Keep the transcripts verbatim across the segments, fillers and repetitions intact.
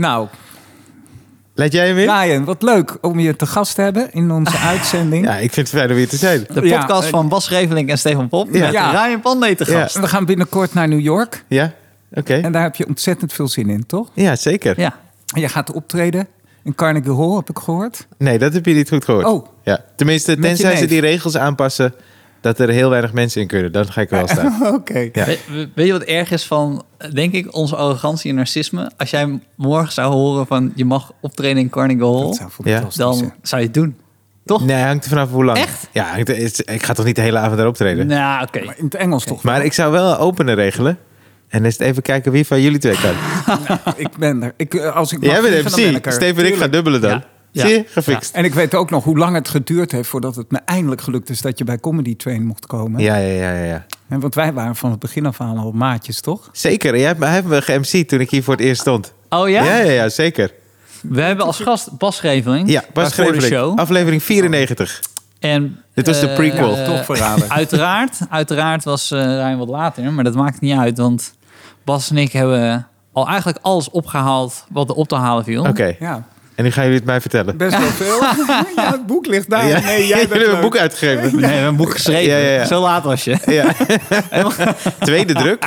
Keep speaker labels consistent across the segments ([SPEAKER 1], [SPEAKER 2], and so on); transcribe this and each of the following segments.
[SPEAKER 1] Nou...
[SPEAKER 2] Laat jij hem in?
[SPEAKER 1] Ryan, wat leuk om je te gast te hebben in onze uitzending.
[SPEAKER 2] Ja, ik vind het fijn om hier te zijn.
[SPEAKER 3] De podcast ja, van Bas Reveling en Stefan Pop ja. met ja. Ryan Pandey te gast.
[SPEAKER 1] Ja. We gaan binnenkort naar New York.
[SPEAKER 2] Ja, oké. Okay.
[SPEAKER 1] En daar heb je ontzettend veel zin in, toch?
[SPEAKER 2] Ja, zeker.
[SPEAKER 1] Ja. En je gaat optreden in Carnegie Hall, heb ik gehoord.
[SPEAKER 2] Nee, dat heb je niet goed gehoord.
[SPEAKER 1] Oh.
[SPEAKER 2] Ja. Tenminste, tenzij ze die regels aanpassen... dat er heel weinig mensen in kunnen. Dan ga ik wel staan.
[SPEAKER 1] Oké. Okay.
[SPEAKER 3] Ja. We, weet je wat erg is van, denk ik, onze arrogantie en narcisme? Als jij morgen zou horen van... je mag optreden in Carnegie Hall...
[SPEAKER 2] Ja.
[SPEAKER 3] dan zou je het doen. Toch?
[SPEAKER 2] Nee, hangt er vanaf hoe lang.
[SPEAKER 3] Echt?
[SPEAKER 2] Ja, ik ga toch niet de hele avond daar optreden?
[SPEAKER 3] Nou, oké.
[SPEAKER 1] Okay. In het Engels toch?
[SPEAKER 2] Maar ik zou wel openen regelen. En dan is het even kijken wie van jullie twee kan.
[SPEAKER 1] nou, ik ben er. Ik, als ik
[SPEAKER 2] Jij bent M C. Steven en ik gaan dubbelen dan. Ja.
[SPEAKER 1] Ja.
[SPEAKER 2] Zie je? Gefixt.
[SPEAKER 1] Ja. En ik weet ook nog hoe lang het geduurd heeft... voordat het me eindelijk gelukt is dat je bij Comedy Train mocht komen.
[SPEAKER 2] Ja, ja, ja, ja.
[SPEAKER 1] En want wij waren van het begin af aan al maatjes, toch?
[SPEAKER 2] Zeker. Jij hebt me, hij heeft me ge-M C'd toen ik hier voor het eerst stond.
[SPEAKER 3] Oh ja?
[SPEAKER 2] Ja, ja, ja, zeker.
[SPEAKER 3] We hebben als gast Bas Reveling.
[SPEAKER 2] Ja, Bas Reveling.
[SPEAKER 3] De show.
[SPEAKER 2] Aflevering vierennegentig.
[SPEAKER 3] En,
[SPEAKER 2] Dit was de uh, prequel.
[SPEAKER 1] Ja, toch verraden.
[SPEAKER 3] Uiteraard, uiteraard was uh, Ryan wat later, maar dat maakt niet uit. Want Bas en ik hebben al eigenlijk alles opgehaald wat er op te halen viel.
[SPEAKER 2] Oké. Okay.
[SPEAKER 1] Ja.
[SPEAKER 2] En nu gaan jullie het mij vertellen.
[SPEAKER 1] Best wel veel. Ja, het boek ligt daar.
[SPEAKER 2] Ja.
[SPEAKER 1] Nee, jij
[SPEAKER 2] jullie hebben een boek uitgegeven.
[SPEAKER 3] Nee, we hebben een boek geschreven. Ja, ja, ja. Zo laat was je.
[SPEAKER 2] Ja. Tweede druk.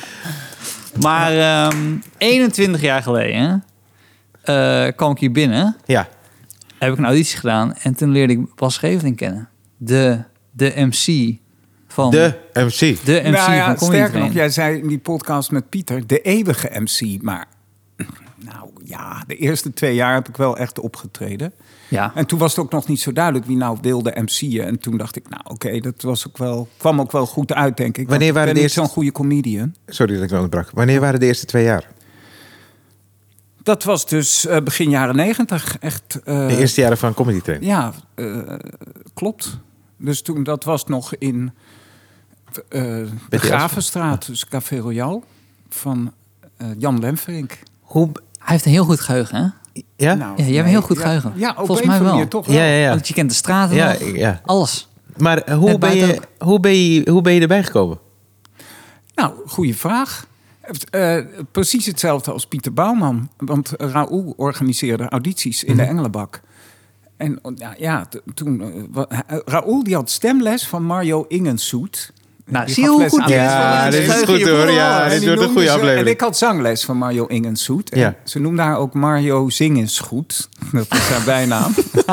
[SPEAKER 3] Maar um, eenentwintig jaar geleden uh, kwam ik hier binnen.
[SPEAKER 2] Ja.
[SPEAKER 3] Heb ik een auditie gedaan. En toen leerde ik Bas Reveling kennen. De, de M C van...
[SPEAKER 2] De M C.
[SPEAKER 3] De M C
[SPEAKER 1] nou ja,
[SPEAKER 3] van Comedy
[SPEAKER 1] sterker
[SPEAKER 3] Train.
[SPEAKER 1] nog, jij zei in die podcast met Pieter... de eeuwige M C. Maar nou ja, de eerste twee jaar heb ik wel echt opgetreden.
[SPEAKER 3] Ja.
[SPEAKER 1] En toen was het ook nog niet zo duidelijk wie nou wilde M C'en. En toen dacht ik, nou oké, okay, dat was ook wel, kwam ook wel goed uit, denk ik.
[SPEAKER 2] Wanneer waren
[SPEAKER 1] ik ben
[SPEAKER 2] de
[SPEAKER 1] niet
[SPEAKER 2] eerste...
[SPEAKER 1] zo'n goede comedian.
[SPEAKER 2] Sorry dat ik onderbrak. Wanneer waren de eerste twee jaar?
[SPEAKER 1] Dat was dus uh, begin jaren negentig. Echt, uh,
[SPEAKER 2] de eerste jaren van Comedy Train?
[SPEAKER 1] Ja, uh, klopt. Dus toen, dat was nog in uh, de Gravenstraat, dus Café Royal, van uh, Jan Lemferink.
[SPEAKER 3] Hoe... Hij heeft een heel goed geheugen, hè?
[SPEAKER 2] Ja?
[SPEAKER 3] Nou, ja, jij hebt een heel goed
[SPEAKER 1] ja,
[SPEAKER 3] geheugen.
[SPEAKER 1] Ja, op
[SPEAKER 3] volgens
[SPEAKER 1] een
[SPEAKER 3] mij wel.
[SPEAKER 1] Manier, toch wel.
[SPEAKER 2] Ja, ja, ja.
[SPEAKER 3] Want je kent de straten
[SPEAKER 2] ja,
[SPEAKER 3] nog,
[SPEAKER 2] ja.
[SPEAKER 3] alles.
[SPEAKER 2] Maar hoe ben, je, hoe, ben je, hoe ben je erbij gekomen?
[SPEAKER 1] Nou, goede vraag. Uh, precies hetzelfde als Pieter Bouwman. Want Raoul organiseerde audities in mm-hmm. de Engelenbak. En ja, ja t- toen... Uh, Raoul die had stemles van Mario Ingensoet.
[SPEAKER 3] Nou, zie je hoe goed
[SPEAKER 2] dit is? Ja, dit is goed hoor. Ja, dit wordt een goede aflevering.
[SPEAKER 1] En ik had zangles van Mario Ingensoet. En
[SPEAKER 2] ja.
[SPEAKER 1] Ze noemde haar ook Mario Zingensgoed. Dat was haar bijnaam.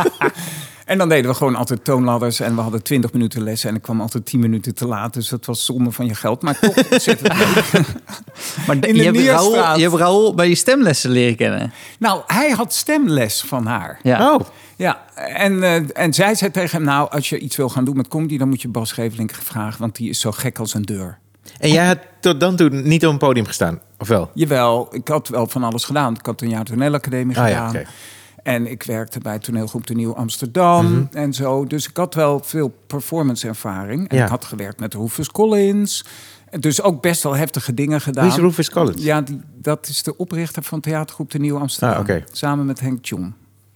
[SPEAKER 1] En dan deden we gewoon altijd toonladders. En we hadden twintig minuten les. En ik kwam altijd tien minuten te laat. Dus dat was zonde van je geld. Maar toch ontzettend leuk.
[SPEAKER 3] Maar in de je, hebt Raoul, je hebt Raoul bij je stemlessen leren kennen.
[SPEAKER 1] Nou, hij had stemles van haar.
[SPEAKER 3] Ja.
[SPEAKER 2] Oh.
[SPEAKER 1] Ja, en, uh, en zij zei tegen hem... nou, als je iets wil gaan doen met comedy... dan moet je Bas Reveling vragen... want die is zo gek als een deur.
[SPEAKER 2] En jij had tot dan toe niet op een podium gestaan, of wel?
[SPEAKER 1] Jawel, ik had wel van alles gedaan. Ik had een jaar toneelacademie
[SPEAKER 2] ah,
[SPEAKER 1] gedaan.
[SPEAKER 2] Ja, okay.
[SPEAKER 1] En ik werkte bij toneelgroep De Nieuw Amsterdam mm-hmm. en zo. Dus ik had wel veel performance-ervaring. En
[SPEAKER 2] ja.
[SPEAKER 1] ik had gewerkt met Rufus Collins. Dus ook best wel heftige dingen gedaan.
[SPEAKER 2] Wie is Rufus Collins?
[SPEAKER 1] Ja, die, dat is de oprichter van theatergroep De Nieuw Amsterdam.
[SPEAKER 2] Ah, okay.
[SPEAKER 1] Samen met Henk Tjom.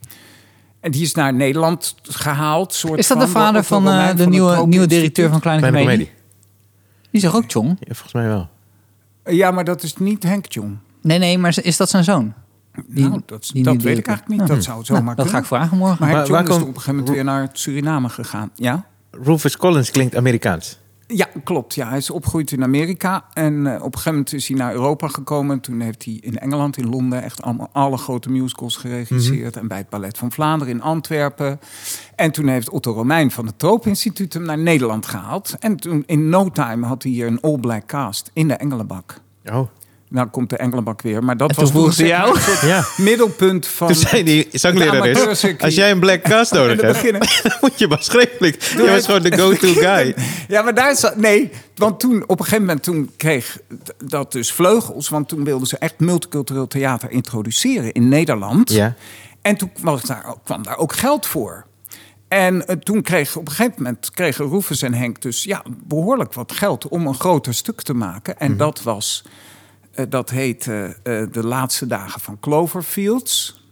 [SPEAKER 1] En die is naar Nederland gehaald. Soort
[SPEAKER 3] is dat
[SPEAKER 1] van,
[SPEAKER 3] de vader van uh, de, de nieuwe, nieuwe directeur van Kleine Comedie? Comedie? Die zegt ook Tjong?
[SPEAKER 2] Ja, volgens mij wel.
[SPEAKER 1] Ja, maar dat is niet Henk Tjong.
[SPEAKER 3] Nee, nee, maar is dat zijn zoon?
[SPEAKER 1] Die, nou, dat, die dat weet ik eigenlijk niet. Oh. Dat zou het zomaar
[SPEAKER 3] nou,
[SPEAKER 1] kunnen.
[SPEAKER 3] Dat ga ik vragen morgen.
[SPEAKER 1] Maar Henk Tjong is
[SPEAKER 2] kom...
[SPEAKER 1] op een gegeven moment weer naar Suriname gegaan. Ja?
[SPEAKER 2] Rufus Collins klinkt Amerikaans.
[SPEAKER 1] Ja, klopt. Ja, hij is opgegroeid in Amerika. En uh, op een gegeven moment is hij naar Europa gekomen. Toen heeft hij in Engeland, in Londen... echt allemaal alle grote musicals geregisseerd. Mm-hmm. En bij het Ballet van Vlaanderen in Antwerpen. En toen heeft Otto Romein van het Troop-instituut hem naar Nederland gehaald. En toen in no time had hij hier een all-black cast in de Engelenbak.
[SPEAKER 2] Oh.
[SPEAKER 1] Nou komt de Engelenbak weer. Maar dat
[SPEAKER 3] en
[SPEAKER 1] was
[SPEAKER 3] toen voor jou
[SPEAKER 1] het ja. middelpunt van...
[SPEAKER 2] Toen zei die zanglerares, als jij een black cast nodig hebt... dan moet je Bas Reveling. Je was gewoon de go-to guy.
[SPEAKER 1] Ja, maar daar is... Nee, want toen op een gegeven moment toen kreeg dat dus vleugels. Want toen wilden ze echt multicultureel theater introduceren in Nederland.
[SPEAKER 2] Ja.
[SPEAKER 1] En toen was daar, kwam daar ook geld voor. En uh, toen kreeg op een gegeven moment kregen Rufus en Henk dus ja, behoorlijk wat geld om een groter stuk te maken. En mm-hmm. dat was... Uh, dat heette uh, De Laatste Dagen van Cloverfields.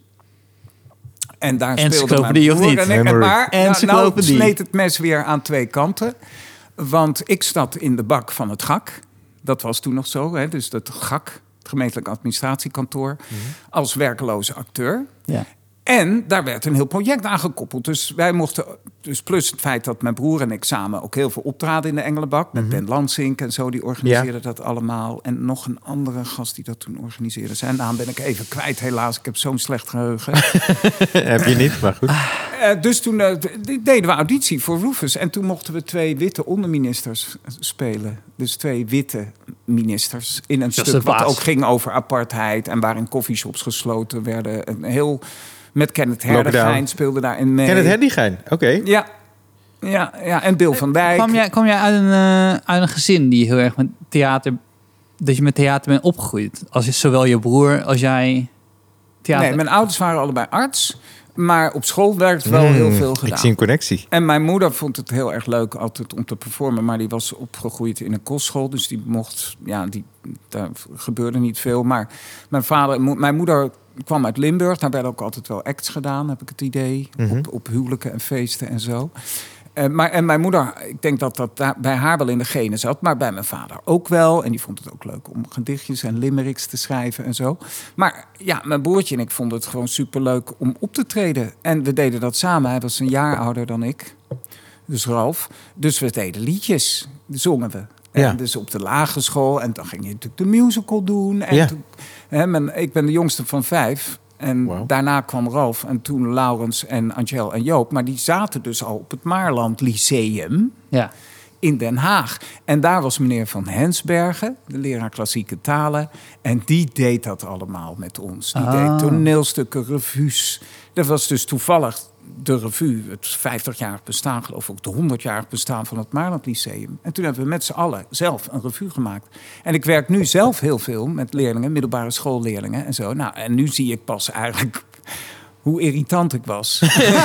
[SPEAKER 1] En daar speelde mijn broer
[SPEAKER 3] of niet?
[SPEAKER 1] en ik. En maar
[SPEAKER 3] nou,
[SPEAKER 1] nou sneed het mes weer aan twee kanten. Want ik zat in de bak van het G A K. Dat was toen nog zo, hè? Dus dat G A K, gemeentelijk administratiekantoor, mm-hmm. als werkeloze acteur.
[SPEAKER 3] Ja.
[SPEAKER 1] En daar werd een heel project aan gekoppeld. Dus wij mochten, dus plus het feit dat mijn broer en ik samen ook heel veel optraden in de Engelenbak. Met mm-hmm. Ben Lansink en zo, die organiseerde ja. dat allemaal. En nog een andere gast die dat toen organiseerde. Zijn naam ben ik even kwijt, helaas. Ik heb zo'n slecht geheugen.
[SPEAKER 2] Heb je niet, maar goed.
[SPEAKER 1] Uh, dus toen uh, deden we auditie voor Rufus. En toen mochten we twee witte onderministers spelen. Dus twee witte ministers in een stuk wat ook ging over apartheid. En waarin coffeeshops gesloten werden. Een heel... Met Kenneth Herdigijn speelde daarin mee.
[SPEAKER 2] Kenneth Herdigijn, oké. Okay.
[SPEAKER 1] Ja. Ja, ja, en Bill van Dijk.
[SPEAKER 3] Kwam jij, kwam jij uit, een, uh, uit een gezin die heel erg met theater... dat je met theater bent opgegroeid? Als je, zowel je broer als jij theater...
[SPEAKER 1] Nee, mijn ouders waren allebei arts. Maar op school werd wel mm, heel veel gedaan.
[SPEAKER 2] Ik zie een connectie.
[SPEAKER 1] En mijn moeder vond het heel erg leuk altijd om te performen. Maar die was opgegroeid in een kostschool. Dus die mocht... Ja, die, daar gebeurde niet veel. Maar mijn vader... Mijn moeder... kwam uit Limburg, daar werden ook altijd wel acts gedaan, heb ik het idee. Mm-hmm. Op, op huwelijken en feesten en zo. Uh, maar, en mijn moeder, ik denk dat dat daar, bij haar wel in de genen zat, maar bij mijn vader ook wel. En die vond het ook leuk om gedichtjes en limericks te schrijven en zo. Maar ja, mijn broertje en ik vonden het gewoon superleuk om op te treden. En we deden dat samen. Hij was een jaar ouder dan ik, dus Ralf. Dus we deden liedjes, zongen we. Ja. En dus op de lagere school. En dan ging je natuurlijk de musical doen. En
[SPEAKER 2] ja.
[SPEAKER 1] toen, hè, men, ik ben de jongste van vijf. En wow. daarna kwam Ralf. En toen Laurens en Angel en Joop. Maar die zaten dus al op het Maarland Lyceum.
[SPEAKER 3] Ja.
[SPEAKER 1] In Den Haag. En daar was meneer Van Hensbergen, de leraar klassieke talen. En die deed dat allemaal met ons. Die ah. deed toneelstukken, revues. Dat was dus toevallig... de revue, het vijftigjarig bestaan, geloof ik, ook het honderdjarig bestaan van het Maarland Lyceum. En toen hebben we met z'n allen zelf een revue gemaakt. En ik werk nu zelf heel veel met leerlingen, middelbare schoolleerlingen en zo. Nou, en nu zie ik pas eigenlijk hoe irritant ik was.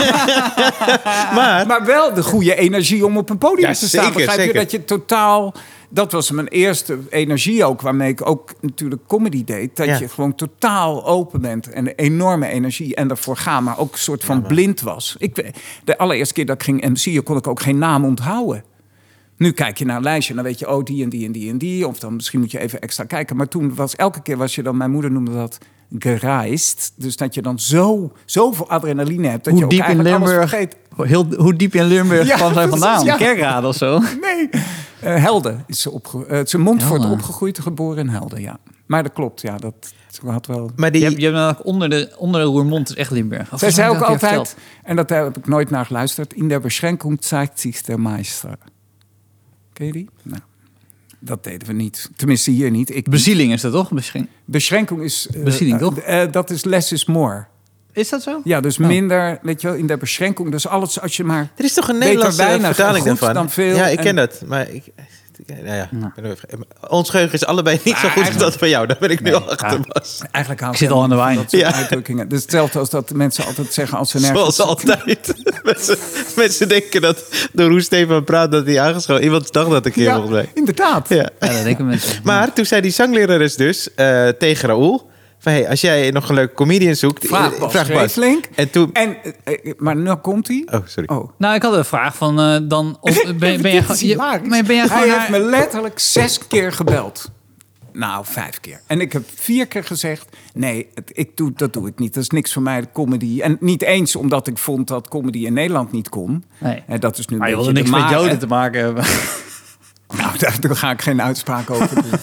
[SPEAKER 1] maar, maar wel de goede energie om op een podium ja, te staan. Zeker, Begrijp zeker. je dat je totaal... Dat was mijn eerste energie ook, waarmee ik ook natuurlijk comedy deed. Dat ja. je gewoon totaal open bent en een enorme energie en ervoor gaan, maar ook een soort van ja, blind was. Ik, de allereerste keer dat ik ging M C'en kon ik ook geen naam onthouden. Nu kijk je naar een lijstje en dan weet je, oh, die en die en die en die. Of dan misschien moet je even extra kijken. Maar toen was elke keer was je dan, mijn moeder noemde dat gereisd. Dus dat je dan zo, zoveel adrenaline hebt dat
[SPEAKER 3] hoe
[SPEAKER 1] je ook
[SPEAKER 3] diep
[SPEAKER 1] eigenlijk
[SPEAKER 3] in Limburg, alles vergeet. Heel, hoe diep in Limburg ja, kwam zij vandaan? Ja. Kerkrade of zo?
[SPEAKER 1] Nee, uh, Helden is ze opgegroeid. Uh, ze Montfort opgegroeid, geboren in Helden, ja. Maar dat klopt, ja. Dat had wel...
[SPEAKER 3] Maar die... Je hebt, je hebt onder de, onder de Roermond is echt Limburg.
[SPEAKER 1] Zij zei ook altijd, verteld. En dat heb ik nooit naar geluisterd... in der Beschränkung zeigt sich der Meister. Ken je die? Nou, dat deden we niet. Tenminste, hier niet. Ik
[SPEAKER 3] Bezieling is dat toch? Beschränk...
[SPEAKER 1] Beschränkung is... Uh,
[SPEAKER 3] Bezieling, toch?
[SPEAKER 1] Uh, uh, dat is less is more.
[SPEAKER 3] Is dat zo?
[SPEAKER 1] Ja, dus oh. minder, weet je wel, in de beschränkung. Dus alles als je maar...
[SPEAKER 2] Er is toch een Nederlandse vertaling daarvan?
[SPEAKER 1] Dan veel
[SPEAKER 2] ja, ik ken
[SPEAKER 1] en...
[SPEAKER 2] dat. Maar ik, nou ja, ja. Ons geheugen is allebei niet zo goed als dat van jou. Daar ben ik nu nee, al achter, Bas.
[SPEAKER 1] Eigenlijk hou
[SPEAKER 3] ik zit al aan de wijn.
[SPEAKER 1] Dat soort ja. uitdrukkingen. Dus hetzelfde als dat mensen altijd zeggen als ze
[SPEAKER 2] Zoals
[SPEAKER 1] nergens...
[SPEAKER 2] altijd. mensen, mensen denken dat door hoe Stefan praat dat hij aangeschoten... Iemand dacht dat een keer
[SPEAKER 1] ja,
[SPEAKER 2] volgens mij.
[SPEAKER 1] Inderdaad.
[SPEAKER 2] Ja.
[SPEAKER 3] Ja, dat denken mensen.
[SPEAKER 2] Maar toen zei die zanglerares dus uh, tegen Raoul... Van, hey, als jij nog een leuke comedian zoekt...
[SPEAKER 1] Vraag Bas. Vraag Bas.
[SPEAKER 2] En toen...
[SPEAKER 1] En, uh, maar nu komt hij.
[SPEAKER 2] Oh, sorry.
[SPEAKER 3] Oh. Nou, ik had een vraag van... Uh, dan, of, ben, ben, ben, je, je, ben, ben je
[SPEAKER 1] Hij
[SPEAKER 3] naar...
[SPEAKER 1] heeft me letterlijk zes keer gebeld. Nou, vijf keer. En ik heb vier keer gezegd... nee, het, ik doe, dat doe ik niet. Dat is niks voor mij, de comedy. En niet eens omdat ik vond dat comedy in Nederland niet kon.
[SPEAKER 3] Nee.
[SPEAKER 1] En dat is nu
[SPEAKER 3] maar
[SPEAKER 1] een
[SPEAKER 3] je wilde niks met Joden te maken hebben.
[SPEAKER 1] Nou, daar, daar ga ik geen uitspraak over doen.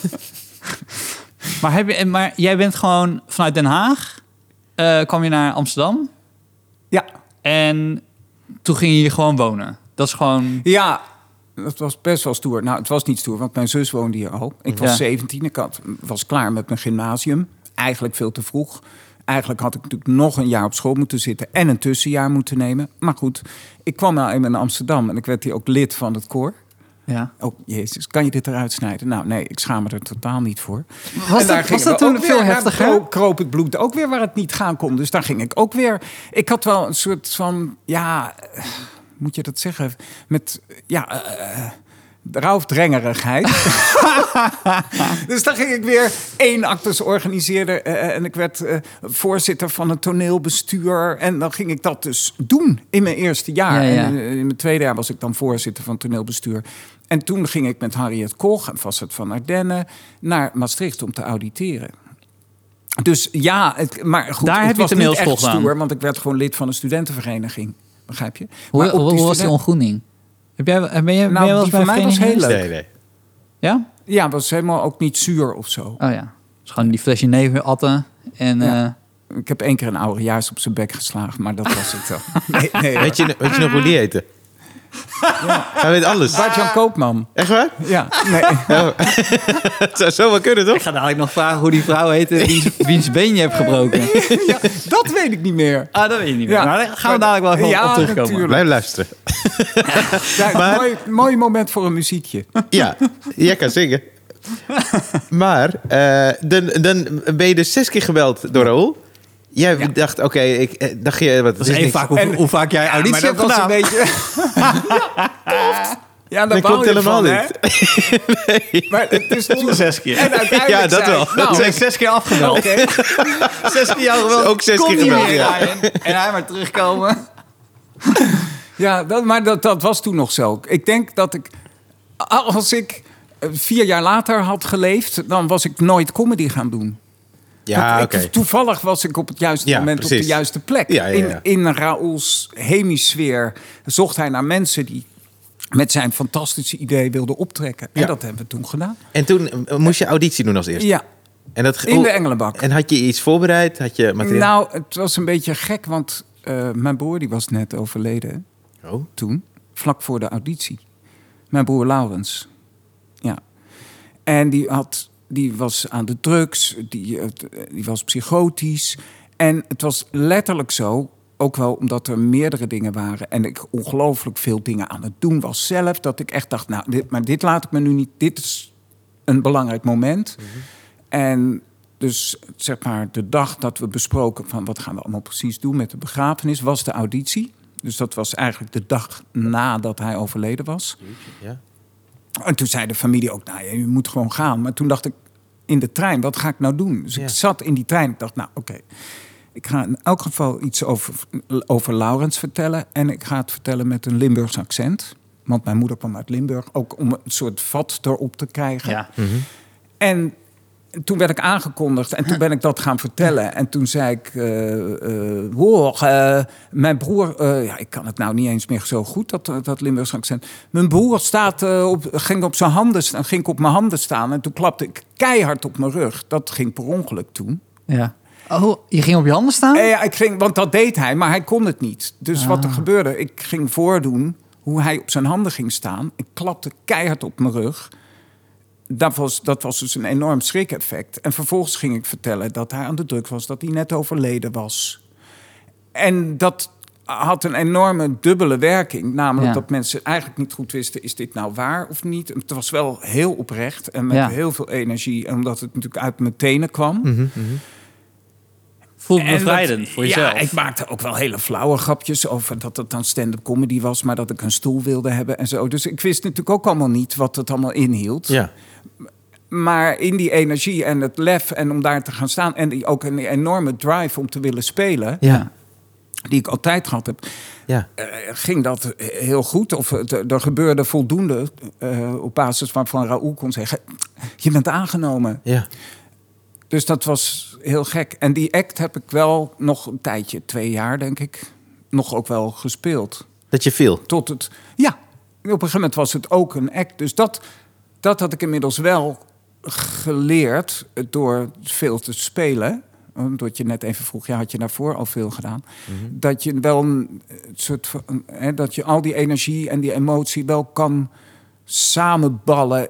[SPEAKER 3] Maar, heb je, maar jij bent gewoon vanuit Den Haag... Uh, kwam je naar Amsterdam.
[SPEAKER 1] Ja.
[SPEAKER 3] En toen ging je hier gewoon wonen. Dat is gewoon...
[SPEAKER 1] Ja, dat was best wel stoer. Nou, het was niet stoer, want mijn zus woonde hier al. Ik was ja. zeventien, ik had, was klaar met mijn gymnasium. Eigenlijk veel te vroeg. Eigenlijk had ik natuurlijk nog een jaar op school moeten zitten... en een tussenjaar moeten nemen. Maar goed, ik kwam nou eenmaal in Amsterdam... en ik werd hier ook lid van het koor.
[SPEAKER 3] Ja.
[SPEAKER 1] Oh, jezus, kan je dit eruit snijden? Nou, nee, ik schaam me er totaal niet voor.
[SPEAKER 3] Was
[SPEAKER 1] en daar
[SPEAKER 3] dat, was dat toen veel heftiger?
[SPEAKER 1] Kroop, kroop het bloed ook weer waar het niet gaan kon. Dus daar ging ik ook weer... Ik had wel een soort van... Ja, moet je dat zeggen? Met, ja... Uh, raufdrengerigheid. Dus dan ging ik weer één actes organiseren. Uh, en ik werd uh, voorzitter van een toneelbestuur. En dan ging ik dat dus doen in mijn eerste jaar.
[SPEAKER 3] Ja, ja.
[SPEAKER 1] En in mijn tweede jaar was ik dan voorzitter van het toneelbestuur. En toen ging ik met Harriet Koch en Vasset van Ardenne naar Maastricht om te auditeren. Dus ja, het, maar goed,
[SPEAKER 3] Daar
[SPEAKER 1] het
[SPEAKER 3] heb je
[SPEAKER 1] was niet
[SPEAKER 3] toneelschool
[SPEAKER 1] echt
[SPEAKER 3] gedaan.
[SPEAKER 1] stoer, want ik werd gewoon lid van een studentenvereniging. Begrijp je?
[SPEAKER 3] Hoe,
[SPEAKER 1] Maar
[SPEAKER 3] hoe,
[SPEAKER 1] op
[SPEAKER 3] hoe
[SPEAKER 1] die
[SPEAKER 3] was die
[SPEAKER 1] student-
[SPEAKER 3] ontgroening? Heb jij, ben je, ben je
[SPEAKER 1] Nou,
[SPEAKER 3] wel eens
[SPEAKER 1] die
[SPEAKER 3] bij
[SPEAKER 1] van mij was
[SPEAKER 3] vereniging
[SPEAKER 1] heel
[SPEAKER 3] geweest?
[SPEAKER 1] leuk.
[SPEAKER 2] Nee, nee.
[SPEAKER 1] Ja? Ja, was helemaal ook niet zuur of zo.
[SPEAKER 3] Oh ja. Dus gewoon die flesje neven weer atten. En
[SPEAKER 1] Ja.
[SPEAKER 3] eh,
[SPEAKER 1] Ik heb één keer een oude juist op zijn bek geslagen, maar dat was het wel. Nee, nee,
[SPEAKER 2] Weet je, weet je nog hoe die heette?
[SPEAKER 1] Ja.
[SPEAKER 2] Hij weet alles.
[SPEAKER 1] Bart-Jan Koopman.
[SPEAKER 2] Echt waar?
[SPEAKER 1] Ja, nee.
[SPEAKER 2] Het zou zo wel kunnen, toch?
[SPEAKER 3] ik ga dadelijk nog vragen hoe die vrouw heette wiens, wiens been je hebt gebroken.
[SPEAKER 1] Ja, dat weet ik niet meer.
[SPEAKER 3] Ah, dat weet je niet meer.
[SPEAKER 1] Ja.
[SPEAKER 3] Maar daar gaan we dadelijk wel even
[SPEAKER 1] Ja,
[SPEAKER 3] op terugkomen.
[SPEAKER 1] natuurlijk.
[SPEAKER 2] Blijf luisteren.
[SPEAKER 1] Ja,
[SPEAKER 2] Maar-
[SPEAKER 1] mooi, mooi moment voor een muziekje.
[SPEAKER 2] Ja, jij kan zingen. Maar uh, dan, dan ben je dus zes keer gebeld door Raoul. Jij
[SPEAKER 1] Ja.
[SPEAKER 2] dacht, oké, ik eh, dacht je... Wat,
[SPEAKER 3] Dat is even vaak hoe,
[SPEAKER 1] En-
[SPEAKER 3] hoe vaak jij auditie
[SPEAKER 1] maar dat
[SPEAKER 3] hebt
[SPEAKER 1] was
[SPEAKER 3] gedaan.
[SPEAKER 1] een beetje... ja, ja,
[SPEAKER 2] Dat
[SPEAKER 1] daar
[SPEAKER 2] klopt
[SPEAKER 1] bouw je
[SPEAKER 2] helemaal
[SPEAKER 1] van,
[SPEAKER 2] niet.
[SPEAKER 1] hè? Maar het is toen
[SPEAKER 3] Zes keer.
[SPEAKER 1] En uiteindelijk
[SPEAKER 2] Ja, dat
[SPEAKER 1] zei
[SPEAKER 2] wel.
[SPEAKER 1] ik, nou,
[SPEAKER 3] Ik ben zes keer afgebeld.
[SPEAKER 1] oké.
[SPEAKER 3] Zes keer jou geweld.
[SPEAKER 2] Ook zes
[SPEAKER 3] Kom
[SPEAKER 2] keer
[SPEAKER 3] niet
[SPEAKER 2] gebeld,
[SPEAKER 3] meer,
[SPEAKER 2] ja.
[SPEAKER 3] Ryan. En hij maar terugkomen.
[SPEAKER 1] Ja, dat, maar dat, dat was toen nog zo. Ik denk dat ik... Als ik eh, vier jaar later had geleefd... dan was ik nooit comedy gaan doen.
[SPEAKER 2] Ja,
[SPEAKER 1] Want
[SPEAKER 2] oké.
[SPEAKER 1] ik- Toevallig was ik op het juiste
[SPEAKER 2] Ja,
[SPEAKER 1] moment op
[SPEAKER 2] precies.
[SPEAKER 1] de juiste plek.
[SPEAKER 2] Ja, ja, ja.
[SPEAKER 1] In, in Raoul's hemisfeer zocht hij naar mensen die met zijn fantastische idee wilden optrekken. En
[SPEAKER 2] Ja.
[SPEAKER 1] dat hebben we toen gedaan.
[SPEAKER 2] En toen eh, moest je auditie doen als eerste?
[SPEAKER 1] Ja,
[SPEAKER 2] En dat,
[SPEAKER 1] in de Engelenbak.
[SPEAKER 2] En had je iets voorbereid? Had je materiaal?
[SPEAKER 1] Nou, het was een beetje gek, want eh, mijn broer die was net overleden
[SPEAKER 2] Oh.
[SPEAKER 1] toen, vlak voor de auditie. Mijn broer Laurens. Ja. En die, had, die was aan de drugs, die, eh, die was psychotisch. En het was letterlijk zo, ook wel omdat er meerdere dingen waren... en ik ongelooflijk veel dingen aan het doen was zelf... dat ik echt dacht, nou, dit, maar dit laat ik me nu niet... dit is een belangrijk moment.
[SPEAKER 2] Mhm.
[SPEAKER 1] En dus zeg maar de dag dat we besproken... van wat gaan we allemaal precies doen met de begrafenis... was de auditie. Dus dat was eigenlijk de dag nadat hij overleden was.
[SPEAKER 2] Ja.
[SPEAKER 1] En toen zei de familie ook, nou, je moet gewoon gaan. Maar toen dacht ik, in de trein, wat ga ik nou doen? Dus
[SPEAKER 2] Ja.
[SPEAKER 1] ik zat in die trein. Ik dacht, nou, oké. Ik ga in elk geval iets over, over Laurens vertellen. En ik ga het vertellen met een Limburgs accent. Want mijn moeder kwam uit Limburg. Ook om een soort vat erop te krijgen.
[SPEAKER 3] Ja.
[SPEAKER 1] En toen werd ik aangekondigd en toen ben ik dat gaan vertellen. En toen zei ik, uh, uh, hoor, uh, mijn broer... Uh, ja, ik kan het nou niet eens meer zo goed, dat, dat Limburgs accent. Mijn broer staat, uh, op, ging, op zijn handen, ging op mijn handen staan... en toen klapte ik keihard op mijn rug. Dat ging per ongeluk toen.
[SPEAKER 3] Ja. Oh, je ging op je handen staan?
[SPEAKER 1] En ja, ik ging, want dat deed hij, maar hij kon het niet. Dus
[SPEAKER 3] Ah.
[SPEAKER 1] wat er gebeurde, ik ging voordoen hoe hij op zijn handen ging staan. Ik klapte keihard op mijn rug... Dat was, dat was dus een enorm schrik-effect. En vervolgens ging ik vertellen dat hij aan de drugs was... dat hij net overleden was. En dat had een enorme dubbele werking. Namelijk
[SPEAKER 3] Ja.
[SPEAKER 1] dat mensen eigenlijk niet goed wisten... is dit nou waar of niet? Het was wel heel oprecht en met
[SPEAKER 3] Ja.
[SPEAKER 1] heel veel energie... omdat het natuurlijk uit mijn tenen kwam.
[SPEAKER 2] Mhm, mhm.
[SPEAKER 3] Voelt
[SPEAKER 1] En
[SPEAKER 3] bevrijdend
[SPEAKER 1] dat-
[SPEAKER 3] voor jezelf.
[SPEAKER 1] Ja, ik maakte ook wel hele flauwe grapjes over dat het dan stand-up comedy was... maar dat ik een stoel wilde hebben en zo. Dus ik wist natuurlijk ook allemaal niet wat het allemaal inhield.
[SPEAKER 2] Ja.
[SPEAKER 1] Maar in die energie en het lef en om daar te gaan staan... en die, ook een enorme drive om te willen spelen...
[SPEAKER 2] Ja.
[SPEAKER 1] die ik altijd gehad heb,
[SPEAKER 2] Ja.
[SPEAKER 1] eh, ging dat heel goed. Of het, er gebeurde voldoende eh, op basis waarvan Raoul kon zeggen... je bent aangenomen.
[SPEAKER 2] Ja.
[SPEAKER 1] Dus dat was heel gek. En die act heb ik wel nog een tijdje, twee jaar denk ik... nog ook wel gespeeld.
[SPEAKER 2] Dat je viel.
[SPEAKER 1] Tot het... Ja, op een gegeven moment was het ook een act. Dus dat, dat had ik inmiddels wel geleerd door veel te spelen. Omdat je net even vroeg, ja, had je daarvoor al veel gedaan? Mm-hmm. Dat je wel een soort van, hè, dat je al die energie en die emotie wel kan samenballen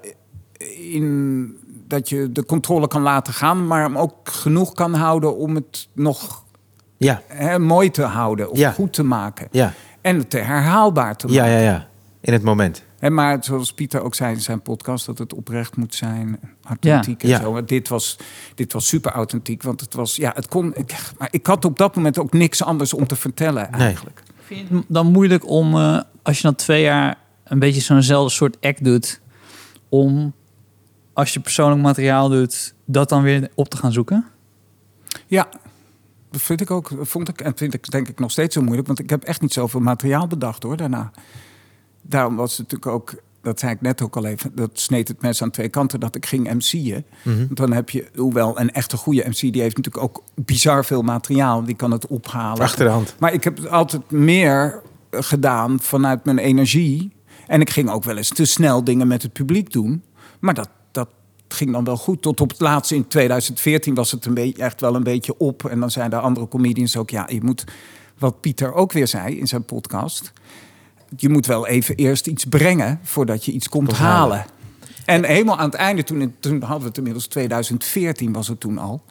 [SPEAKER 1] in dat je de controle kan laten gaan, maar hem ook genoeg kan houden om het nog
[SPEAKER 2] Ja.
[SPEAKER 1] hè, mooi te houden of
[SPEAKER 2] Ja.
[SPEAKER 1] goed te maken.
[SPEAKER 2] Ja.
[SPEAKER 1] En het herhaalbaar te maken.
[SPEAKER 2] Ja, ja, ja. In het moment.
[SPEAKER 1] Hè, maar zoals Pieter ook zei in zijn podcast, dat het oprecht moet zijn, authentiek
[SPEAKER 2] Ja.
[SPEAKER 1] en zo. Maar dit was, dit was super authentiek, want het was, ja, het kon. Ik, maar ik had op dat moment ook niks anders om te vertellen eigenlijk.
[SPEAKER 3] Vind je het dan moeilijk om, uh, als je dan twee jaar een beetje zo'nzelfde soort act doet, om, als je persoonlijk materiaal doet, dat dan weer op te gaan zoeken?
[SPEAKER 1] Ja, dat vind ik ook. Vond ik en vind ik denk ik nog steeds zo moeilijk, want ik heb echt niet zoveel materiaal bedacht hoor daarna. Daarom was het natuurlijk ook dat zei ik net ook al even, dat sneed het mes aan twee kanten, dat ik ging M C'en.
[SPEAKER 2] Mm-hmm.
[SPEAKER 1] Want dan heb je, hoewel een echte goede M C, die heeft natuurlijk ook bizar veel materiaal, die kan het ophalen.
[SPEAKER 2] Achter de hand.
[SPEAKER 1] Maar ik heb altijd meer gedaan vanuit mijn energie. En ik ging ook wel eens te snel dingen met het publiek doen. Maar dat, dat ging dan wel goed. Tot op het laatste in tweeduizend veertien was het een beetje, echt wel een beetje op. En dan zeiden de andere comedians ook, ja, je moet, wat Pieter ook weer zei in zijn podcast, je moet wel even eerst iets brengen voordat je iets komt halen. halen. En helemaal aan het einde, toen, toen hadden we het inmiddels tweeduizend veertien was het toen al.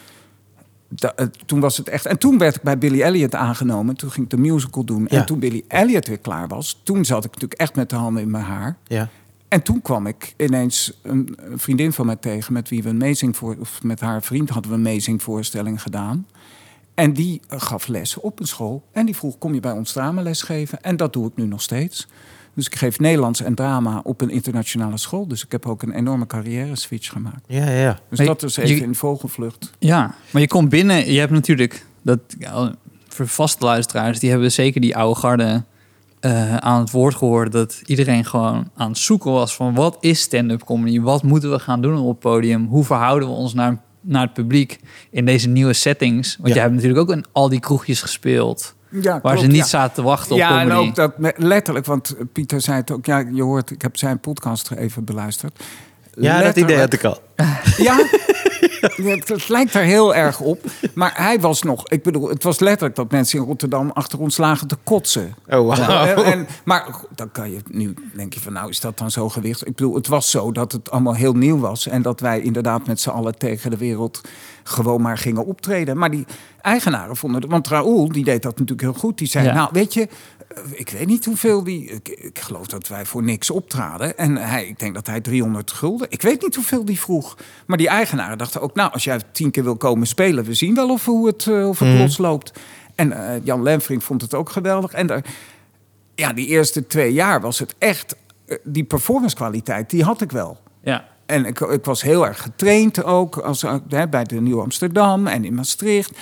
[SPEAKER 1] Da, uh, toen was het echt. En toen werd ik bij Billy Elliot aangenomen. Toen ging ik de musical doen.
[SPEAKER 2] Ja.
[SPEAKER 1] En toen Billy Elliot weer klaar was, toen zat ik natuurlijk echt met de handen in mijn haar.
[SPEAKER 2] Ja.
[SPEAKER 1] En toen kwam ik ineens een, een vriendin van mij tegen, met wie we een amazing voor, of met haar vriend hadden we een amazing voorstelling gedaan. En die gaf les op een school. En die vroeg, kom je bij ons dramales geven? En dat doe ik nu nog steeds. Dus ik geef Nederlands en drama op een internationale school. Dus ik heb ook een enorme carrière-switch gemaakt.
[SPEAKER 2] Ja, ja, ja.
[SPEAKER 1] Dus
[SPEAKER 3] Maar
[SPEAKER 1] dat is even
[SPEAKER 3] je-
[SPEAKER 1] in vogelvlucht.
[SPEAKER 3] Ja, maar je komt binnen, je hebt natuurlijk, dat, ja, voor vaste luisteraars, die hebben zeker die oude garde eh, aan het woord gehoord, dat iedereen gewoon aan het zoeken was van wat is stand-up comedy? Wat moeten we gaan doen op het podium? Hoe verhouden we ons naar, naar het publiek in deze nieuwe settings? Want
[SPEAKER 2] Ja.
[SPEAKER 3] jij hebt natuurlijk ook in al die kroegjes gespeeld,
[SPEAKER 1] Ja,
[SPEAKER 3] waar
[SPEAKER 1] klopt,
[SPEAKER 3] ze niet
[SPEAKER 1] ja.
[SPEAKER 3] zaten te wachten op
[SPEAKER 1] Ja, en
[SPEAKER 3] comedy.
[SPEAKER 1] ook dat me- letterlijk, want Pieter zei het ook. Ja, je hoort, ik heb zijn podcast even beluisterd.
[SPEAKER 2] Ja, dat idee had ik al.
[SPEAKER 1] Ja, het, het lijkt er heel erg op. Maar hij was nog, ik bedoel, het was letterlijk dat mensen in Rotterdam achter ons lagen te kotsen.
[SPEAKER 2] Oh, wauw.
[SPEAKER 1] En, en, maar goed, dan kan je nu denk je van, nou is dat dan zo gewicht? Ik bedoel, het was zo dat het allemaal heel nieuw was en dat wij inderdaad met z'n allen tegen de wereld gewoon maar gingen optreden. Maar die eigenaren vonden, want Raoul die deed dat natuurlijk heel goed. Die zei,
[SPEAKER 3] Ja.
[SPEAKER 1] nou weet je, ik weet niet hoeveel die, ik, ik geloof dat wij voor niks optraden. En hij, ik denk dat hij driehonderd gulden, ik weet niet hoeveel die vroeg. Maar die eigenaren dachten ook, nou als jij tien keer wil komen spelen, we zien wel of, hoe het, uh, of het
[SPEAKER 2] Mhm.
[SPEAKER 1] losloopt. En uh, Jan Lemfrink vond het ook geweldig. En daar, ja, die eerste twee jaar was het echt, uh, die performancekwaliteit, die had ik wel.
[SPEAKER 3] Ja.
[SPEAKER 1] En ik, ik was heel erg getraind ook, als, uh, hè, bij de Nieuw Amsterdam en in Maastricht.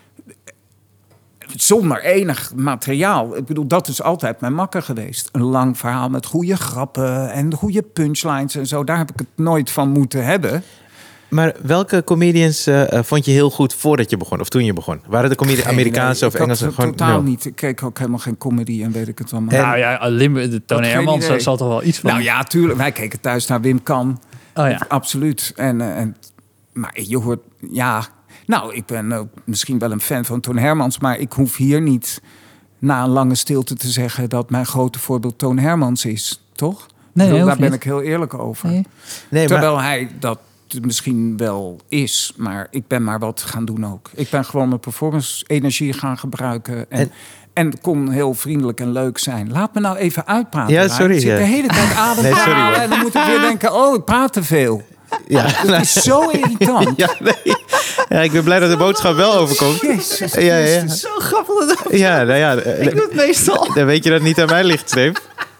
[SPEAKER 1] Zonder enig materiaal. Ik bedoel, dat is altijd mijn makker geweest. Een lang verhaal met goede grappen en goede punchlines en zo. Daar heb ik het nooit van moeten hebben.
[SPEAKER 2] Maar welke comedians uh, vond je heel goed voordat je begon? Of toen je begon? Waren de comedians
[SPEAKER 1] Geen
[SPEAKER 2] Amerikaanse
[SPEAKER 1] idee.
[SPEAKER 2] of
[SPEAKER 1] Ik had
[SPEAKER 2] Engelse?
[SPEAKER 1] het
[SPEAKER 2] Gewoon
[SPEAKER 1] totaal
[SPEAKER 2] nul.
[SPEAKER 1] niet. Ik keek ook helemaal geen comedy en weet ik het allemaal.
[SPEAKER 3] Nou ja, Limburg, de Toon
[SPEAKER 1] Had geen
[SPEAKER 3] Hermans
[SPEAKER 1] idee.
[SPEAKER 3] zal toch wel iets van.
[SPEAKER 1] Nou ja, tuurlijk. Wij keken thuis naar Wim Kan.
[SPEAKER 3] Oh ja.
[SPEAKER 1] Absoluut. En, uh, en, maar je hoort, ja... Nou, ik ben uh, misschien wel een fan van Toon Hermans, maar ik hoef hier niet na een lange stilte te zeggen dat mijn grote voorbeeld Toon Hermans is, toch?
[SPEAKER 3] Nee,
[SPEAKER 1] Ik bedoel,
[SPEAKER 3] hoeft
[SPEAKER 1] daar ben
[SPEAKER 3] niet.
[SPEAKER 1] ik heel eerlijk over.
[SPEAKER 3] Nee.
[SPEAKER 2] Nee,
[SPEAKER 1] Terwijl
[SPEAKER 2] maar,
[SPEAKER 1] hij dat misschien wel is, maar ik ben maar wat gaan doen ook. Ik ben gewoon mijn performance-energie gaan gebruiken en,
[SPEAKER 2] En-
[SPEAKER 1] en kon heel vriendelijk en leuk zijn. Laat me nou even uitpraten.
[SPEAKER 2] Ja,
[SPEAKER 1] Rijn.
[SPEAKER 2] sorry,
[SPEAKER 1] Ik zit
[SPEAKER 2] ja.
[SPEAKER 1] de hele tijd adem
[SPEAKER 2] Nee,
[SPEAKER 1] te
[SPEAKER 2] sorry,
[SPEAKER 1] halen
[SPEAKER 2] hoor.
[SPEAKER 1] en dan moet ik weer denken, oh, ik praat te veel.
[SPEAKER 2] ja,
[SPEAKER 1] Het is zo irritant.
[SPEAKER 2] ja, nee. Ja, ik ben blij dat de boodschap wel overkomt.
[SPEAKER 1] Jezus
[SPEAKER 2] Ja, ja, ja.
[SPEAKER 1] Christus.
[SPEAKER 3] Zo grappig. Dat
[SPEAKER 2] Ja, nou ja. eh,
[SPEAKER 3] ik doe het meestal.
[SPEAKER 2] Dan weet je dat het niet aan mij ligt, Steve.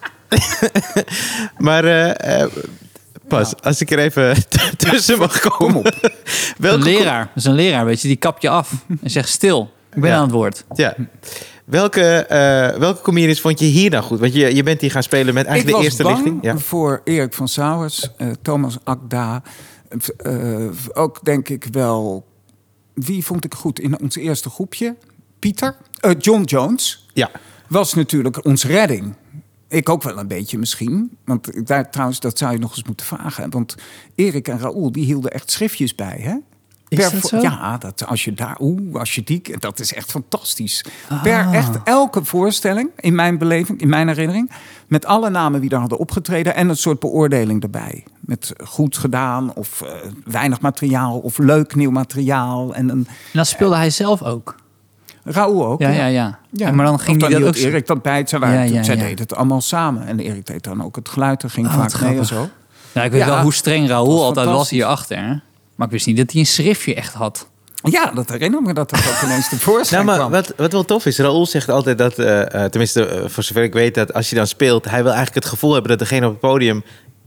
[SPEAKER 2] Maar eh, eh, pas, als ik er even t- tussen mag komen.
[SPEAKER 3] Een
[SPEAKER 2] Welke,
[SPEAKER 3] leraar, dat is een leraar, weet je, die kap je af en zegt stil. Ik ben
[SPEAKER 2] Ja.
[SPEAKER 3] aan het woord.
[SPEAKER 2] ja. Welke, eh, welke comedians vond je hier nou goed? Want je, je bent hier gaan spelen met
[SPEAKER 1] Ik
[SPEAKER 2] eigenlijk
[SPEAKER 1] was
[SPEAKER 2] de eerste
[SPEAKER 1] bang
[SPEAKER 2] lichting. Ja.
[SPEAKER 1] voor Erik van Sauers, uh, Thomas Akda. Uh, ook denk ik wel... Wie vond ik goed in ons eerste groepje? Pieter. Uh, John Jones
[SPEAKER 2] Ja.
[SPEAKER 1] was natuurlijk ons redding. Ik ook wel een beetje misschien. Want daar, trouwens, dat zou je nog eens moeten vragen. Want Erik en Raoul, die hielden echt schriftjes bij, hè?
[SPEAKER 3] Is
[SPEAKER 1] Per
[SPEAKER 3] dat
[SPEAKER 1] vo-
[SPEAKER 3] zo?
[SPEAKER 1] Ja, dat, als je daar... Oeh, als je die... Dat is echt fantastisch.
[SPEAKER 3] Ah.
[SPEAKER 1] Per echt elke voorstelling, in mijn beleving, in mijn herinnering... met alle namen wie daar hadden opgetreden... en een soort beoordeling erbij. Met goed gedaan of uh, weinig materiaal... of leuk nieuw materiaal. En een...
[SPEAKER 3] En dat speelde hij zelf ook.
[SPEAKER 1] Raoul ook.
[SPEAKER 3] Ja, ja, ja.
[SPEAKER 1] Ja,
[SPEAKER 3] En maar dan
[SPEAKER 1] of
[SPEAKER 3] ging hij dat
[SPEAKER 1] hield
[SPEAKER 3] ook...
[SPEAKER 1] Erik dat bij. Zij, waren,
[SPEAKER 3] Ja, ja,
[SPEAKER 1] zij
[SPEAKER 3] ja.
[SPEAKER 1] deden het allemaal samen. En Erik deed dan ook het geluid. Er ging
[SPEAKER 3] Oh, wat
[SPEAKER 1] vaak mee en
[SPEAKER 3] grappig.
[SPEAKER 1] zo.
[SPEAKER 3] Ja, ik weet
[SPEAKER 1] Ja,
[SPEAKER 3] wel hoe streng
[SPEAKER 1] dat
[SPEAKER 3] Raoul
[SPEAKER 1] was
[SPEAKER 3] altijd was
[SPEAKER 1] fantastisch.
[SPEAKER 3] hierachter. Hè? Maar ik wist niet dat hij een schriftje echt had.
[SPEAKER 1] Ja, dat herinner me dat dat ook ineens tevoorschijn
[SPEAKER 2] Nou, maar
[SPEAKER 1] kwam.
[SPEAKER 2] wat, wat wel tof is, Raoul zegt altijd dat, uh, uh, tenminste uh, voor zover ik weet, dat als je dan speelt, hij wil eigenlijk het gevoel hebben dat degene op het podium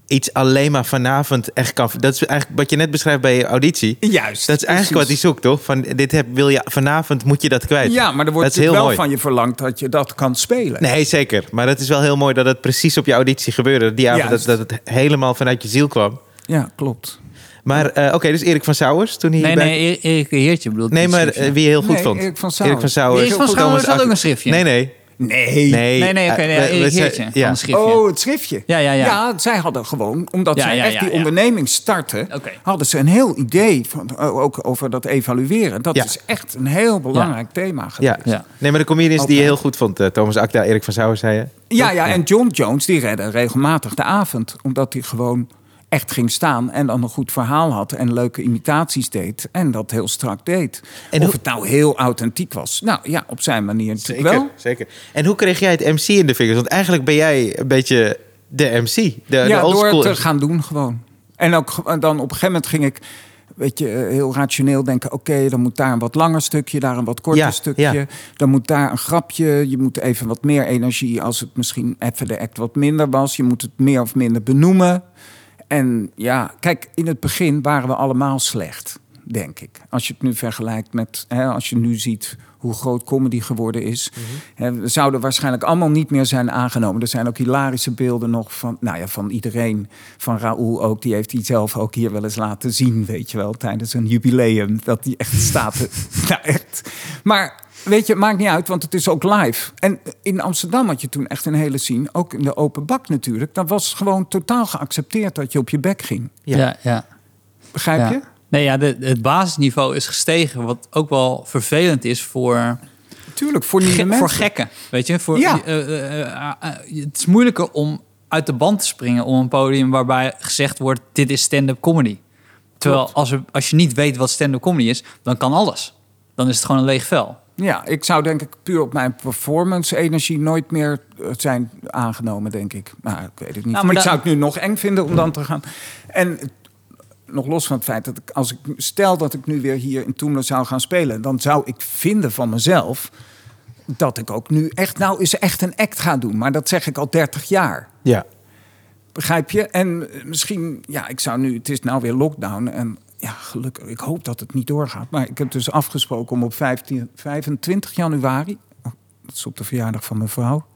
[SPEAKER 2] iets alleen maar vanavond echt kan... Dat is eigenlijk wat je net beschrijft bij je auditie.
[SPEAKER 1] Juist.
[SPEAKER 2] Dat is eigenlijk wat hij zoekt, toch? Van dit heb, wil je vanavond, moet je dat kwijt.
[SPEAKER 1] Ja, maar er wordt
[SPEAKER 2] dat is heel
[SPEAKER 1] wel
[SPEAKER 2] mooi.
[SPEAKER 1] van je verlangd dat je dat kan spelen.
[SPEAKER 2] Nee, zeker. Maar het is wel heel mooi dat het precies op je auditie gebeurde. Die avond dat,
[SPEAKER 1] Juist.
[SPEAKER 2] dat het helemaal vanuit je ziel kwam.
[SPEAKER 1] Ja, klopt.
[SPEAKER 2] Maar uh, oké, okay, dus Erik van Sauwers toen hij
[SPEAKER 3] Nee,
[SPEAKER 2] bij...
[SPEAKER 3] nee, Erik Heertje bedoel ik.
[SPEAKER 2] Nee, maar
[SPEAKER 3] schriftje.
[SPEAKER 2] uh, wie je heel goed
[SPEAKER 1] Nee,
[SPEAKER 2] vond.
[SPEAKER 1] Erik van Sauwers.
[SPEAKER 2] Erik van Sauwers.
[SPEAKER 3] Erik van Sauwers had ook een schriftje.
[SPEAKER 2] Nee, nee.
[SPEAKER 1] Nee.
[SPEAKER 2] Nee,
[SPEAKER 3] Nee, nee, oké.
[SPEAKER 2] uh,
[SPEAKER 3] nee,
[SPEAKER 2] we-
[SPEAKER 3] Erik
[SPEAKER 2] we-
[SPEAKER 3] Heertje
[SPEAKER 2] ja.
[SPEAKER 3] van een schriftje.
[SPEAKER 1] Oh, het schriftje.
[SPEAKER 3] Ja, ja, ja.
[SPEAKER 1] Ja, zij hadden gewoon, omdat
[SPEAKER 3] Ja,
[SPEAKER 1] zij
[SPEAKER 3] ja,
[SPEAKER 1] echt
[SPEAKER 3] ja,
[SPEAKER 1] die
[SPEAKER 3] ja.
[SPEAKER 1] onderneming starten,
[SPEAKER 3] Oké.
[SPEAKER 1] hadden ze een heel idee van, uh, ook over dat evalueren. Dat
[SPEAKER 2] Ja.
[SPEAKER 1] is echt een heel belangrijk thema geweest.
[SPEAKER 2] Ja.
[SPEAKER 3] Ja.
[SPEAKER 2] Nee, maar de comedians die
[SPEAKER 1] Altijd.
[SPEAKER 2] je heel goed vond. Uh, Thomas Akda, Erik van Sauwers, zei je.
[SPEAKER 1] Ja, ja, en John Jones, die redde regelmatig de avond. Omdat hij gewoon echt ging staan en dan een goed verhaal had en leuke imitaties deed. En dat heel strak deed.
[SPEAKER 2] En
[SPEAKER 1] of
[SPEAKER 2] hoe-
[SPEAKER 1] het nou heel authentiek was. Nou ja, op zijn manier natuurlijk
[SPEAKER 2] Zeker,
[SPEAKER 1] wel.
[SPEAKER 2] zeker. En hoe kreeg jij het M C in de vingers? Want eigenlijk ben jij een beetje de M C. De,
[SPEAKER 1] Ja,
[SPEAKER 2] de
[SPEAKER 1] door
[SPEAKER 2] oldschool
[SPEAKER 1] het te gaan doen gewoon. En ook ge- dan op een gegeven moment ging ik, weet je, eh, heel rationeel denken, oké, dan moet daar een wat langer stukje, daar een wat korter
[SPEAKER 2] Ja,
[SPEAKER 1] stukje.
[SPEAKER 2] ja.
[SPEAKER 1] Dan moet daar een grapje. Je moet even wat meer energie als het misschien even de act wat minder was. Je moet het meer of minder benoemen. En ja, kijk, in het begin waren we allemaal slecht, denk ik. Als je het nu vergelijkt met, hè, als je nu ziet hoe groot comedy geworden is. Hè, we zouden waarschijnlijk allemaal niet meer zijn aangenomen. Er zijn ook hilarische beelden nog van, nou ja, van iedereen. Van Raoul ook, die heeft die zelf ook hier wel eens laten zien, weet je wel, tijdens een jubileum. Dat die echt staat. te- nou, echt. Maar weet je, het maakt niet uit, want het is ook live. En in Amsterdam had je toen echt een hele scene, ook in de open bak natuurlijk. Dat was gewoon totaal geaccepteerd dat je op je bek ging.
[SPEAKER 2] Ja.
[SPEAKER 3] Ja, ja.
[SPEAKER 1] Begrijp
[SPEAKER 3] ja.
[SPEAKER 1] je?
[SPEAKER 3] Nee, ja, de, het basisniveau is gestegen. Wat ook wel vervelend is voor,
[SPEAKER 1] Tuurlijk, voor nieuwe
[SPEAKER 3] ge-
[SPEAKER 1] mensen.
[SPEAKER 3] voor gekken. Weet je, voor,
[SPEAKER 1] Ja.
[SPEAKER 3] eh, eh, eh, eh, het is moeilijker om uit de band te springen op een podium waarbij gezegd wordt: dit is stand-up comedy. Terwijl
[SPEAKER 1] Klopt.
[SPEAKER 3] als, er, als je niet weet wat stand-up comedy is, dan kan alles. Dan is het gewoon een leeg vel.
[SPEAKER 1] Ja, ik zou denk ik puur op mijn performance-energie nooit meer eh, zijn aangenomen, denk ik. Nou, ik weet het niet.
[SPEAKER 3] Nou, maar
[SPEAKER 1] ik
[SPEAKER 3] da-
[SPEAKER 1] zou het nu nog eng vinden om dan te gaan. En eh, nog los van het feit dat ik, als ik stel dat ik nu weer hier in Toemler zou gaan spelen, dan zou ik vinden van mezelf dat ik ook nu echt, nou is echt een act ga doen. Maar dat zeg ik al dertig jaar.
[SPEAKER 2] Ja.
[SPEAKER 1] Begrijp je? En eh, misschien, ja, ik zou nu, het is nou weer lockdown en ja, gelukkig, ik hoop dat het niet doorgaat. Maar ik heb dus afgesproken om op vijftien, vijfentwintig januari, oh, dat is op de verjaardag van mijn vrouw,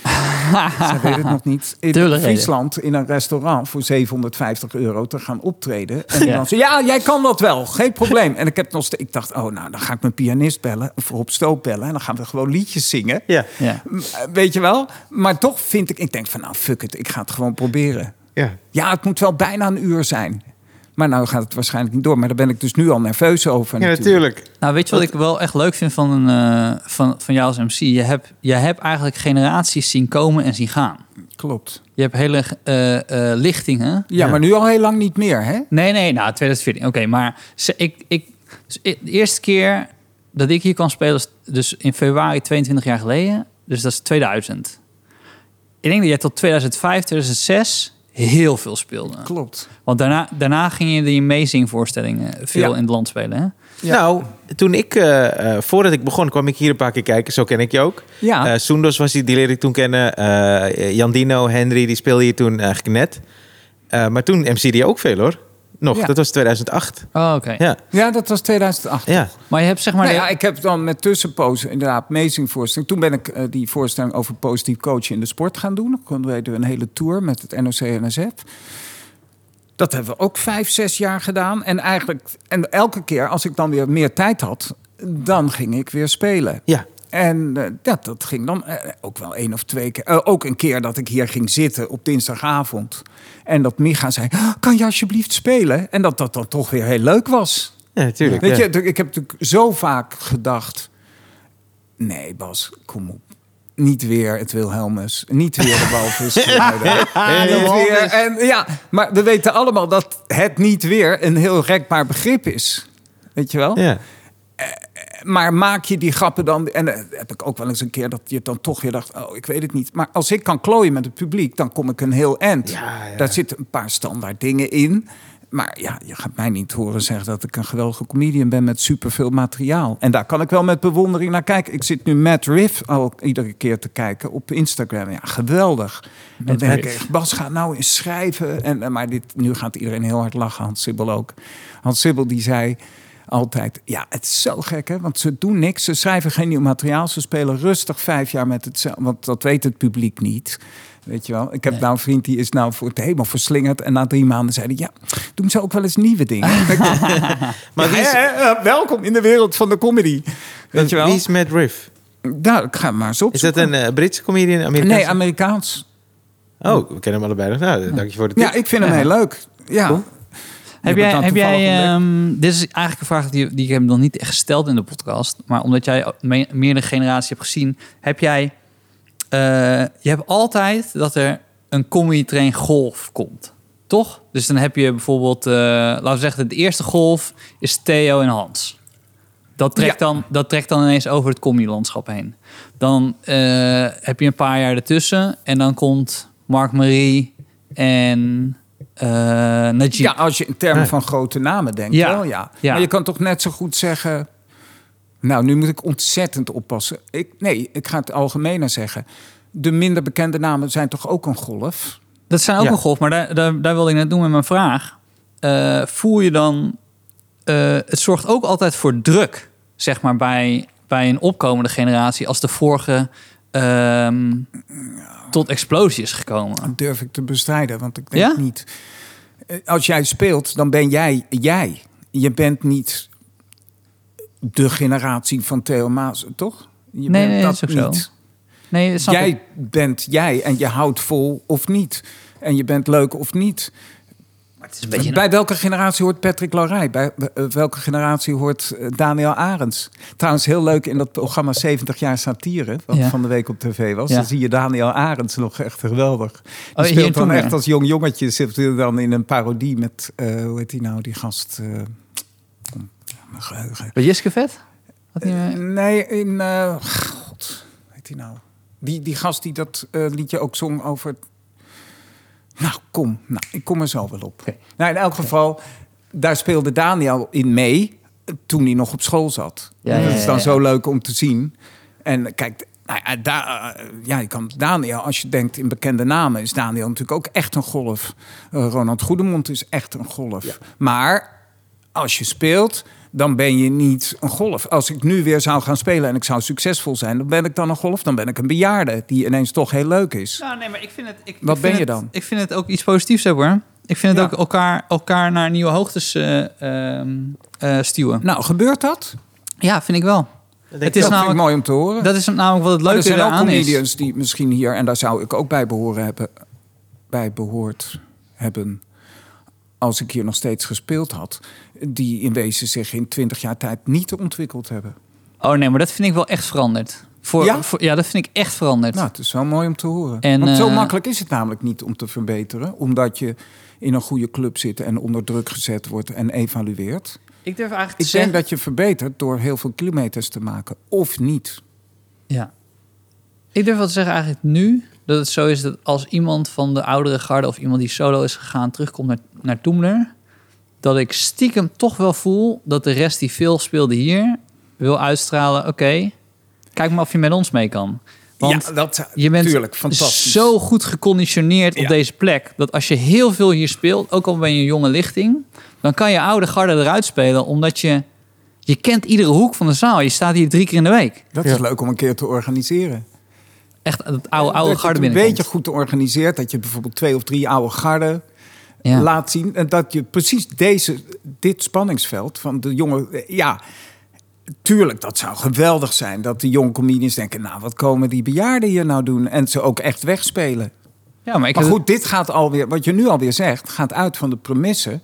[SPEAKER 1] zij weet het nog niet, in
[SPEAKER 3] Tuurlijk,
[SPEAKER 1] Friesland in een restaurant voor zevenhonderdvijftig euro te gaan optreden. En
[SPEAKER 3] Ja.
[SPEAKER 1] dan zei ja, jij kan dat wel, geen probleem. En ik heb nog steeds, ik dacht, oh nou, dan ga ik mijn pianist bellen, of Rob Stoop bellen, en dan gaan we gewoon liedjes zingen.
[SPEAKER 2] Ja.
[SPEAKER 3] Ja.
[SPEAKER 1] Weet je wel? Maar toch vind ik, ik denk van nou, fuck it, ik ga het gewoon proberen.
[SPEAKER 2] Ja.
[SPEAKER 1] Ja, het moet wel bijna een uur zijn. Maar nou gaat het waarschijnlijk niet door. Maar daar ben ik dus nu al nerveus over.
[SPEAKER 2] Ja, natuurlijk.
[SPEAKER 3] Nou, weet je wat ik wel echt leuk vind van, een, eh, van, van jou als M C? Je hebt, je hebt eigenlijk generaties zien komen en zien gaan.
[SPEAKER 1] Klopt.
[SPEAKER 3] Je hebt hele eh, eh, lichtingen.
[SPEAKER 1] Ja,
[SPEAKER 2] Ja.
[SPEAKER 1] maar nu al heel lang niet meer, hè?
[SPEAKER 3] Nee, nee, nou, twintig veertien. Oké, maar ze, ik, ik, dus ik- de eerste keer dat ik hier kan spelen, is dus in februari tweeëntwintig jaar geleden. Dus dat is tweeduizend. Ik denk dat jij tot tweeduizend vijf, tweeduizend zes heel veel speelde.
[SPEAKER 1] Klopt.
[SPEAKER 3] Want daarna, daarna ging je die meezingvoorstellingen veel
[SPEAKER 1] Ja.
[SPEAKER 3] in het land spelen, hè?
[SPEAKER 1] Ja.
[SPEAKER 2] Nou, toen ik, eh, eh, voordat ik begon, kwam ik hier een paar keer kijken. Zo ken ik je ook.
[SPEAKER 1] Ja.
[SPEAKER 2] Eh Soendos was die, die leerde ik toen kennen. Eh Jan Dino, Henry, die speelde hier toen eigenlijk net. Eh, maar toen M C'de je ook veel, hoor. Nog,
[SPEAKER 1] Ja.
[SPEAKER 2] dat was tweeduizend acht.
[SPEAKER 3] Oh, oké.
[SPEAKER 2] Ja,
[SPEAKER 1] Ja, dat was tweeduizend acht.
[SPEAKER 2] ja.
[SPEAKER 3] Maar je hebt zeg maar...
[SPEAKER 1] Nou ja, ik heb dan met tussenpozen inderdaad amazing voorstelling. Toen ben ik eh, die voorstelling over positief coachen in de sport gaan doen. Dan deden we een hele tour met het N O C N S F. Dat hebben we ook vijf, zes jaar gedaan. En eigenlijk, en elke keer als ik dan weer meer tijd had, dan ging ik weer spelen.
[SPEAKER 2] Ja.
[SPEAKER 1] En eh, ja, dat ging dan eh, ook wel één of twee keer. Eh, ook een keer dat ik hier ging zitten op dinsdagavond. En dat Micha zei, "Oh, kan je alsjeblieft spelen?" En dat dat dan toch weer heel leuk was.
[SPEAKER 2] Ja, natuurlijk.
[SPEAKER 1] Weet
[SPEAKER 2] ja.
[SPEAKER 1] je, ik heb natuurlijk zo vaak gedacht, nee Bas, kom op. Niet weer het Wilhelmus. Niet weer de walvisgeluiden. Niet weer. En ja, maar we weten allemaal dat het niet weer een heel rekbaar begrip is. Weet je wel?
[SPEAKER 2] Ja.
[SPEAKER 1] Maar maak je die grappen dan... En dan heb ik ook wel eens een keer dat je dan toch weer dacht, oh, ik weet het niet. Maar als ik kan klooien met het publiek, dan kom ik een heel eind.
[SPEAKER 2] Ja, ja.
[SPEAKER 1] Daar zitten een paar standaard dingen in. Maar ja, je gaat mij niet horen zeggen dat ik een geweldige comedian ben met superveel materiaal. En daar kan ik wel met bewondering naar kijken. Ik zit nu Matt Riff al iedere keer te kijken op Instagram. Ja, geweldig. En dan denk ik, Bas, ga nou eens schrijven. En, maar dit, nu gaat iedereen heel hard lachen, Hans Sibbel ook. Hans Sibbel die zei altijd, ja, het is zo gek, hè? Want ze doen niks, ze schrijven geen nieuw materiaal. Ze spelen rustig vijf jaar met hetzelfde, want dat weet het publiek niet. Weet je wel, ik heb nee. nou een vriend die is nou voor het helemaal verslingerd. En na drie maanden zei hij, ja, doen ze ook wel eens nieuwe dingen. Maar wie is... ja, ja, welkom in de wereld van de comedy. Weet je wel?
[SPEAKER 2] Wie is Matt Riff?
[SPEAKER 1] Nou, ik ga maar eens op.
[SPEAKER 2] Is dat een uh, Britse comedian? Amerikaans?
[SPEAKER 1] Nee, Amerikaans.
[SPEAKER 2] Oh, we kennen hem allebei. Nou, dank je voor de tip.
[SPEAKER 1] Ja, ik vind hem heel leuk. Ja. Cool.
[SPEAKER 3] Heb jij, heb jij um, dit is eigenlijk een vraag die, die ik heb nog niet echt gesteld in de podcast. Maar omdat jij me, meerdere generaties hebt gezien, heb jij... Uh, je hebt altijd dat er een comedy train golf komt, toch? Dus dan heb je bijvoorbeeld, uh, laten we zeggen, de eerste golf is Theo en Hans. Dat trekt, ja. dan, dat trekt dan ineens over het comedylandschap heen. Dan uh, heb je een paar jaar ertussen en dan komt Mark Marie en uh, Najib.
[SPEAKER 1] Ja, als je in termen van grote namen denkt,
[SPEAKER 3] ja.
[SPEAKER 1] wel ja.
[SPEAKER 3] ja.
[SPEAKER 1] Maar je kan toch net zo goed zeggen... Nou, nu moet ik ontzettend oppassen. Ik, nee, ik ga het algemener zeggen. De minder bekende namen zijn toch ook een golf?
[SPEAKER 3] Dat zijn ook ja. een golf, maar daar, daar, daar wilde ik net doen met mijn vraag. Uh, voel je dan... Uh, het zorgt ook altijd voor druk, zeg maar, bij, bij een opkomende generatie... als de vorige uh, tot explosie is gekomen.
[SPEAKER 1] Dat durf ik te bestrijden, want ik denk
[SPEAKER 3] ja?
[SPEAKER 1] niet... Als jij speelt, dan ben jij jij. Je bent niet... de generatie van Theo Maas, toch? Je
[SPEAKER 3] nee,
[SPEAKER 1] bent
[SPEAKER 3] nee,
[SPEAKER 1] dat
[SPEAKER 3] dat is ook
[SPEAKER 1] niet.
[SPEAKER 3] Zo. Nee, dat
[SPEAKER 1] jij
[SPEAKER 3] ik.
[SPEAKER 1] bent jij en je houdt vol of niet. En je bent leuk of niet.
[SPEAKER 3] Maar het is een beetje
[SPEAKER 1] Bij
[SPEAKER 3] een...
[SPEAKER 1] welke generatie hoort Patrick Larrey? Bij uh, welke generatie hoort uh, Daniel Arends? Trouwens, heel leuk in dat programma zeventig jaar satire... wat ja. van de week op tv was. Ja. Dan zie je Daniel Arends nog echt geweldig. Die oh, speelt dan echt als jong jongetje. Zit dan in een parodie met... Uh, hoe heet die nou, die gast... Uh, Mijn geheugen.
[SPEAKER 3] Bij Jiske Vet?
[SPEAKER 1] Uh, nee, in... Uh, God, weet hij nou? Die, die gast die dat uh, liedje ook zong over... Nou, kom. Nou, ik kom er zo wel op. Okay. Nou, in elk geval, okay. daar speelde Daniel in mee... toen hij nog op school zat. Ja, ja, ja, dat is dan ja, ja. zo leuk om te zien. En kijk... Nou ja, da, ja, je kan Daniel, als je denkt in bekende namen... is Daniel natuurlijk ook echt een golf. Uh, Ronald Goedemond is echt een golf. Ja. Maar als je speelt... dan ben je niet een golf. Als ik nu weer zou gaan spelen en ik zou succesvol zijn... dan ben ik dan een golf, dan ben ik een bejaarde... die ineens toch heel leuk is.
[SPEAKER 3] Nou, nee, maar ik vind het... Ik,
[SPEAKER 1] Wat
[SPEAKER 3] ik
[SPEAKER 1] ben
[SPEAKER 3] vind
[SPEAKER 1] je
[SPEAKER 3] het,
[SPEAKER 1] dan?
[SPEAKER 3] Ik vind het ook iets positiefs hebben, hoor. Ik vind het ja. ook elkaar, elkaar naar nieuwe hoogtes uh, uh, uh, stuwen.
[SPEAKER 1] Nou, gebeurt dat?
[SPEAKER 3] Ja, vind ik wel.
[SPEAKER 1] Dat, het is dat namelijk, vind ik mooi om te horen.
[SPEAKER 3] Dat is namelijk wat het leuke
[SPEAKER 1] eraan is. Er zijn ook comedians
[SPEAKER 3] is.
[SPEAKER 1] die misschien hier... en daar zou ik ook bij behoren hebben... bij behoord hebben... als ik hier nog steeds gespeeld had... die in wezen zich in twintig jaar tijd niet ontwikkeld hebben.
[SPEAKER 3] Oh nee, maar dat vind ik wel echt veranderd. Voor,
[SPEAKER 1] ja?
[SPEAKER 3] Voor, ja, dat vind ik echt veranderd.
[SPEAKER 1] Nou, het is wel mooi om te horen.
[SPEAKER 3] En,
[SPEAKER 1] Want zo
[SPEAKER 3] uh,
[SPEAKER 1] makkelijk is het namelijk niet om te verbeteren... omdat je in een goede club zit en onder druk gezet wordt en evalueert.
[SPEAKER 3] Ik durf eigenlijk te
[SPEAKER 1] ik
[SPEAKER 3] zeggen...
[SPEAKER 1] denk dat je verbetert door heel veel kilometers te maken. Of niet.
[SPEAKER 3] Ja. Ik durf wel te zeggen eigenlijk nu... dat het zo is dat als iemand van de oudere garde... of iemand die solo is gegaan terugkomt naar, naar Toemler... dat ik stiekem toch wel voel... dat de rest die veel speelde hier... wil uitstralen, oké... Okay, kijk maar of je met ons mee kan. Want
[SPEAKER 1] ja, dat,
[SPEAKER 3] je bent
[SPEAKER 1] tuurlijk, fantastisch.
[SPEAKER 3] Zo goed geconditioneerd
[SPEAKER 1] ja.
[SPEAKER 3] op deze plek... dat als je heel veel hier speelt... ook al ben je een jonge lichting... dan kan je oude garde eruit spelen... omdat je... je kent iedere hoek van de zaal. Je staat hier drie keer in de week.
[SPEAKER 1] Dat is ja. leuk om een keer te organiseren.
[SPEAKER 3] Echt het oude, oude
[SPEAKER 1] dat
[SPEAKER 3] garde
[SPEAKER 1] binnenkomt.
[SPEAKER 3] binnenkomt.
[SPEAKER 1] Een beetje goed organiseert... dat je bijvoorbeeld twee of drie oude garden... Ja. laat zien. En dat je precies deze, dit spanningsveld van de jonge... Ja, tuurlijk, dat zou geweldig zijn. Dat de jonge comedians denken... nou, wat komen die bejaarden hier nou doen? En ze ook echt wegspelen.
[SPEAKER 3] Ja, maar ik
[SPEAKER 1] maar
[SPEAKER 3] heb...
[SPEAKER 1] goed, dit gaat alweer... Wat je nu alweer zegt, gaat uit van de premisse...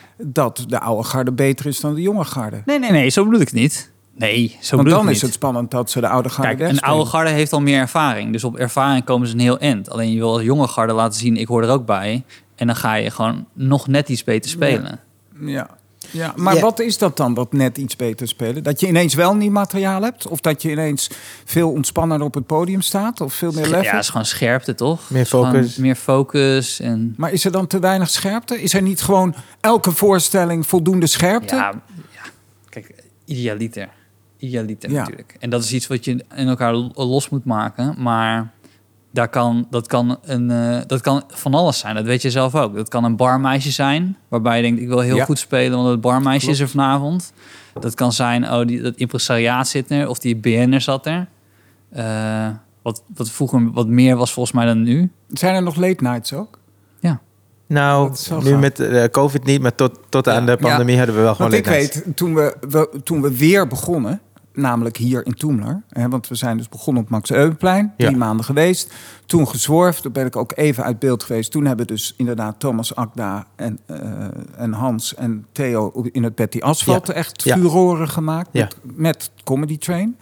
[SPEAKER 1] dat de oude garde beter is dan de jonge garde.
[SPEAKER 3] Nee, nee, nee, zo bedoel ik het niet. Nee, zo
[SPEAKER 1] Want
[SPEAKER 3] bedoel
[SPEAKER 1] dan
[SPEAKER 3] ik
[SPEAKER 1] is
[SPEAKER 3] niet.
[SPEAKER 1] het spannend dat ze de oude garde
[SPEAKER 3] Kijk,
[SPEAKER 1] wegspelen.
[SPEAKER 3] een oude garde heeft al meer ervaring. Dus op ervaring komen ze een heel eind. Alleen je wil als jonge garde laten zien... ik hoor er ook bij... En dan ga je gewoon nog net iets beter spelen.
[SPEAKER 1] Ja. ja. Ja, maar
[SPEAKER 2] Ja.
[SPEAKER 1] wat is dat dan, dat net iets beter spelen? Dat je ineens wel nieuw materiaal hebt? Of dat je ineens veel ontspannender op het podium staat? Of veel meer
[SPEAKER 3] Ja,
[SPEAKER 1] level?
[SPEAKER 3] het is gewoon scherpte, toch?
[SPEAKER 2] Meer
[SPEAKER 3] Het is gewoon
[SPEAKER 2] focus.
[SPEAKER 3] Meer focus en...
[SPEAKER 1] Maar is er dan te weinig scherpte? Is er niet gewoon elke voorstelling voldoende scherpte?
[SPEAKER 3] Ja, ja, kijk, idealiter. Idealiter
[SPEAKER 1] Ja.
[SPEAKER 3] natuurlijk. En dat is iets wat je in elkaar lo- los moet maken. Maar daar kan, dat, kan een, eh, dat kan van alles zijn. Dat weet je zelf ook. Dat kan een barmeisje zijn, waarbij je denkt... ik wil heel
[SPEAKER 1] Ja.
[SPEAKER 3] goed spelen, want het barmeisje
[SPEAKER 1] Klopt.
[SPEAKER 3] is er vanavond. Dat kan zijn, oh, die, dat impresariaat zit er. Of die B N'er zat er. Eh, wat, wat vroeger wat meer was volgens mij dan nu.
[SPEAKER 1] Zijn er nog late nights ook?
[SPEAKER 2] Nou,
[SPEAKER 1] Dat is wel
[SPEAKER 2] nu
[SPEAKER 1] gaaf.
[SPEAKER 2] met eh, COVID niet, maar tot, tot aan de pandemie hadden we wel gewoon
[SPEAKER 1] Want ik
[SPEAKER 2] late nights.
[SPEAKER 1] weet, toen we, we, toen we weer begonnen... namelijk hier in Toemler... Hè, want we zijn dus begonnen op Max Euwenplein... drie
[SPEAKER 2] Ja.
[SPEAKER 1] maanden geweest. Toen gezworfd, toen ben ik ook even uit beeld geweest. Toen hebben dus inderdaad Thomas Akda en, eh, en Hans en Theo... op- in het Betty Asphalt
[SPEAKER 2] Ja.
[SPEAKER 1] echt
[SPEAKER 2] Ja.
[SPEAKER 1] furoren gemaakt...
[SPEAKER 2] Ja.
[SPEAKER 1] Met, met Comedy Train.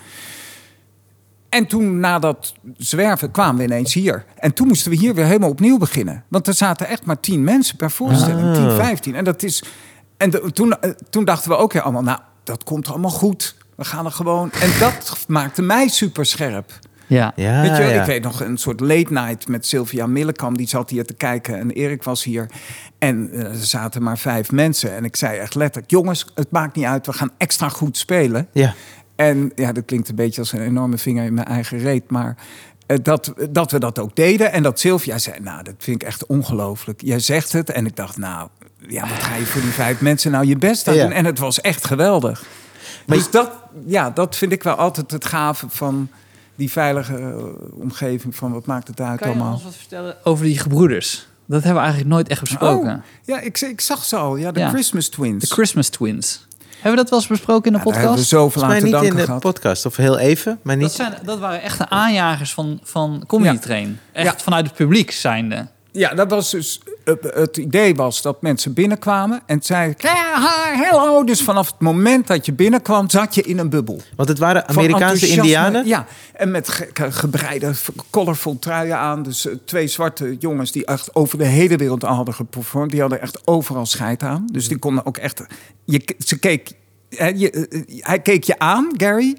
[SPEAKER 1] En toen, na dat zwerven, kwamen we ineens hier. En toen moesten we hier weer helemaal opnieuw beginnen. Want er zaten echt maar tien mensen per voorstelling.
[SPEAKER 2] Ah.
[SPEAKER 1] tien, vijftien. En, dat is, en de- toen, eh, toen dachten we ook weer allemaal... nou, dat komt allemaal goed. We gaan er gewoon... En dat maakte mij super scherp.
[SPEAKER 3] Ja.
[SPEAKER 2] Ja,
[SPEAKER 1] Weet je, wel?
[SPEAKER 2] ja.
[SPEAKER 1] Ik weet nog een soort late night met Sylvia Millekam. Die zat hier te kijken en Erik was hier. En eh, er zaten maar vijf mensen. En ik zei echt letterlijk... jongens, het maakt niet uit. We gaan extra goed spelen.
[SPEAKER 2] Ja.
[SPEAKER 1] En ja, dat klinkt een beetje als een enorme vinger in mijn eigen reet. Maar eh, dat, dat we dat ook deden. En dat Sylvia zei, nou, dat vind ik echt ongelooflijk. Jij zegt het. En ik dacht, nou, ja, wat ga je voor die vijf mensen nou je best aan
[SPEAKER 2] Ja.
[SPEAKER 1] doen? En het was echt geweldig.
[SPEAKER 2] Maar
[SPEAKER 1] dus dat, ja, dat vind ik wel altijd het gave van die veilige eh, omgeving. Van wat maakt het uit
[SPEAKER 3] Kan je
[SPEAKER 1] allemaal?
[SPEAKER 3] ons wat vertellen over die gebroeders? Dat hebben we eigenlijk nooit echt besproken.
[SPEAKER 1] Oh, ja, ik, ik zag ze al. Ja, de
[SPEAKER 3] Ja.
[SPEAKER 1] Christmas Twins.
[SPEAKER 3] De Christmas Twins. Hebben we dat wel eens besproken in de
[SPEAKER 1] Ja, daar hebben we
[SPEAKER 3] podcast?
[SPEAKER 1] zoveel aan
[SPEAKER 2] Volgens
[SPEAKER 1] te
[SPEAKER 2] mij niet
[SPEAKER 1] danken
[SPEAKER 2] in de
[SPEAKER 1] gehad.
[SPEAKER 2] podcast, of heel even, maar niet...
[SPEAKER 3] Dat, zijn, dat waren echte aanjagers van, van Comedy
[SPEAKER 1] Ja.
[SPEAKER 3] Train. Echt
[SPEAKER 1] Ja.
[SPEAKER 3] vanuit het publiek zijnde.
[SPEAKER 1] Ja, dat was dus. uh, Het idee was dat mensen binnenkwamen en zeiden: ja, hello. Dus vanaf het moment dat je binnenkwam, zat je in een bubbel.
[SPEAKER 2] Want het waren
[SPEAKER 1] Van
[SPEAKER 2] Amerikaanse
[SPEAKER 1] enthousiasme.
[SPEAKER 2] indianen?
[SPEAKER 1] Ja, en met ge- ge- gebreide, colorful truien aan. Dus uh, twee zwarte jongens die echt over de hele wereld al hadden geperformed. Die hadden echt overal scheid aan. Dus die konden ook echt. Je, ze keek, hè, je, uh, hij keek je aan, Gary.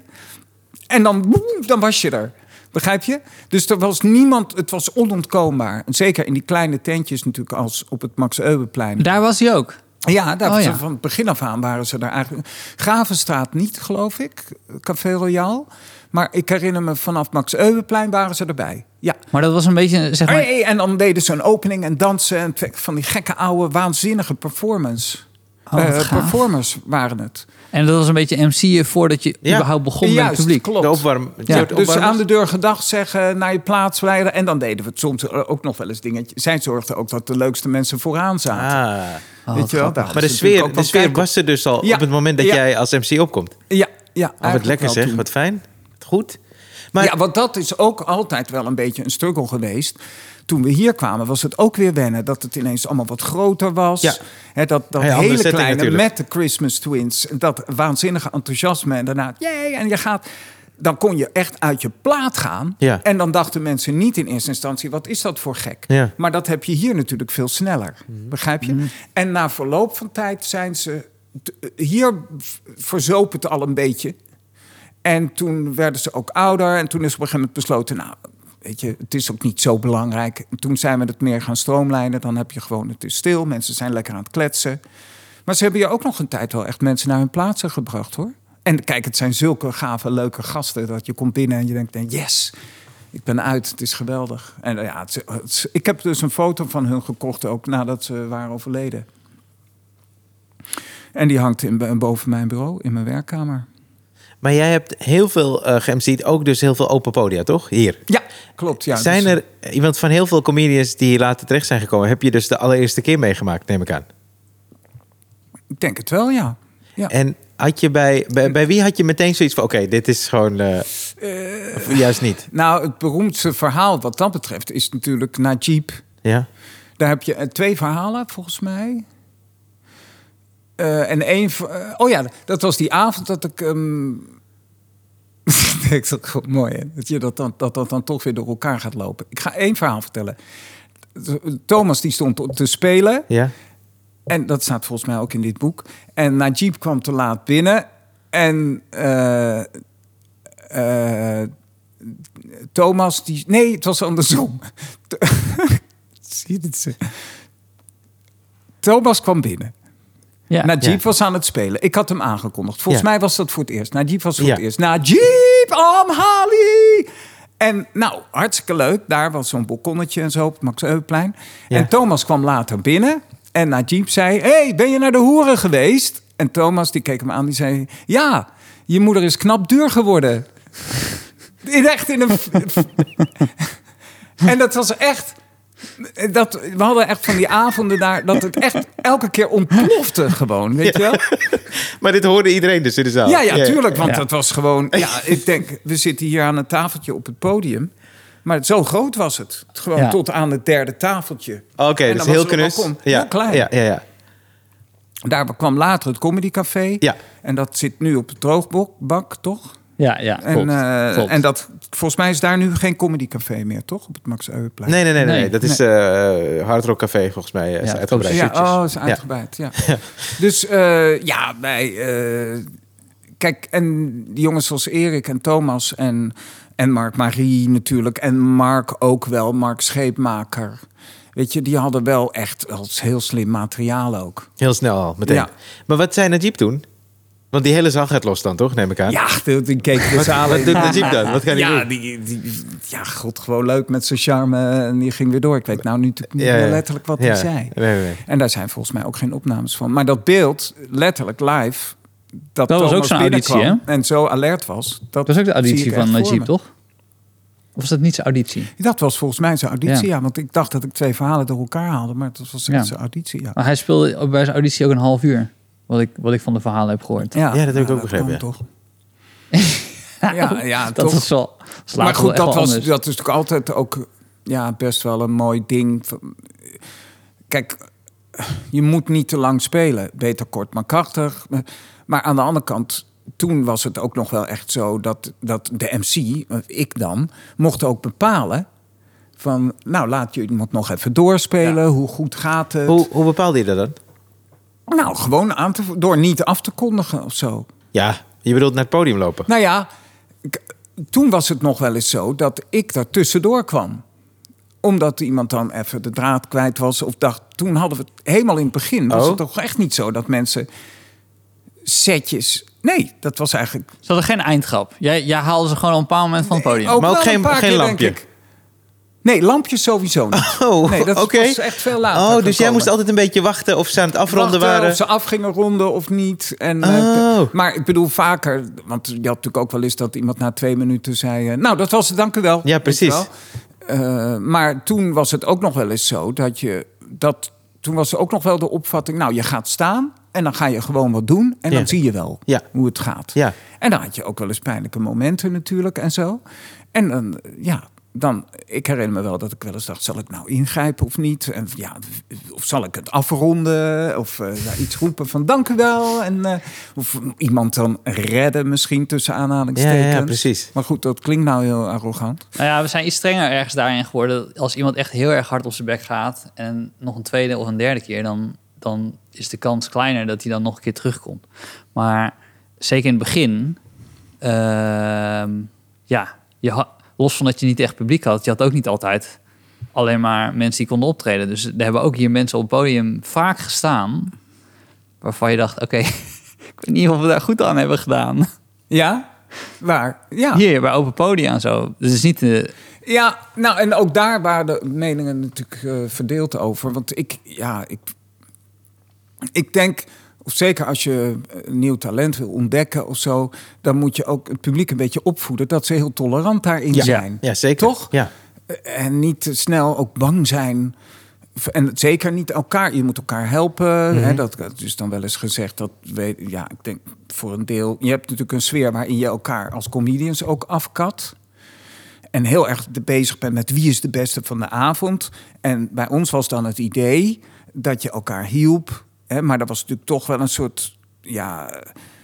[SPEAKER 1] En dan, boem, dan was je er. Begrijp je? Dus er was niemand, het was onontkoombaar. En zeker in die kleine tentjes natuurlijk als op het Max Euwenplein.
[SPEAKER 3] Daar was hij ook.
[SPEAKER 1] Ja, daar
[SPEAKER 3] Oh,
[SPEAKER 1] ze-
[SPEAKER 3] ja.
[SPEAKER 1] van het begin af aan waren ze daar eigenlijk. Gravenstraat niet, geloof ik. Café Royal. Maar ik herinner me vanaf Max Euwenplein waren ze erbij. Ja.
[SPEAKER 3] Maar dat was een beetje, zeg maar...
[SPEAKER 1] Hey, en dan deden ze een opening en dansen. En van die gekke oude, waanzinnige performance.
[SPEAKER 3] Oh, wat
[SPEAKER 1] Eh,
[SPEAKER 3] gaaf.
[SPEAKER 1] performers waren het.
[SPEAKER 3] En dat was een beetje M C'en voordat je
[SPEAKER 2] Ja.
[SPEAKER 3] überhaupt begon met het
[SPEAKER 1] Juist,
[SPEAKER 3] publiek.
[SPEAKER 1] klopt.
[SPEAKER 2] De opwarm.
[SPEAKER 3] Ja.
[SPEAKER 2] soort
[SPEAKER 1] Dus
[SPEAKER 2] opwarmers?
[SPEAKER 1] aan de deur gedag zeggen, naar je plaats leiden. En dan deden we het soms ook nog wel eens dingetjes. Zij zorgden ook dat de leukste mensen vooraan zaten.
[SPEAKER 2] Ah.
[SPEAKER 3] Oh,
[SPEAKER 1] Weet je wel?
[SPEAKER 3] wat
[SPEAKER 1] Daar
[SPEAKER 3] grappig.
[SPEAKER 2] Maar de
[SPEAKER 1] is natuurlijk
[SPEAKER 2] sfeer,
[SPEAKER 1] ook
[SPEAKER 2] de
[SPEAKER 1] wel
[SPEAKER 2] sfeer
[SPEAKER 1] kijk-
[SPEAKER 2] was er dus al
[SPEAKER 1] Ja.
[SPEAKER 2] op het moment dat
[SPEAKER 1] Ja.
[SPEAKER 2] jij als M C opkomt.
[SPEAKER 1] Ja, ja.
[SPEAKER 2] Oh, wat
[SPEAKER 1] eigenlijk
[SPEAKER 2] lekker
[SPEAKER 1] wel
[SPEAKER 2] zeg,
[SPEAKER 1] toen.
[SPEAKER 2] wat fijn. Goed. Maar
[SPEAKER 1] Ja, want dat is ook altijd wel een beetje een struggle geweest. Toen we hier kwamen was het ook weer wennen. Dat het ineens allemaal wat groter was.
[SPEAKER 2] Ja.
[SPEAKER 1] Hè, dat dat
[SPEAKER 2] Heel andere
[SPEAKER 1] hele
[SPEAKER 2] setting
[SPEAKER 1] kleine
[SPEAKER 2] natuurlijk.
[SPEAKER 1] met de Christmas Twins. Dat waanzinnige enthousiasme. En daarna, jee, en je gaat... Dan kon je echt uit je plaat gaan.
[SPEAKER 2] Ja.
[SPEAKER 1] En dan dachten mensen niet in eerste instantie... wat is dat voor gek?
[SPEAKER 2] Ja.
[SPEAKER 1] Maar dat heb je hier natuurlijk veel sneller. Begrijp je? En na verloop van tijd zijn ze... t- Hier v- verzoop het al een beetje. En toen werden ze ook ouder. En toen is op een gegeven moment besloten... nou, weet je, het is ook niet zo belangrijk. En toen zijn we het meer gaan stroomlijnen. Dan heb je gewoon, het is stil. Mensen zijn lekker aan het kletsen. Maar ze hebben hier ook nog een tijd wel echt mensen naar hun plaatsen gebracht, hoor. En kijk, het zijn zulke gave, leuke gasten... dat je komt binnen en je denkt, yes, ik ben uit, het is geweldig. En ja, het, is- het is- ik heb dus een foto van hun gekocht... ook nadat ze waren overleden. En die hangt in, boven mijn bureau, in mijn werkkamer.
[SPEAKER 2] Maar jij hebt heel veel uh, ge-M C'd, ook dus heel veel open podia, toch? Hier.
[SPEAKER 1] Ja, klopt. Ja,
[SPEAKER 2] zijn
[SPEAKER 1] dus-
[SPEAKER 2] er iemand van heel veel comedians die hier later terecht zijn gekomen? Heb je dus de allereerste keer meegemaakt, neem ik aan?
[SPEAKER 1] Ik denk het wel, ja. ja.
[SPEAKER 2] En had je bij, bij, bij wie had je meteen zoiets van... oké, dit is gewoon... uh, of juist niet?
[SPEAKER 1] Nou, het beroemdste verhaal wat dat betreft is natuurlijk Najib.
[SPEAKER 2] Ja?
[SPEAKER 1] Daar heb je eh, twee verhalen, volgens mij. Eh, en één... v- eh, oh ja, dat was die avond dat ik... ehm ik dat gewoon mooi, hè? Dat, je dat, dan, dat dat dan toch weer door elkaar gaat lopen. Ik ga één verhaal vertellen. Thomas die stond te spelen...
[SPEAKER 2] Ja?
[SPEAKER 1] En dat staat volgens mij ook in dit boek. En Najib kwam te laat binnen. En uh, uh, Thomas, die... Nee, het was andersom. Zie je dit? Thomas kwam binnen. Ja, Najib ja. was aan het spelen. Ik had hem aangekondigd. Volgens ja. mij was dat voor het eerst. Najib was voor ja. het eerst. Najib Amhali! En nou, hartstikke leuk. Daar was zo'n balkonnetje en zo op het Max Euweplein. Ja. En Thomas kwam later binnen. En Najib zei... hey, ben je naar de hoeren geweest? En Thomas, die keek hem aan, die zei... ja, je moeder is knap duur geworden. Echt in een... En dat was echt... Dat, we hadden echt van die avonden daar... dat het echt elke keer ontplofte gewoon, weet ja. je wel?
[SPEAKER 2] Maar dit hoorde iedereen dus in de zaal.
[SPEAKER 1] Ja, ja, tuurlijk, want ja. dat was gewoon... Ja, ik denk, we zitten hier aan een tafeltje op het podium... maar zo groot was het. Gewoon ja. tot aan het derde tafeltje.
[SPEAKER 2] Oké, okay, dus heel knus.
[SPEAKER 1] Ja. Heel klein.
[SPEAKER 2] Ja, ja, ja.
[SPEAKER 1] Daar kwam later het Comedy Café.
[SPEAKER 2] Ja.
[SPEAKER 1] En dat zit nu op de droogbak, toch?
[SPEAKER 3] Ja, ja,
[SPEAKER 1] en,
[SPEAKER 3] klopt,
[SPEAKER 1] uh,
[SPEAKER 3] klopt.
[SPEAKER 1] En dat, volgens mij is daar nu geen Comedy Café meer, toch? Op het Max Euweplein.
[SPEAKER 2] Nee, nee, nee, nee. nee. Dat is nee. uh, Hard Rock Café, volgens mij. Is ja, uitgebreid.
[SPEAKER 1] Ja, oh, is uitgebreid, ja. ja. Dus uh, ja, bij... Uh, kijk, en die jongens zoals Erik en Thomas en, en Mark Marie natuurlijk... en Mark ook wel, Mark Scheepmaker... Weet je, die hadden wel echt als heel slim materiaal ook.
[SPEAKER 2] Heel snel al, meteen. Ja. Maar wat zei Najib toen? Want die hele zaal gaat los dan, toch? Neem ik aan.
[SPEAKER 1] Ja, die keek de zaal.
[SPEAKER 2] Wat doet Najib dan? Wat kan hij
[SPEAKER 1] ja,
[SPEAKER 2] doen?
[SPEAKER 1] Die, die, ja, god, gewoon leuk met zijn charme. En die ging weer door. Ik weet nou nu niet ja, ja. letterlijk wat ja. hij zei.
[SPEAKER 2] Nee, nee, nee.
[SPEAKER 1] En daar zijn volgens mij ook geen opnames van. Maar dat beeld, letterlijk live... Dat,
[SPEAKER 3] dat was ook zo'n auditie, hè?
[SPEAKER 1] En zo alert was. Dat,
[SPEAKER 3] dat was ook de auditie van Najib, toch? Of was dat niet zijn auditie?
[SPEAKER 1] Dat was volgens mij zijn auditie, ja. ja. Want ik dacht dat ik twee verhalen door elkaar haalde. Maar dat was ja. zijn auditie, ja.
[SPEAKER 3] Maar hij speelde bij zijn auditie ook een half uur. Wat ik, wat ik van de verhalen heb gehoord.
[SPEAKER 2] Ja, ja dat heb ik ook begrepen. Ja.
[SPEAKER 1] Toch. ja, ja,
[SPEAKER 3] dat
[SPEAKER 1] toch.
[SPEAKER 3] is wel...
[SPEAKER 1] Maar goed, dat, was, dat is natuurlijk altijd ook ja, best wel een mooi ding. Kijk, je moet niet te lang spelen. Beter kort, maar krachtig. Maar aan de andere kant... Toen was het ook nog wel echt zo dat, dat de M C, ik dan, mocht ook bepalen van, nou, laat je iemand nog even doorspelen. Ja. Hoe goed gaat het?
[SPEAKER 2] Hoe, hoe bepaalde je dat dan?
[SPEAKER 1] Nou, gewoon aan te, door niet af te kondigen of zo.
[SPEAKER 2] Ja, je bedoelt naar het podium lopen?
[SPEAKER 1] Nou ja, k- toen was het nog wel eens zo dat ik daar tussendoor kwam. Omdat iemand dan even de draad kwijt was. Of dacht, toen hadden we het helemaal in het begin. Was oh. het toch echt niet zo dat mensen setjes... Nee, dat was eigenlijk...
[SPEAKER 3] Ze hadden geen eindgrap. Jij, jij haalde ze gewoon op een bepaald moment van het podium.
[SPEAKER 1] Nee, ook
[SPEAKER 2] maar ook geen, geen
[SPEAKER 1] keer,
[SPEAKER 2] lampje?
[SPEAKER 1] Nee, lampjes sowieso niet.
[SPEAKER 2] Oh,
[SPEAKER 1] nee, dat
[SPEAKER 2] okay.
[SPEAKER 1] was echt veel later.
[SPEAKER 2] Oh, dus
[SPEAKER 1] gekomen.
[SPEAKER 2] jij moest altijd een beetje wachten of ze aan het afronden
[SPEAKER 1] wachten,
[SPEAKER 2] waren?
[SPEAKER 1] Of ze af gingen ronden of niet. En,
[SPEAKER 2] oh.
[SPEAKER 1] uh, maar ik bedoel vaker... Want je had natuurlijk ook wel eens dat iemand na twee minuten zei... Uh, nou, dat was het, dank u wel.
[SPEAKER 2] Ja, precies.
[SPEAKER 1] Uh, maar toen was het ook nog wel eens zo dat je... dat Toen was er ook nog wel de opvatting... Nou, je gaat staan... En dan ga je gewoon wat doen. En
[SPEAKER 2] ja.
[SPEAKER 1] dan zie je wel
[SPEAKER 2] ja.
[SPEAKER 1] hoe het gaat.
[SPEAKER 2] Ja.
[SPEAKER 1] En dan had je ook wel eens pijnlijke momenten natuurlijk en zo. En dan, ja, dan... Ik herinner me wel dat ik wel eens dacht... zal ik nou ingrijpen of niet? En ja, of zal ik het afronden? Of uh, ja, iets roepen van dank u wel? En, uh, of iemand dan redden misschien tussen aanhalingstekens.
[SPEAKER 2] Ja, ja, precies.
[SPEAKER 1] Maar goed, dat klinkt nou heel arrogant.
[SPEAKER 3] Nou ja, we zijn iets strenger ergens daarin geworden. Als iemand echt heel erg hard op zijn bek gaat... en nog een tweede of een derde keer... dan dan is de kans kleiner dat hij dan nog een keer terugkomt. Maar zeker in het begin... Uh, ja, je had, los van dat je niet echt publiek had... je had ook niet altijd alleen maar mensen die konden optreden. Dus er hebben ook hier mensen op het podium vaak gestaan... waarvan je dacht, oké, okay, ik weet niet of we daar goed aan hebben gedaan.
[SPEAKER 1] Ja? Waar? Ja.
[SPEAKER 3] Hier, bij open podia en zo. Dus het is niet... Uh,
[SPEAKER 1] ja, nou, en ook daar waren de meningen natuurlijk uh, verdeeld over. Want ik, ja, ik... Ik denk, of zeker als je een nieuw talent wil ontdekken of zo... dan moet je ook het publiek een beetje opvoeden... dat ze heel tolerant daarin
[SPEAKER 2] ja,
[SPEAKER 1] zijn.
[SPEAKER 2] Ja, zeker.
[SPEAKER 1] Toch?
[SPEAKER 2] Ja.
[SPEAKER 1] En niet te snel ook bang zijn. En zeker niet elkaar. Je moet elkaar helpen. Mm-hmm. Hè, dat, dat is dan wel eens gezegd. Dat, ja, ik denk voor een deel... Je hebt natuurlijk een sfeer waarin je elkaar als comedians ook afkat... En heel erg bezig bent met wie is de beste van de avond. En bij ons was dan het idee dat je elkaar hielp... He, maar dat was natuurlijk toch wel een soort ja,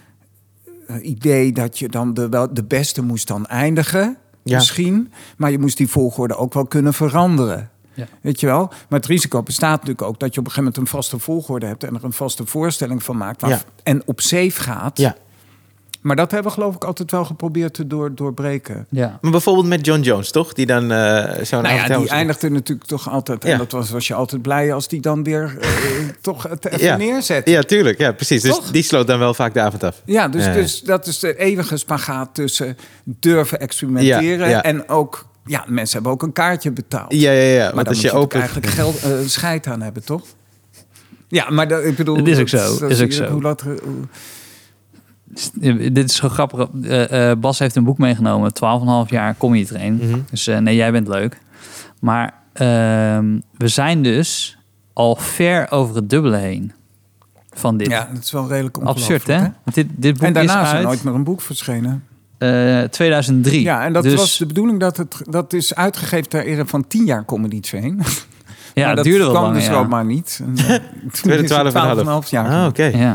[SPEAKER 1] idee dat je dan de, wel, de beste moest dan eindigen, ja. misschien. Maar je moest die volgorde ook wel kunnen veranderen.
[SPEAKER 3] Ja.
[SPEAKER 1] Weet je wel? Maar het risico bestaat natuurlijk ook dat je op een gegeven moment een vaste volgorde hebt en er een vaste voorstelling van maakt. Waar
[SPEAKER 2] Ja.
[SPEAKER 1] En op safe gaat.
[SPEAKER 2] Ja.
[SPEAKER 1] Maar dat hebben we geloof ik altijd wel geprobeerd te door, doorbreken.
[SPEAKER 3] Ja.
[SPEAKER 2] Maar bijvoorbeeld met John Jones, toch? Die dan uh, zo'n
[SPEAKER 1] Nou ja,
[SPEAKER 2] avond-
[SPEAKER 1] die eindigde natuurlijk toch altijd.
[SPEAKER 2] Ja.
[SPEAKER 1] En dat was, was je altijd blij als die dan weer uh, toch het even
[SPEAKER 2] Ja.
[SPEAKER 1] neerzet.
[SPEAKER 2] Ja, tuurlijk. Ja, precies. Dus
[SPEAKER 1] Toch?
[SPEAKER 2] die sloot dan wel vaak de avond af.
[SPEAKER 1] Ja, dus,
[SPEAKER 2] Ja.
[SPEAKER 1] dus dat is de eeuwige spagaat tussen durven experimenteren
[SPEAKER 2] Ja, ja.
[SPEAKER 1] en ook... Ja, mensen hebben ook een kaartje betaald.
[SPEAKER 2] Ja, ja, ja.
[SPEAKER 1] Maar
[SPEAKER 2] Want
[SPEAKER 1] dan
[SPEAKER 2] als
[SPEAKER 1] moet
[SPEAKER 2] je
[SPEAKER 1] je
[SPEAKER 2] open...
[SPEAKER 1] eigenlijk geld, uh, scheid aan hebben, toch? Ja, maar dat, ik bedoel...
[SPEAKER 3] Het is ook
[SPEAKER 1] dat-
[SPEAKER 3] zo,
[SPEAKER 1] dat
[SPEAKER 3] is ook
[SPEAKER 1] zie je
[SPEAKER 3] zo.
[SPEAKER 1] Hoe dat, hoe-
[SPEAKER 3] Dit is zo grappig. Uh, uh, Bas heeft een boek meegenomen. twaalf en een half jaar comedy train.
[SPEAKER 2] Mhm.
[SPEAKER 3] Dus uh, nee, jij bent leuk. Maar uh, we zijn dus al ver over het dubbele heen van dit.
[SPEAKER 1] ja, dat is wel redelijk ongelooflijk.
[SPEAKER 3] Absurd, hè? Want dit, dit boek
[SPEAKER 1] En daarna
[SPEAKER 3] is
[SPEAKER 1] is er
[SPEAKER 3] uit
[SPEAKER 1] nooit meer een boek verschenen.
[SPEAKER 3] uh, tweeduizend drie.
[SPEAKER 1] Ja, en dat
[SPEAKER 3] dus,
[SPEAKER 1] was de bedoeling dat het... Dat is uitgegeven ter ere van tien jaar Comedy Train.
[SPEAKER 3] Ja,
[SPEAKER 1] maar
[SPEAKER 3] het
[SPEAKER 1] dat
[SPEAKER 3] duurde wel
[SPEAKER 1] kwam
[SPEAKER 3] lang,
[SPEAKER 1] dus
[SPEAKER 3] ja.
[SPEAKER 1] wel maar niet. En, uh, toen is het
[SPEAKER 2] twaalf en een half
[SPEAKER 1] jaar.
[SPEAKER 2] Ah, oké.
[SPEAKER 3] Ja.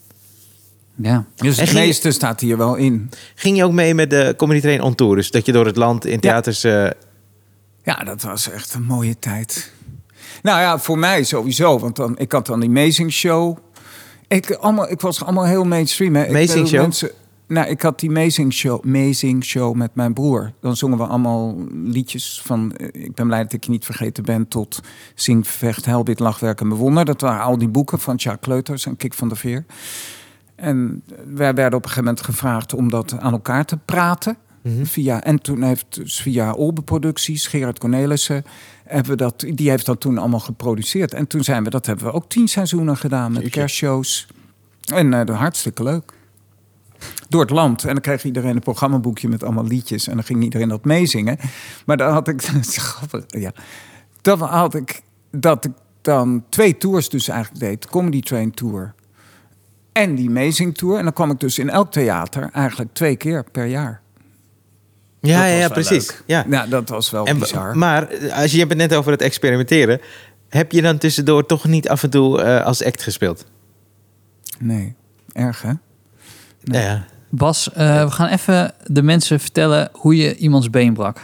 [SPEAKER 3] Ja.
[SPEAKER 1] Dus
[SPEAKER 2] En
[SPEAKER 1] het
[SPEAKER 2] ging je-
[SPEAKER 1] meeste staat hier wel in.
[SPEAKER 2] Ging je ook mee met de Comedy Train on tour? Dus dat je door het land in theaters... eh,
[SPEAKER 1] Ja, dat was echt een mooie tijd. Nou ja, voor mij sowieso. Want dan, ik had dan die Amazing Show. Ik, allemaal, ik was allemaal heel mainstream. Hè. Ik
[SPEAKER 2] Amazing
[SPEAKER 1] bedoel,
[SPEAKER 2] Show?
[SPEAKER 1] Mensen, nou, ik had die Amazing Show, Amazing Show met mijn broer. Dan zongen we allemaal liedjes van... eh, Ik ben blij dat ik je niet vergeten ben... tot Zing, Vecht, Helbit, Lachwerk en Bewonder. Dat waren al die boeken van Tjaak Kleuters en Kik van der Veer. En wij werden op een gegeven moment gevraagd... om dat aan elkaar te praten.
[SPEAKER 2] mhm.
[SPEAKER 1] Via, en toen heeft dus via Olbe Producties, Gerard Cornelissen, hebben we dat, die heeft dat toen allemaal geproduceerd. En toen zijn we, dat hebben we ook tien seizoenen gedaan met
[SPEAKER 2] Jeetje.
[SPEAKER 1] kerstshows. En uh, dat hartstikke leuk. Door het land. En dan kreeg iedereen een programmaboekje met allemaal liedjes. En dan ging iedereen dat meezingen. Maar dan had ik, dat is grappig, ja. Dan had ik dat ik dan twee tours dus eigenlijk deed. Comedy Train Tour. En die Amazing Tour. En dan kwam ik dus in elk theater eigenlijk twee keer per jaar.
[SPEAKER 2] Ja,
[SPEAKER 1] Dat
[SPEAKER 2] ja,
[SPEAKER 1] was
[SPEAKER 2] ja,
[SPEAKER 1] wel
[SPEAKER 2] precies.
[SPEAKER 1] leuk.
[SPEAKER 2] Ja.
[SPEAKER 1] Ja, dat was wel
[SPEAKER 2] En,
[SPEAKER 1] bizar.
[SPEAKER 2] maar als je hebt het net over het experimenteren... heb je dan tussendoor toch niet af en toe uh, als act gespeeld?
[SPEAKER 1] Nee, erg hè? Nee.
[SPEAKER 2] Ja, ja.
[SPEAKER 3] Bas, uh, we gaan even de mensen vertellen hoe je iemands been brak.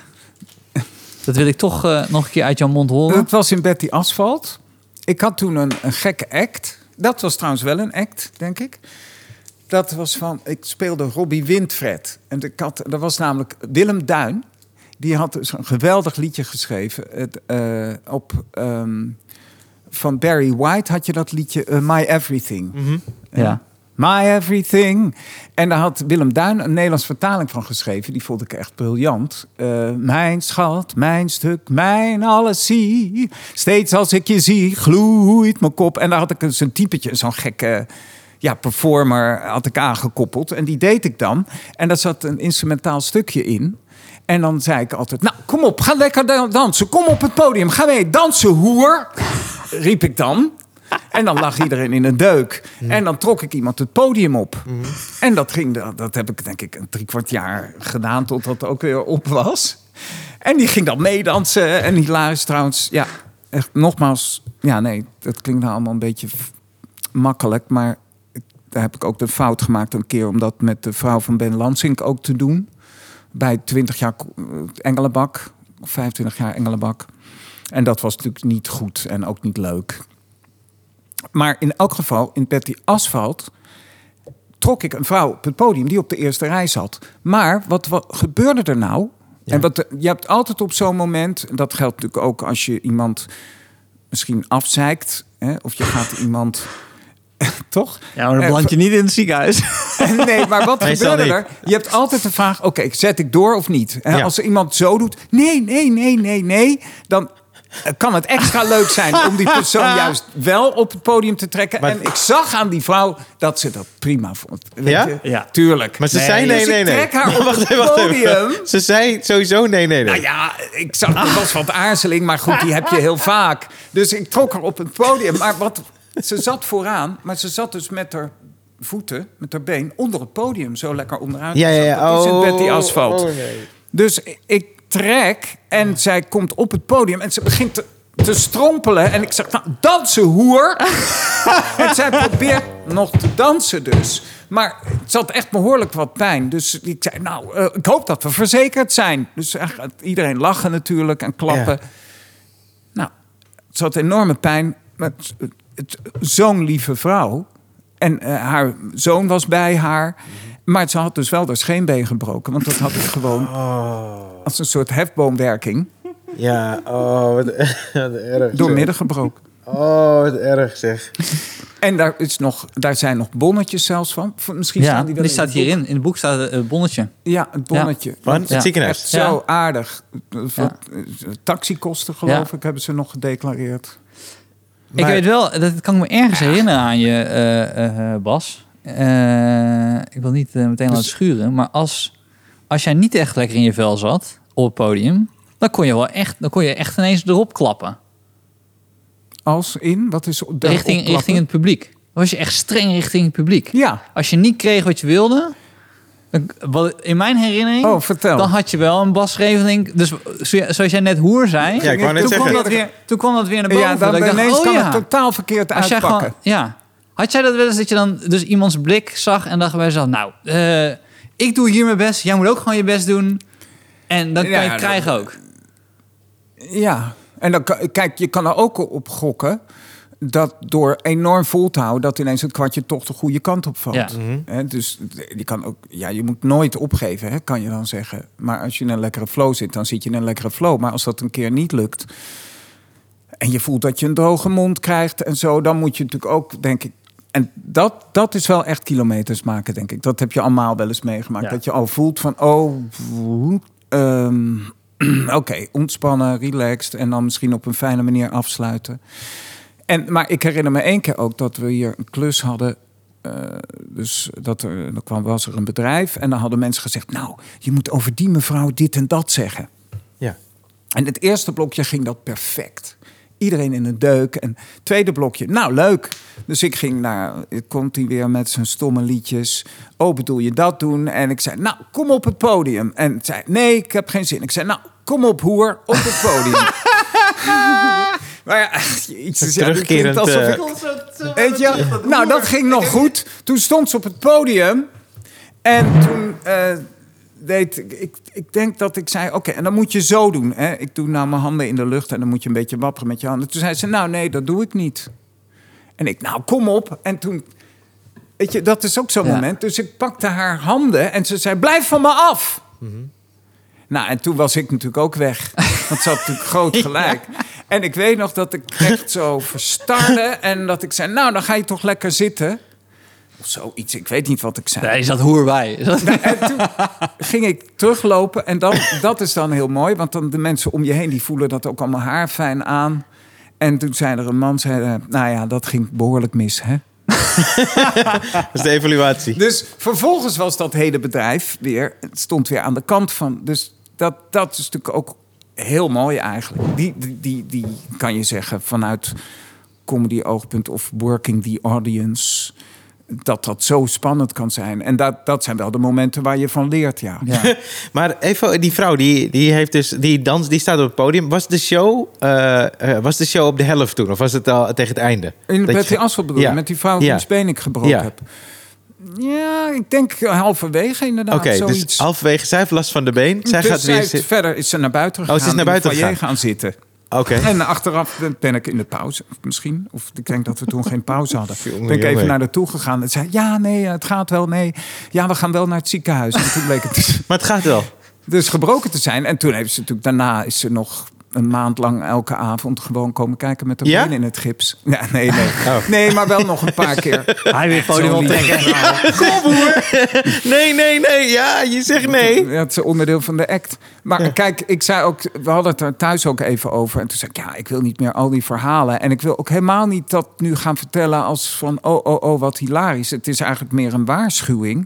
[SPEAKER 3] Dat wil ik toch uh, nog een keer uit jouw mond horen.
[SPEAKER 1] Dat was in Betty Asphalt. Ik had toen een, een gekke act. Dat was trouwens wel een act, denk ik. Dat was van, ik speelde Robbie Windfred. En ik had, dat was namelijk Willem Duin. Die had dus een geweldig liedje geschreven. Het, uh, op, um, van Barry White had je dat liedje uh, My Everything.
[SPEAKER 2] Mm-hmm.
[SPEAKER 3] Ja.
[SPEAKER 1] My Everything. En daar had Willem Duin een Nederlands vertaling van geschreven. Die vond ik echt briljant. Uh, mijn schat, mijn stuk, mijn alles zie. Steeds als ik je zie, gloeit mijn kop. En daar had ik dus een typetje, zo'n gekke ja, performer had ik aangekoppeld. En die deed ik dan. En daar zat een instrumentaal stukje in. En dan zei ik altijd, nou, kom op, ga lekker dansen. Kom op het podium, ga mee dansen, hoer. Riep ik dan. En dan lag iedereen in een deuk. Mm. En dan trok ik iemand het podium op. Mm. En dat ging, dat heb ik denk ik een drie kwart jaar gedaan... totdat het ook weer op was. En die ging dan meedansen. En hilarisch trouwens, ja, echt nogmaals... Ja, nee, dat klinkt nou allemaal een beetje f- makkelijk... maar daar heb ik ook de fout gemaakt een keer... om dat met de vrouw van Ben Lansink ook te doen. Bij twintig jaar Engelenbak, of vijfentwintig jaar Engelenbak. En dat was natuurlijk niet goed en ook niet leuk... Maar in elk geval, in Betty Asphalt... trok ik een vrouw op het podium die op de eerste rij zat. Maar wat, wat gebeurde er nou? Ja. En wat, je hebt altijd op zo'n moment... en dat geldt natuurlijk ook als je iemand misschien afzeikt... Hè, of je gaat iemand... toch?
[SPEAKER 3] Ja, maar dan beland je niet in het ziekenhuis.
[SPEAKER 1] Nee, maar wat
[SPEAKER 2] Nee,
[SPEAKER 1] gebeurde
[SPEAKER 2] niet.
[SPEAKER 1] er? Je hebt altijd de vraag... oké, okay, zet ik door of niet? En
[SPEAKER 2] Ja.
[SPEAKER 1] als er iemand zo doet... nee, nee, nee, nee, nee... dan... kan het extra leuk zijn om die persoon juist wel op het podium te trekken.
[SPEAKER 2] Maar-
[SPEAKER 1] en ik zag aan die vrouw dat ze dat prima vond. Weet
[SPEAKER 2] Ja?
[SPEAKER 1] je?
[SPEAKER 3] Ja.
[SPEAKER 1] Tuurlijk.
[SPEAKER 2] Maar ze zei nee,
[SPEAKER 1] dus
[SPEAKER 2] nee,
[SPEAKER 1] ik
[SPEAKER 2] nee.
[SPEAKER 1] trek haar
[SPEAKER 2] Maar
[SPEAKER 1] op
[SPEAKER 2] wacht
[SPEAKER 1] het
[SPEAKER 2] even, wacht even.
[SPEAKER 1] podium.
[SPEAKER 2] Ze zei sowieso nee, nee, nee.
[SPEAKER 1] Nou ja, ik zag, er was wat aarzeling, maar goed, die heb je heel vaak. Dus ik trok haar op het podium. Maar wat, ze zat vooraan, maar ze zat dus met haar voeten, met haar been, onder het podium. Zo lekker onderuit.
[SPEAKER 2] Ja, ja, ja.
[SPEAKER 1] Dat is
[SPEAKER 2] Oh,
[SPEAKER 1] het Betty Asphalt.
[SPEAKER 2] oh, nee.
[SPEAKER 1] Dus ik trek en zij komt op het podium en ze begint te, te strompelen. En ik zeg, nou, dansen, hoer. En zij probeert nog te dansen dus. Maar het zat echt behoorlijk wat pijn. Dus ik zei, nou, uh, ik hoop dat we verzekerd zijn. Dus echt, iedereen lachen natuurlijk en klappen.
[SPEAKER 2] Ja.
[SPEAKER 1] Nou, Ze had enorme pijn. Met het, het, zo'n lieve vrouw. En uh, haar zoon was bij haar. Maar ze had dus wel haar scheenbeen gebroken. Want dat had ik gewoon
[SPEAKER 2] Oh.
[SPEAKER 1] als een soort hefboomwerking
[SPEAKER 2] Ja, oh, wat, wat erg.
[SPEAKER 1] doormidden gebroken.
[SPEAKER 2] Oh, wat erg zeg.
[SPEAKER 1] En daar, is nog, daar zijn nog bonnetjes zelfs van. Misschien
[SPEAKER 3] Ja,
[SPEAKER 1] staan die wel
[SPEAKER 3] die
[SPEAKER 1] in
[SPEAKER 3] staat
[SPEAKER 1] het boek.
[SPEAKER 3] hierin. In het boek staat een bonnetje.
[SPEAKER 1] Ja, het bonnetje.
[SPEAKER 2] Van het
[SPEAKER 3] Ja.
[SPEAKER 2] ziekenhuis.
[SPEAKER 1] Echt
[SPEAKER 3] Ja.
[SPEAKER 1] zo aardig. Wat, taxikosten geloof
[SPEAKER 3] Ja. ik,
[SPEAKER 1] hebben ze nog gedeclareerd.
[SPEAKER 3] Ik
[SPEAKER 2] Maar-
[SPEAKER 3] weet wel, dat kan ik me ergens herinneren aan je, eh, eh, Bas. Eh, ik wil niet eh, meteen
[SPEAKER 1] Dus-
[SPEAKER 3] laten schuren. Maar als, als jij niet echt lekker in je vel zat op het podium... dan kon je wel echt, dan kon je echt ineens erop klappen.
[SPEAKER 1] Als in? Wat is de
[SPEAKER 3] Richting,
[SPEAKER 1] opklappen?
[SPEAKER 3] richting het publiek. Dan was je echt streng richting het publiek.
[SPEAKER 1] Ja.
[SPEAKER 3] Als je niet kreeg wat je wilde... dan- wat- in mijn herinnering...
[SPEAKER 1] Oh, vertel.
[SPEAKER 3] dan had je wel een Bas Reveling. Dus zo- zoals jij net hoer zei...
[SPEAKER 2] Ja, ik wou net
[SPEAKER 3] toen, kwam
[SPEAKER 2] zeggen.
[SPEAKER 3] dat weer, toen kwam dat weer naar boven.
[SPEAKER 1] Ja, dan
[SPEAKER 3] dat ik dacht,
[SPEAKER 1] ineens
[SPEAKER 3] oh
[SPEAKER 1] kan
[SPEAKER 3] ja.
[SPEAKER 1] het totaal verkeerd
[SPEAKER 3] Als jij
[SPEAKER 1] uitpakken.
[SPEAKER 3] gewoon, ja. Had jij dat wel eens dat je dan dus iemands blik zag en dacht bij jezelf... nou, eh, ik doe hier mijn best. Jij moet ook gewoon je best doen. En dan kan
[SPEAKER 1] Ja,
[SPEAKER 3] je het
[SPEAKER 1] dat-
[SPEAKER 3] krijgen ook.
[SPEAKER 1] Ja, en dan kan, kijk, je kan er ook op gokken dat door enorm vol te houden, dat ineens het kwartje toch de goede kant op valt.
[SPEAKER 3] Ja.
[SPEAKER 1] Hè, dus je kan ook, ja, je moet nooit opgeven, hè, kan je dan zeggen. Maar als je in een lekkere flow zit, dan zit je in een lekkere flow. Maar als dat een keer niet lukt en je voelt dat je een droge mond krijgt en zo, dan moet je natuurlijk ook, denk ik. En dat, dat is wel echt kilometers maken, denk ik. Dat heb je allemaal wel eens meegemaakt.
[SPEAKER 3] Ja.
[SPEAKER 1] Dat je al voelt van, oh, ehm, oké, okay, ontspannen, relaxed en dan misschien op een fijne manier afsluiten. En, maar ik herinner me één keer ook dat we hier een klus hadden. Uh, dus dat er, dan kwam, was er een bedrijf en dan hadden mensen gezegd, nou, je moet over die mevrouw dit en dat zeggen.
[SPEAKER 2] Ja.
[SPEAKER 1] En het eerste blokje ging dat perfect. Iedereen in een deuk. En het tweede blokje, nou leuk. Dus ik ging naar, komt hij weer met zijn stomme liedjes. Oh, bedoel je dat doen? En ik zei, nou, kom op het podium. En het zei, nee, ik heb geen zin. Ik zei, nou, kom op hoer, op het podium. Maar ja, iets is
[SPEAKER 2] terugkerend,
[SPEAKER 1] alsof
[SPEAKER 2] uh...
[SPEAKER 1] ik, weet je, nou, dat ging nog goed. Toen stond ze op het podium. En toen uh, deed ik, ik denk dat ik zei, oké, okay, en dan moet je zo doen. Hè? Ik doe nou mijn handen in de lucht en dan moet je een beetje wapperen met je handen. Toen zei ze, nou nee, dat doe ik niet. En ik, nou, kom op. En toen, weet je, dat is ook zo'n ja. moment. Dus ik pakte haar handen en ze zei, blijf van me af. Mm-hmm. Nou, en toen was ik natuurlijk ook weg. Want ze had natuurlijk groot gelijk. Ja. En ik weet nog dat ik echt zo verstarde. En dat ik zei, nou, dan ga je toch lekker zitten. Of zoiets, ik weet niet wat ik zei.
[SPEAKER 3] Nee, je zat hoer bij.
[SPEAKER 1] Nou, en toen ging ik teruglopen. En dan, dat is dan heel mooi. Want dan de mensen om je heen, die voelen dat ook allemaal haar fijn aan. En toen zei er een man, zei, nou ja, dat ging behoorlijk mis, hè?
[SPEAKER 2] Dat is de evaluatie.
[SPEAKER 1] Dus vervolgens was dat hele bedrijf weer, het stond weer aan de kant van. Dus dat, dat is natuurlijk ook heel mooi eigenlijk. Die, die, die, die kan je zeggen vanuit comedy oogpunt of working the audience, dat dat zo spannend kan zijn. En dat, dat zijn wel de momenten waar je van leert, ja.
[SPEAKER 3] ja.
[SPEAKER 2] Maar even, die vrouw, die, die heeft dus, die dans, die staat op het podium. Was de show, uh, uh, was de show op de helft toen? Of was het al tegen het einde?
[SPEAKER 1] In
[SPEAKER 2] dat
[SPEAKER 1] Betty
[SPEAKER 2] je...
[SPEAKER 1] Asselt bedoel je,
[SPEAKER 2] ja.
[SPEAKER 1] met die vrouw
[SPEAKER 2] ja.
[SPEAKER 1] die been ik gebroken
[SPEAKER 2] ja.
[SPEAKER 1] heb. Ja, ik denk halverwege inderdaad.
[SPEAKER 2] Oké, okay, dus halverwege, zij heeft last van de been. Zij
[SPEAKER 1] dus
[SPEAKER 2] gaat weer
[SPEAKER 1] zij, verder is ze naar buiten gegaan.
[SPEAKER 2] Oh, ze is naar buiten
[SPEAKER 1] gegaan.
[SPEAKER 2] gaan
[SPEAKER 1] zitten.
[SPEAKER 2] Oké. Okay.
[SPEAKER 1] En achteraf ben ik in de pauze, misschien. Of ik denk dat we toen geen pauze hadden. Ben ik even naar naartoe gegaan en zei, ja, nee, het gaat wel, nee. Ja, we gaan wel naar het ziekenhuis. En toen bleek het dus,
[SPEAKER 2] maar het gaat wel.
[SPEAKER 1] Dus gebroken te zijn. En toen heeft ze natuurlijk, daarna is ze nog een maand lang elke avond gewoon komen kijken met de
[SPEAKER 2] ja?
[SPEAKER 1] been in het gips. Ja, nee, nee. Oh. Nee, maar wel nog een paar keer.
[SPEAKER 3] Hij weer podium optrekken.
[SPEAKER 2] Kom hoor. Nee, nee, nee. Ja, je zegt nee.
[SPEAKER 1] Dat is onderdeel van de act. Maar ja. Kijk, ik zei ook, we hadden het er thuis ook even over. En toen zei ik, ja, ik wil niet meer al die verhalen. En ik wil ook helemaal niet dat nu gaan vertellen als van, oh, oh, oh, wat hilarisch. Het is eigenlijk meer een waarschuwing.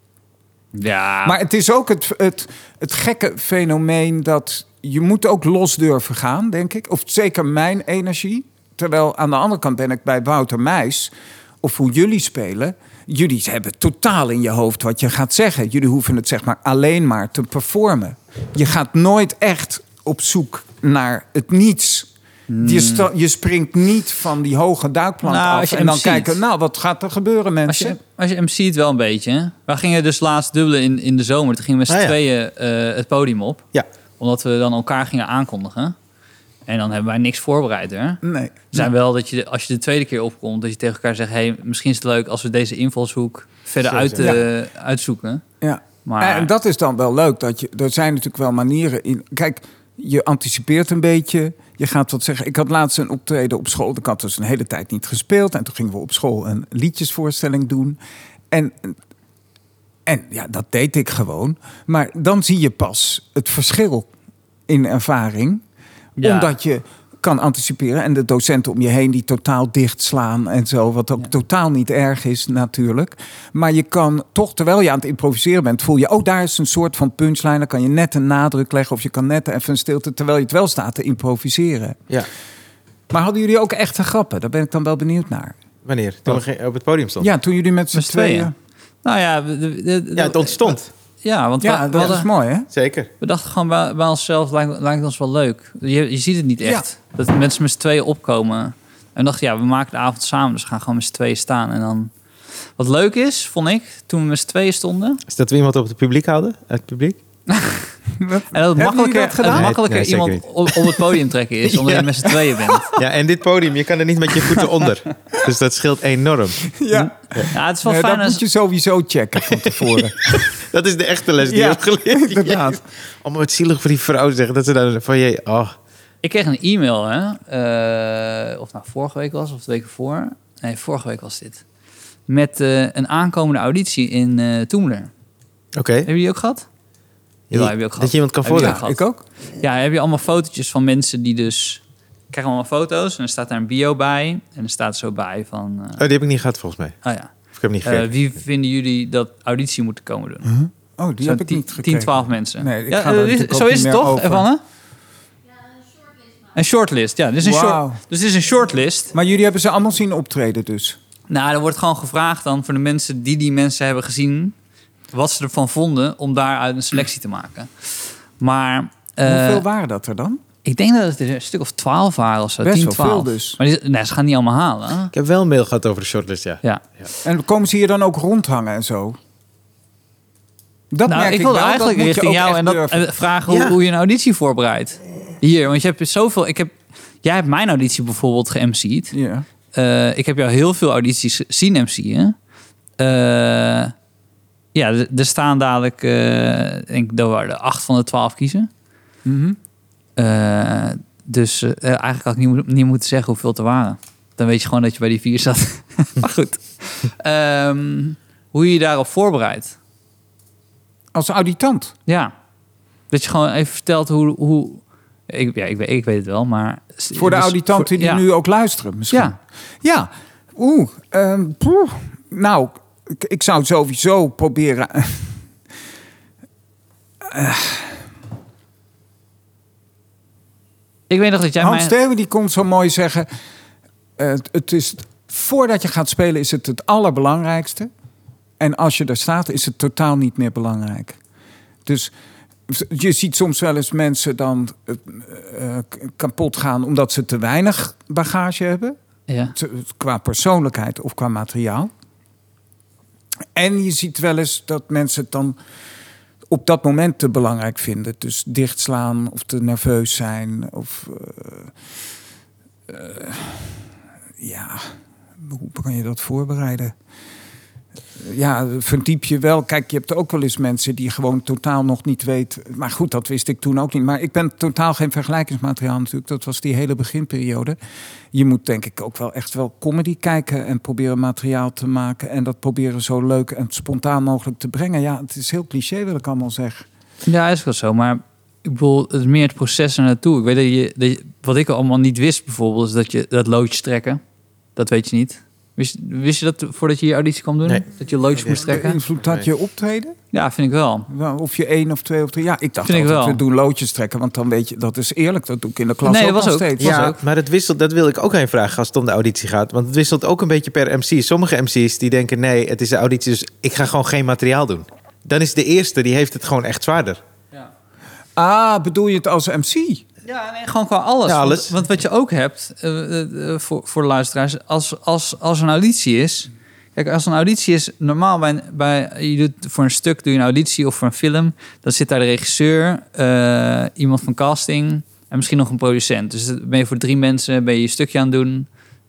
[SPEAKER 3] Ja.
[SPEAKER 1] Maar het is ook het, het, het gekke fenomeen dat je moet ook los durven gaan, denk ik. Of zeker mijn energie. Terwijl aan de andere kant ben ik bij Wouter Meijs, of hoe jullie spelen. Jullie hebben totaal in je hoofd wat je gaat zeggen. Jullie hoeven het zeg maar alleen maar te performen. Je gaat nooit echt op zoek naar het niets. Hmm. Je, sta, je springt niet van die hoge duikplank nou, af en dan M C'et. Kijken, nou, wat gaat er gebeuren, mensen?
[SPEAKER 3] Als je, als je M C'et wel een beetje. Hè? We gingen dus laatst dubbelen in, in de zomer. Toen gingen we met z'n ah, ja. tweeën uh, het podium op.
[SPEAKER 2] Ja.
[SPEAKER 3] Omdat we dan elkaar gingen aankondigen. En dan hebben wij niks voorbereid, hè?
[SPEAKER 1] Nee.
[SPEAKER 3] Er zijn wel dat je, als je de tweede keer opkomt, dat je tegen elkaar zegt, hey, misschien is het leuk als we deze invalshoek verder
[SPEAKER 2] Zo,
[SPEAKER 3] uit,
[SPEAKER 2] zo.
[SPEAKER 3] uh, uitzoeken.
[SPEAKER 1] Ja.
[SPEAKER 3] Maar
[SPEAKER 1] En dat is dan wel leuk. Dat je, er zijn natuurlijk wel manieren in. Kijk, je anticipeert een beetje. Je gaat wat zeggen. Ik had laatst een optreden op school. Ik had dus een hele tijd niet gespeeld. En toen gingen we op school een liedjesvoorstelling doen. En, en ja, dat deed ik gewoon. Maar dan zie je pas het verschil in ervaring.
[SPEAKER 3] Ja.
[SPEAKER 1] Omdat je kan anticiperen. En de docenten om je heen die totaal dichtslaan en zo. Wat ook
[SPEAKER 3] Ja.
[SPEAKER 1] totaal niet erg is natuurlijk. Maar je kan toch, terwijl je aan het improviseren bent, voel je, oh, daar is een soort van punchline. Dan kan je net een nadruk leggen of je kan net even een stilte, terwijl je het wel staat te improviseren.
[SPEAKER 2] Ja.
[SPEAKER 1] Maar hadden jullie ook echte grappen? Daar ben ik dan wel benieuwd naar.
[SPEAKER 2] Wanneer? Toen
[SPEAKER 1] Wat?
[SPEAKER 2] we ge- op het podium stonden?
[SPEAKER 1] Ja, toen jullie met z'n
[SPEAKER 3] Met z'n tweeën.
[SPEAKER 1] tweeën.
[SPEAKER 3] nou ja, de, de, de-
[SPEAKER 2] Ja, het ontstond.
[SPEAKER 3] Ja, want
[SPEAKER 1] Ja,
[SPEAKER 3] we, we,
[SPEAKER 1] dat
[SPEAKER 3] hadden-
[SPEAKER 1] is mooi, hè?
[SPEAKER 2] Zeker.
[SPEAKER 3] we dachten gewoon bij, bij onszelf, lijkt, lijkt ons wel leuk. Je, je ziet het niet echt. Dat mensen met z'n tweeën opkomen. En we dachten, ja, we maken de avond samen. Dus we gaan gewoon met z'n tweeën staan. En dan... Wat leuk is, vond ik, toen we met z'n tweeën stonden.
[SPEAKER 2] Is dat we iemand op het publiek houden? Uit het publiek?
[SPEAKER 1] Wat?
[SPEAKER 3] En dat het
[SPEAKER 1] Hebben
[SPEAKER 3] makkelijker,
[SPEAKER 1] jullie dat gedaan?
[SPEAKER 3] het makkelijker
[SPEAKER 2] Nee, nee, zeker
[SPEAKER 3] iemand op, op het podium trekken is. Omdat
[SPEAKER 2] Ja.
[SPEAKER 3] je met z'n tweeën bent.
[SPEAKER 2] Ja, en dit podium, je kan er niet met je voeten onder. Dus dat scheelt enorm.
[SPEAKER 1] Ja,
[SPEAKER 3] Ja, het is wel
[SPEAKER 1] nee,
[SPEAKER 3] fijn
[SPEAKER 1] dat
[SPEAKER 3] als...
[SPEAKER 1] moet je sowieso checken van tevoren.
[SPEAKER 2] Dat is de echte les die
[SPEAKER 1] Ja,
[SPEAKER 2] je hebt geleerd.
[SPEAKER 1] inderdaad.
[SPEAKER 2] Om het zielig voor die vrouw te zeggen. Dat ze dan van je... Oh,
[SPEAKER 3] Ik kreeg een e-mail, hè. Uh, of nou vorige week was, of de week ervoor. Nee, vorige week was dit. Met uh, een aankomende auditie in uh, Toemler.
[SPEAKER 2] oké. Okay.
[SPEAKER 3] Hebben jullie ook gehad? Ja, heb je ook gehad.
[SPEAKER 2] Dat je iemand kan
[SPEAKER 3] Heb je
[SPEAKER 2] voorleggen.
[SPEAKER 3] ook
[SPEAKER 1] Ja,
[SPEAKER 3] gehad.
[SPEAKER 1] ik ook.
[SPEAKER 3] Ja, heb je allemaal fotootjes van mensen die dus... Krijgen allemaal foto's en dan staat daar een bio bij. En dan staat er zo bij van... Uh,
[SPEAKER 2] Oh, die heb ik niet gehad volgens mij.
[SPEAKER 3] oh ja.
[SPEAKER 2] Of ik heb hem niet
[SPEAKER 3] Uh,
[SPEAKER 2] gekeken.
[SPEAKER 3] wie vinden jullie dat auditie moeten komen doen?
[SPEAKER 1] Uh-huh. Oh, die
[SPEAKER 3] Zo
[SPEAKER 1] heb ik
[SPEAKER 3] tien,
[SPEAKER 1] niet gekregen.
[SPEAKER 3] tien, twaalf mensen.
[SPEAKER 1] Nee, ik
[SPEAKER 3] ja,
[SPEAKER 1] ga daar
[SPEAKER 3] uh,
[SPEAKER 1] natuurlijk
[SPEAKER 3] zo
[SPEAKER 1] ook
[SPEAKER 3] is
[SPEAKER 1] niet
[SPEAKER 3] het
[SPEAKER 1] meer
[SPEAKER 3] toch,
[SPEAKER 1] over.
[SPEAKER 3] Evanne? Een shortlist, ja. Dus, een short,
[SPEAKER 1] Wauw.
[SPEAKER 3] dus het is een shortlist.
[SPEAKER 1] Maar jullie hebben ze allemaal zien optreden dus?
[SPEAKER 3] Nou, er wordt gewoon gevraagd dan voor de mensen die die mensen hebben gezien... wat ze ervan vonden om daaruit een selectie te maken. Maar... Uh,
[SPEAKER 1] Hoeveel waren dat er dan?
[SPEAKER 3] Ik denk dat het er een stuk of twaalf waren of zo.
[SPEAKER 1] Best
[SPEAKER 3] tien,
[SPEAKER 1] wel
[SPEAKER 3] twaalf.
[SPEAKER 1] veel dus.
[SPEAKER 3] Maar die, nee, ze gaan niet allemaal halen. Hè?
[SPEAKER 2] Ik heb wel een mail gehad over de shortlist, ja.
[SPEAKER 3] Ja.
[SPEAKER 1] En komen ze hier dan ook rondhangen en zo? Dat
[SPEAKER 3] Nou,
[SPEAKER 1] merk
[SPEAKER 3] ik
[SPEAKER 1] ik
[SPEAKER 3] wilde
[SPEAKER 1] wel.
[SPEAKER 3] eigenlijk
[SPEAKER 1] dat moet je
[SPEAKER 3] richting
[SPEAKER 1] ook
[SPEAKER 3] jou
[SPEAKER 1] echt
[SPEAKER 3] en dat,
[SPEAKER 1] durven.
[SPEAKER 3] en vragen hoe,
[SPEAKER 2] Ja.
[SPEAKER 3] hoe je een auditie voorbereidt. Hier, want je hebt zoveel... Ik heb, jij hebt mijn auditie bijvoorbeeld ge-emceed.
[SPEAKER 1] Ja.
[SPEAKER 3] Uh, ik heb jou heel veel audities zien M C'en. Uh, ja, er er staan dadelijk... Uh, ik denk dat we er acht van de twaalf kiezen.
[SPEAKER 1] Mm-hmm.
[SPEAKER 3] Uh, dus uh, eigenlijk had ik niet, niet moeten zeggen hoeveel het er waren. Dan weet je gewoon dat je bij die vier zat. Maar goed. Um, hoe je je daarop voorbereidt.
[SPEAKER 1] Als auditant?
[SPEAKER 3] Ja. Dat je gewoon even vertelt hoe... hoe ik, ja, ik, weet, ik weet het wel, maar...
[SPEAKER 1] Voor de
[SPEAKER 3] dus,
[SPEAKER 1] auditanten
[SPEAKER 3] voor,
[SPEAKER 1] die
[SPEAKER 3] ja.
[SPEAKER 1] nu ook luisteren misschien.
[SPEAKER 3] Ja.
[SPEAKER 1] Ja. Oeh. Um, poeh. Nou, ik, ik zou sowieso proberen... uh.
[SPEAKER 3] Ik weet nog dat jij
[SPEAKER 1] Hans
[SPEAKER 3] mij...
[SPEAKER 1] Steeuwen die komt zo mooi zeggen... Uh, het is, voordat je gaat spelen is het het allerbelangrijkste. En als je er staat is het totaal niet meer belangrijk. Dus je ziet soms wel eens mensen dan uh, uh, kapot gaan... omdat ze te weinig bagage hebben.
[SPEAKER 3] Ja.
[SPEAKER 1] Te, qua persoonlijkheid of qua materiaal. En je ziet wel eens dat mensen het dan... op dat moment te belangrijk vinden. Dus dichtslaan of te nerveus zijn. Of uh, uh, ja, hoe kan je dat voorbereiden? Ja, verdiep je wel. Kijk, je hebt ook wel eens mensen die gewoon totaal nog niet weten. Maar goed, dat wist ik toen ook niet. Maar ik ben totaal geen vergelijkingsmateriaal natuurlijk. Dat was die hele beginperiode. Je moet denk ik ook wel echt wel comedy kijken en proberen materiaal te maken. En dat proberen zo leuk en spontaan mogelijk te brengen. Ja, het is heel cliché wat ik allemaal zeg.
[SPEAKER 3] Ja, is wel zo. Maar ik bedoel, het is meer het proces er naartoe. Ik weet dat je, dat je... Wat ik allemaal niet wist bijvoorbeeld... is dat je dat loodjes trekken. Dat weet je niet. Wist, wist je dat voordat je je auditie kwam doen?
[SPEAKER 2] Nee.
[SPEAKER 3] Dat je loodjes
[SPEAKER 2] Nee,
[SPEAKER 3] moest trekken?
[SPEAKER 1] Invloed had je optreden?
[SPEAKER 3] Ja, vind ik wel.
[SPEAKER 1] Of je één of twee of drie. Ja, ik dacht
[SPEAKER 3] Vind ik
[SPEAKER 1] altijd,
[SPEAKER 3] wel.
[SPEAKER 1] we doen loodjes trekken. Want dan weet je, dat is eerlijk. Dat doe ik in de klas
[SPEAKER 3] Nee,
[SPEAKER 1] ook
[SPEAKER 3] dat was
[SPEAKER 1] nog
[SPEAKER 3] ook.
[SPEAKER 1] steeds.
[SPEAKER 3] Was
[SPEAKER 2] Ja,
[SPEAKER 3] ook.
[SPEAKER 2] maar het wisselt, dat wil ik ook aan je vragen als het om de auditie gaat. Want het wisselt ook een beetje per M C. Sommige M C's die denken, nee, het is de auditie, dus ik ga gewoon geen materiaal doen. Dan is de eerste, die heeft het gewoon echt zwaarder.
[SPEAKER 3] Ja.
[SPEAKER 1] Ah, bedoel je het als M C?
[SPEAKER 3] Ja, nee, gewoon qua alles.
[SPEAKER 2] Ja, alles.
[SPEAKER 3] Want, want wat je ook hebt, uh, uh, voor, voor de luisteraars... Als, als, als een auditie is... Kijk, als een auditie is... Normaal bij, bij... Je doet voor een stuk doe je een auditie of voor een film. Dan zit daar de regisseur, uh, iemand van casting... En misschien nog een producent. Dus ben je voor drie mensen ben je je stukje aan het doen.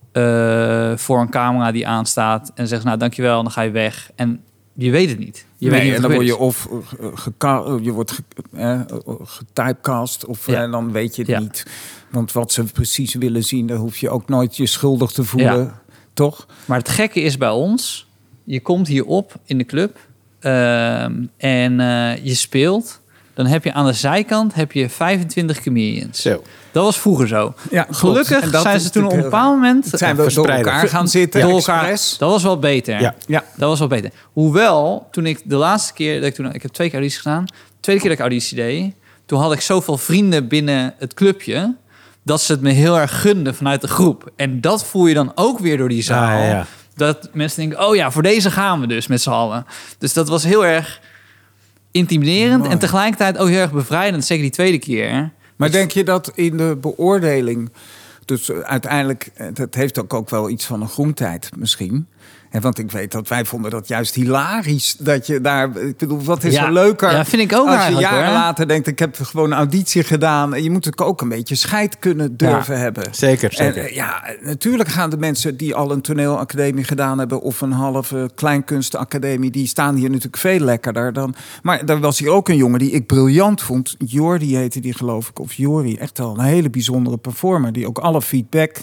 [SPEAKER 3] Uh, voor een camera die aanstaat. En zegt, nou dankjewel, en dan ga je weg. En je weet het niet. Je
[SPEAKER 1] nee,
[SPEAKER 3] weet niet
[SPEAKER 1] en dan word je
[SPEAKER 3] is.
[SPEAKER 1] of uh, geka- je wordt ge- eh, getypecast of
[SPEAKER 3] Ja.
[SPEAKER 1] uh, dan weet je het
[SPEAKER 3] Ja.
[SPEAKER 1] niet. Want wat ze precies willen zien, daar hoef je ook nooit je schuldig te voelen,
[SPEAKER 3] Ja.
[SPEAKER 1] toch?
[SPEAKER 3] Maar het gekke is bij ons, je komt hier op in de club uh, en uh, je speelt. Dan heb je aan de zijkant heb je vijfentwintig comedians.
[SPEAKER 2] Zo.
[SPEAKER 3] Dat was vroeger zo.
[SPEAKER 1] Ja,
[SPEAKER 3] Gelukkig zijn ze toen op een bepaald moment
[SPEAKER 1] zijn we door elkaar gaan zitten.
[SPEAKER 3] door
[SPEAKER 1] Ja,
[SPEAKER 3] elkaar.
[SPEAKER 1] expres.
[SPEAKER 3] Dat was wel beter.
[SPEAKER 2] Ja.
[SPEAKER 1] Ja.
[SPEAKER 3] Dat was wel beter. Hoewel, toen ik de laatste keer dat ik toen ik heb twee keer audities gedaan, de tweede keer dat ik auditie deed, toen had ik zoveel vrienden binnen het clubje dat ze het me heel erg gunden vanuit de groep. En dat voel je dan ook weer door die zaal.
[SPEAKER 2] Ah, ja, ja.
[SPEAKER 3] Dat mensen denken, oh ja, voor deze gaan we dus met z'n allen. Dus dat was heel erg intimiderend
[SPEAKER 1] Mooi.
[SPEAKER 3] en tegelijkertijd ook heel erg bevrijdend. Zeker die tweede keer.
[SPEAKER 1] Maar denk je dat in de beoordeling, dus uh, uiteindelijk, uh, dat heeft ook, ook wel iets van een groentijd misschien. He, want ik weet dat wij vonden dat juist hilarisch. Dat je daar, ik bedoel, wat is
[SPEAKER 3] Ja,
[SPEAKER 1] er leuker?
[SPEAKER 3] ja, vind ik ook
[SPEAKER 1] als je
[SPEAKER 3] eigenlijk,
[SPEAKER 1] jaren
[SPEAKER 3] hoor.
[SPEAKER 1] later denkt, ik heb gewoon een auditie gedaan. En je moet ook een beetje scheid kunnen durven
[SPEAKER 3] Ja.
[SPEAKER 1] hebben.
[SPEAKER 2] Zeker, zeker.
[SPEAKER 1] En, uh, ja, natuurlijk gaan de mensen die al een toneelacademie gedaan hebben of een halve kleinkunstenacademie, die staan hier natuurlijk veel lekkerder dan. Maar er was hier ook een jongen die ik briljant vond. Jordi heette die, geloof ik, of Jori. Echt wel een hele bijzondere performer die ook alle feedback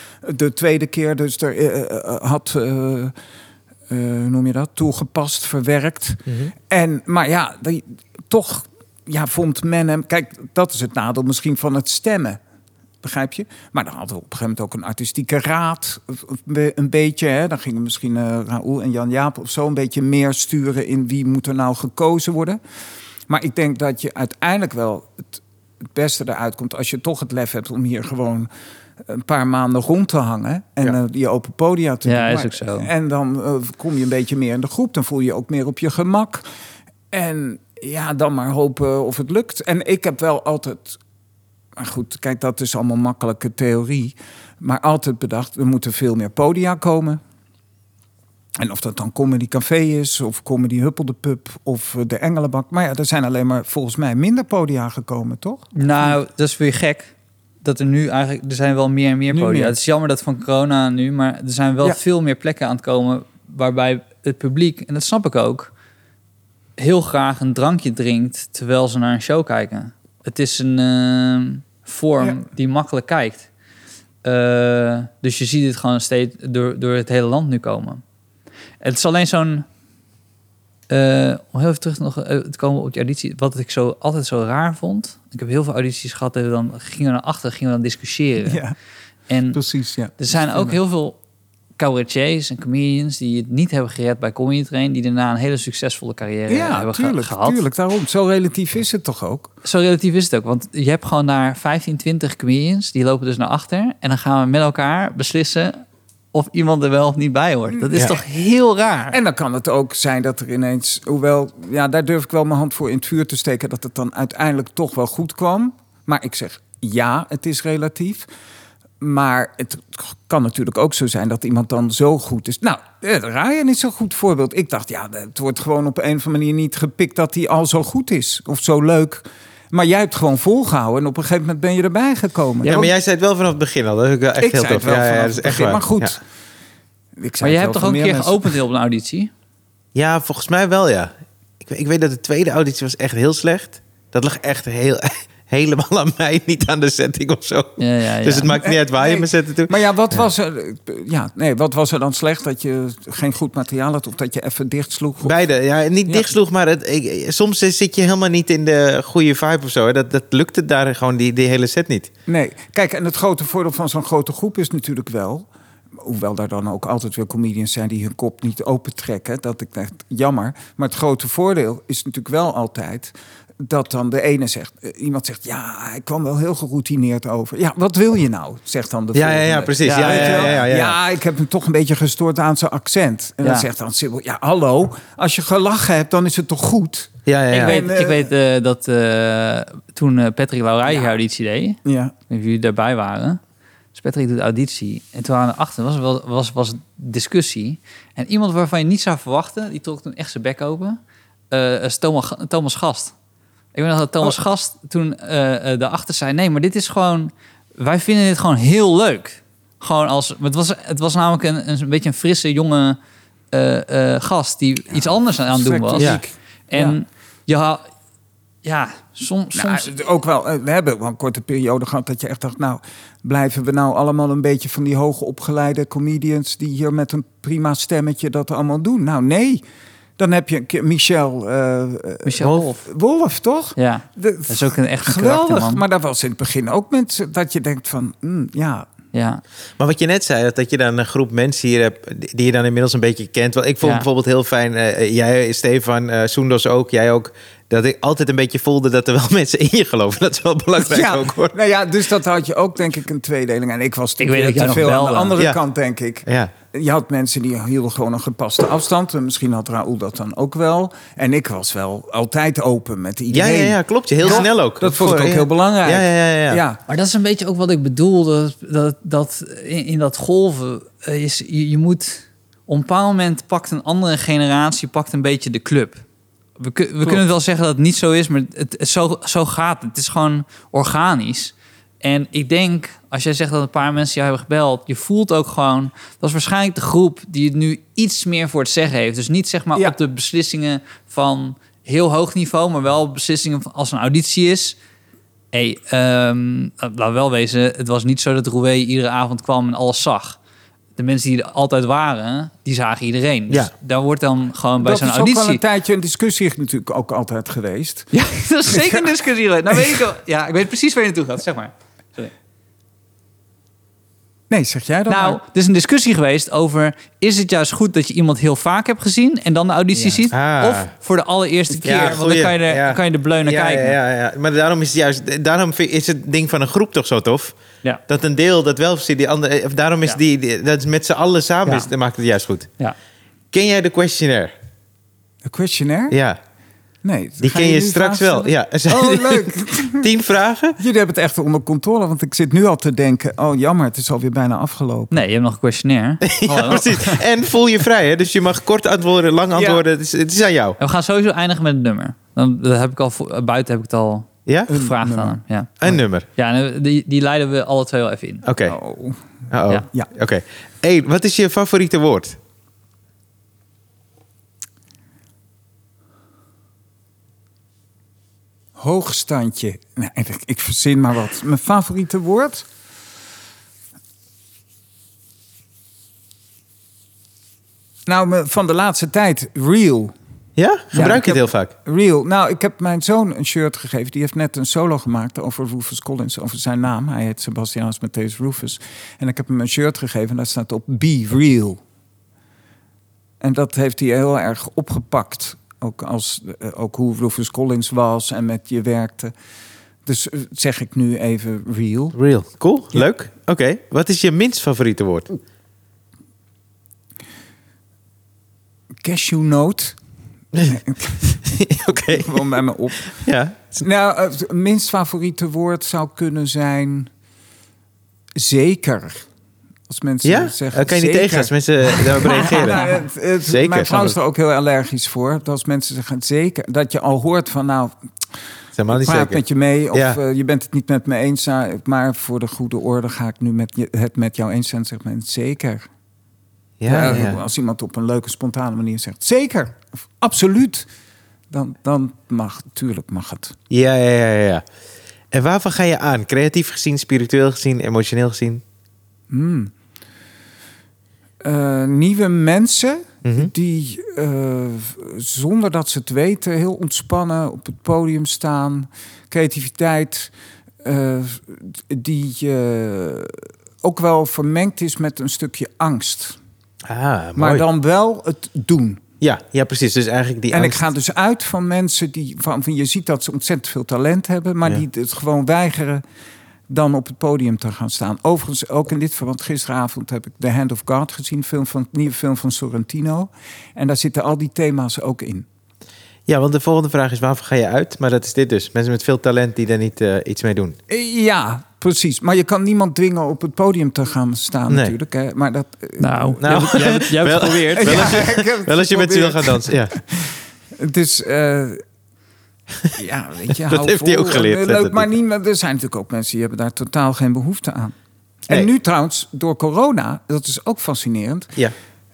[SPEAKER 1] de tweede keer dus er uh, uh, had. Uh, uh, hoe noem je dat? Toegepast, verwerkt.
[SPEAKER 2] Mm-hmm.
[SPEAKER 1] En maar ja, die, toch ja, vond men hem. Kijk, dat is het nadeel misschien van het stemmen. Begrijp je? Maar dan hadden we op een gegeven moment ook een artistieke raad. Een beetje, hè? Dan gingen misschien uh, Raoul en Jan Jaap of zo een beetje meer sturen in wie moet er nou gekozen worden. Maar ik denk dat je uiteindelijk wel het, het beste eruit komt als je toch het lef hebt om hier gewoon een paar maanden rond te hangen en
[SPEAKER 2] Ja.
[SPEAKER 1] uh, die open podia te
[SPEAKER 3] Ja,
[SPEAKER 1] doen.
[SPEAKER 3] is ook zo.
[SPEAKER 1] En dan uh, kom je een beetje meer in de groep. Dan voel je je ook meer op je gemak. En ja, dan maar hopen of het lukt. En ik heb wel altijd, maar goed, kijk, dat is allemaal makkelijke theorie, maar altijd bedacht, er moeten veel meer podia komen. En of dat dan Comedy Café is, of Comedy Huppel de Pub, of uh, de Engelenbak. Maar ja, er zijn alleen maar volgens mij minder podia gekomen, toch?
[SPEAKER 3] Nou, dat is weer gek. Dat er nu eigenlijk, er zijn wel meer en meer
[SPEAKER 1] Nu
[SPEAKER 3] podia.
[SPEAKER 1] meer.
[SPEAKER 3] Het is jammer dat van corona nu, maar er zijn wel
[SPEAKER 1] Ja.
[SPEAKER 3] veel meer plekken aan het komen waarbij het publiek, en dat snap ik ook, heel graag een drankje drinkt terwijl ze naar een show kijken. Het is een uh, vorm
[SPEAKER 1] Ja. die
[SPEAKER 3] makkelijk kijkt. Uh, dus je ziet het gewoon steeds door, door het hele land nu komen. Het is alleen zo'n Uh, om heel even terug nog uh, te komen op die auditie. Wat ik zo altijd zo raar vond. Ik heb heel veel audities gehad. En dan gingen we naar achter, gingen we dan discussiëren.
[SPEAKER 1] Ja,
[SPEAKER 3] En
[SPEAKER 1] precies, ja.
[SPEAKER 3] er zijn ook heel veel cabaretiers en comedians die het niet hebben gered bij Comedy Train, die daarna een hele succesvolle carrière
[SPEAKER 1] Ja,
[SPEAKER 3] hebben ge-
[SPEAKER 1] tuurlijk,
[SPEAKER 3] gehad.
[SPEAKER 1] tuurlijk, daarom. Zo relatief is het toch ook?
[SPEAKER 3] Zo relatief is het ook. Want je hebt gewoon daar vijftien, twintig comedians. Die lopen dus naar achter. En dan gaan we met elkaar beslissen of iemand er wel of niet bij hoort. Dat is
[SPEAKER 2] Ja.
[SPEAKER 3] toch heel raar?
[SPEAKER 1] En dan kan het ook zijn dat er ineens, hoewel, ja, daar durf ik wel mijn hand voor in het vuur te steken, dat het dan uiteindelijk toch wel goed kwam. Maar ik zeg, ja, het is relatief. Maar het kan natuurlijk ook zo zijn dat iemand dan zo goed is. Nou, eh, Ryan is zo'n goed voorbeeld. Ik dacht, ja, het wordt gewoon op een of andere manier niet gepikt dat hij al zo goed is. Of zo leuk. Maar jij hebt gewoon volgehouden en op een gegeven moment ben je erbij gekomen.
[SPEAKER 2] Ja, maar jij zei het wel vanaf het begin al. Dat is ook wel echt
[SPEAKER 1] ik
[SPEAKER 2] heel
[SPEAKER 1] zei
[SPEAKER 2] tof.
[SPEAKER 1] het wel
[SPEAKER 2] ja, ja,
[SPEAKER 1] vanaf
[SPEAKER 2] dat is
[SPEAKER 1] het
[SPEAKER 2] echt
[SPEAKER 1] begin,
[SPEAKER 2] waar.
[SPEAKER 1] maar goed.
[SPEAKER 2] Ja.
[SPEAKER 1] Ik zei
[SPEAKER 3] Maar je
[SPEAKER 1] het
[SPEAKER 3] hebt
[SPEAKER 1] wel
[SPEAKER 3] toch ook
[SPEAKER 1] van
[SPEAKER 3] een
[SPEAKER 1] meer
[SPEAKER 3] keer
[SPEAKER 1] mensen.
[SPEAKER 3] geopend op een auditie?
[SPEAKER 2] Ja, volgens mij wel, ja. Ik, weet- ik weet dat de tweede auditie was echt heel slecht. Dat lag echt heel, helemaal aan mij, niet aan de setting of zo.
[SPEAKER 3] Ja, ja, ja.
[SPEAKER 2] Dus het maakt niet uit waar je
[SPEAKER 1] Nee.
[SPEAKER 2] me zette toe.
[SPEAKER 1] Maar ja, wat was er? Ja, nee, wat was er dan slecht? Dat je geen goed materiaal had of dat je even dichtsloeg? Of-
[SPEAKER 2] Beide, ja, niet
[SPEAKER 1] Ja.
[SPEAKER 2] dichtsloeg, maar het, ik, soms zit je helemaal niet in de goede vibe of zo. Hè. Dat, dat lukt het daar gewoon, die, die hele set niet.
[SPEAKER 1] Nee, kijk, en het grote voordeel van zo'n grote groep is natuurlijk wel, hoewel daar dan ook altijd weer comedians zijn die hun kop niet opentrekken, dat ik echt jammer. Maar het grote voordeel is natuurlijk wel altijd dat dan de ene zegt, eh, iemand zegt, ja, hij kwam wel heel geroutineerd over. Ja, wat wil je nou? Zegt dan de
[SPEAKER 2] Ja, ja,
[SPEAKER 1] volgende.
[SPEAKER 2] ja, precies. Ja,
[SPEAKER 1] weet
[SPEAKER 2] ja,
[SPEAKER 1] je wel?
[SPEAKER 2] ja, ja, ja.
[SPEAKER 1] Ja, ik heb hem toch een beetje gestoord aan zijn accent. En
[SPEAKER 3] Ja.
[SPEAKER 1] dan zegt dan Sibyl, ja, hallo, als je gelachen hebt, dan is het toch goed?
[SPEAKER 2] Ja, ja, ja.
[SPEAKER 3] Ik weet,
[SPEAKER 1] En, eh,
[SPEAKER 3] ik weet eh, dat uh, toen uh, Patrick Laurij
[SPEAKER 1] Ja.
[SPEAKER 3] auditie deed, ik
[SPEAKER 1] Ja,
[SPEAKER 3] weet niet of jullie daarbij waren. Dus Patrick doet auditie. En toen waren we achter, was, was, was, was discussie. En iemand waarvan je niet zou verwachten, die trok toen echt zijn bek open. Uh, is Thomas, Thomas Gast. Ik weet nog dat Thomas
[SPEAKER 1] Oh.
[SPEAKER 3] Gast toen uh, uh, daarachter zei... nee, maar dit is gewoon... wij vinden dit gewoon heel leuk. Gewoon als... Het was, het was namelijk een, een beetje een frisse, jonge uh, uh, gast... die ja, iets anders aan het doen was.
[SPEAKER 2] Ja.
[SPEAKER 3] En ja, ja soms...
[SPEAKER 1] Nou,
[SPEAKER 3] soms...
[SPEAKER 1] ook wel, we hebben wel een korte periode gehad dat je echt dacht... nou, blijven we nou allemaal een beetje van die hoogopgeleide comedians... die hier met een prima stemmetje dat allemaal doen? Nou, nee. Dan heb je een keer Michel... Uh,
[SPEAKER 3] Michel Wolf.
[SPEAKER 1] Wolf, toch?
[SPEAKER 3] Ja,
[SPEAKER 1] De,
[SPEAKER 3] dat is ook een echt
[SPEAKER 1] geweldig,
[SPEAKER 3] man.
[SPEAKER 1] Maar dat was in het begin ook mensen dat je denkt van... Mm, ja...
[SPEAKER 3] Ja.
[SPEAKER 2] Maar wat je net zei, dat, dat je dan een groep mensen hier hebt... die je dan inmiddels een beetje kent. Want ik vond
[SPEAKER 3] ja.
[SPEAKER 2] bijvoorbeeld heel fijn... Uh, jij, Stefan, uh, Soendos ook, jij ook... dat ik altijd een beetje voelde dat er wel mensen in je geloven. Dat is wel belangrijk
[SPEAKER 1] ja,
[SPEAKER 2] ook, hoor.
[SPEAKER 1] Nou ja, dus dat had je ook, denk ik, een tweedeling. En ik was
[SPEAKER 3] ik weet
[SPEAKER 1] te veel aan de andere
[SPEAKER 2] ja.
[SPEAKER 1] kant, denk ik.
[SPEAKER 2] Ja.
[SPEAKER 1] Je had mensen die hielden gewoon een gepaste afstand. En misschien had Raoul dat dan ook wel. En ik was wel altijd open met iedereen.
[SPEAKER 2] Ja, ja, ja, klopt. Heel
[SPEAKER 1] ja,
[SPEAKER 2] snel ook.
[SPEAKER 1] Dat vond ik ook
[SPEAKER 2] ja.
[SPEAKER 1] heel belangrijk.
[SPEAKER 2] Ja, ja, ja, ja.
[SPEAKER 1] ja.
[SPEAKER 3] Maar dat is een beetje ook wat ik bedoel. Dat, dat, dat in, in dat golven is... Je, je moet... Op een bepaald moment pakt een andere generatie... pakt een beetje de club. We, we kunnen wel zeggen dat het niet zo is... maar het, het, zo, zo gaat het. Het is gewoon organisch. En ik denk, als jij zegt dat een paar mensen jou hebben gebeld... je voelt ook gewoon... dat is waarschijnlijk de groep die het nu iets meer voor het zeggen heeft. Dus niet zeg maar ja. op de beslissingen van heel hoog niveau... maar wel beslissingen van als een auditie is... Hey, um, laat wel wezen, het was niet zo dat Roué iedere avond kwam en alles zag. De mensen die er altijd waren, die zagen iedereen. Dus ja. daar wordt dan gewoon bij zo'n auditie...
[SPEAKER 1] Dat is ook wel een tijdje een discussie natuurlijk ook altijd geweest.
[SPEAKER 3] Ja, dat is zeker een discussie geweest. Nou weet ik wel, ja, ik weet precies waar je naartoe gaat, zeg maar. Sorry.
[SPEAKER 1] Nee, zeg jij dat?
[SPEAKER 3] Nou,
[SPEAKER 1] maar?
[SPEAKER 3] er is een discussie geweest over... is het juist goed dat je iemand heel vaak hebt gezien... en dan de auditie ja. ziet?
[SPEAKER 2] Ah.
[SPEAKER 3] Of voor de allereerste keer?
[SPEAKER 2] Ja,
[SPEAKER 3] want dan kan je, er,
[SPEAKER 2] ja.
[SPEAKER 3] kan je de bleu naar
[SPEAKER 2] ja,
[SPEAKER 3] kijken.
[SPEAKER 2] Ja, ja, ja. Maar daarom is het juist... daarom is het ding van een groep toch zo tof...
[SPEAKER 3] Ja.
[SPEAKER 2] Dat een deel dat wel ziet, die andere... Daarom is
[SPEAKER 3] ja.
[SPEAKER 2] die, die... dat is met z'n allen samen
[SPEAKER 3] ja.
[SPEAKER 2] is, dat maakt het juist goed.
[SPEAKER 3] Ja.
[SPEAKER 2] Ken jij de questionnaire?
[SPEAKER 1] De questionnaire?
[SPEAKER 2] Ja.
[SPEAKER 1] Nee.
[SPEAKER 2] Die ken je, je straks wel. Ja.
[SPEAKER 1] Oh, leuk.
[SPEAKER 2] Tien vragen?
[SPEAKER 1] Jullie hebben het echt onder controle. Want ik zit nu al te denken... oh, jammer, het is alweer bijna afgelopen.
[SPEAKER 3] Nee, je hebt nog een questionnaire.
[SPEAKER 2] Ja, precies. En voel je vrij, hè? Dus je mag kort antwoorden, lang antwoorden. Ja. Het, is, het is aan jou.
[SPEAKER 3] En we gaan sowieso eindigen met een nummer. Dan dat heb ik al buiten heb ik het al
[SPEAKER 2] ja?
[SPEAKER 3] gevraagd aan hem. Ja.
[SPEAKER 2] Een nummer?
[SPEAKER 3] Ja, en die, die leiden we alle twee wel even in.
[SPEAKER 2] Oké. Okay.
[SPEAKER 1] Oh.
[SPEAKER 2] Oh.
[SPEAKER 3] Ja.
[SPEAKER 1] ja.
[SPEAKER 2] Oké. Okay. Hey, wat is je favoriete woord?
[SPEAKER 1] Hoogstandje. Nee, ik, ik verzin maar wat. Mijn favoriete woord? Nou, van de laatste tijd, real.
[SPEAKER 2] Ja? Gebruik ja, je het heel vaak?
[SPEAKER 1] Real. Nou, ik heb mijn zoon een shirt gegeven. Die heeft net een solo gemaakt over Rufus Collins, over zijn naam. Hij heet Sebastianus Matthäus Rufus. En ik heb hem een shirt gegeven en daar staat op Be Real. En dat heeft hij heel erg opgepakt. Ook, als, ook hoe Rufus Collins was en met je werkte. Dus zeg ik nu even real.
[SPEAKER 2] Real. Cool. Ja. Leuk. Oké. Okay. Wat is je minst favoriete woord?
[SPEAKER 1] Cashewnoot.
[SPEAKER 2] Oké. Okay.
[SPEAKER 1] Gewoon bij me op.
[SPEAKER 2] Ja.
[SPEAKER 1] Nou, het minst favoriete woord zou kunnen zijn... zeker. Als mensen
[SPEAKER 2] ja?
[SPEAKER 1] zeggen...
[SPEAKER 2] kan je niet tegen als mensen daarop reageren?
[SPEAKER 1] nou, het, het, zeker. Mijn vrouw is er ook heel allergisch voor. Dat als mensen zeggen zeker... dat je al hoort van nou... ik praat zeker. met je mee of ja. uh, je bent het niet met me eens. Maar voor de goede orde ga ik nu met je, het met jou eens zijn. Zeg maar zeker. Ja, ja, ja. Als iemand op een leuke, spontane manier zegt zeker, of absoluut, dan, dan mag, tuurlijk mag het.
[SPEAKER 2] Ja, ja, ja, ja. En waarvan ga je aan? Creatief gezien, spiritueel gezien, emotioneel gezien?
[SPEAKER 1] Hmm. Uh, nieuwe mensen
[SPEAKER 2] mm-hmm.
[SPEAKER 1] die uh, zonder dat ze het weten heel ontspannen op het podium staan. Creativiteit uh, die uh, ook wel vermengd is met een stukje angst.
[SPEAKER 2] Ah, mooi.
[SPEAKER 1] Maar dan wel het doen.
[SPEAKER 2] Ja, ja, precies. Dus eigenlijk die
[SPEAKER 1] en
[SPEAKER 2] angst...
[SPEAKER 1] ik ga dus uit van mensen die... Van, van, je ziet dat ze ontzettend veel talent hebben... maar ja. die het gewoon weigeren dan op het podium te gaan staan. Overigens, ook in dit verband, gisteravond heb ik The Hand of God gezien... Film van, nieuwe film van Sorrentino. En daar zitten al die thema's ook in.
[SPEAKER 2] Ja, want de volgende vraag is, waarvoor ga je uit? Maar dat is dit dus. Mensen met veel talent die daar niet uh, iets mee doen.
[SPEAKER 1] Ja, precies. Maar je kan niemand dwingen op het podium te gaan staan nee. natuurlijk. Hè. Maar dat,
[SPEAKER 3] nou,
[SPEAKER 2] nou
[SPEAKER 3] jij hebt het, jij hebt het geprobeerd.
[SPEAKER 2] Wel
[SPEAKER 1] ja,
[SPEAKER 2] als je, wel als je met ze wil gaan dansen, ja.
[SPEAKER 1] Dus uh, Ja, weet je,
[SPEAKER 2] Dat
[SPEAKER 1] hou
[SPEAKER 2] heeft hij
[SPEAKER 1] vol.
[SPEAKER 2] ook geleerd,
[SPEAKER 1] En,
[SPEAKER 2] zet
[SPEAKER 1] leuk,
[SPEAKER 2] het
[SPEAKER 1] maar
[SPEAKER 2] niet.
[SPEAKER 1] niet, er zijn natuurlijk ook mensen die hebben daar totaal geen behoefte aan.
[SPEAKER 2] Nee.
[SPEAKER 1] En nu trouwens, door corona, dat is ook fascinerend.
[SPEAKER 2] Ja.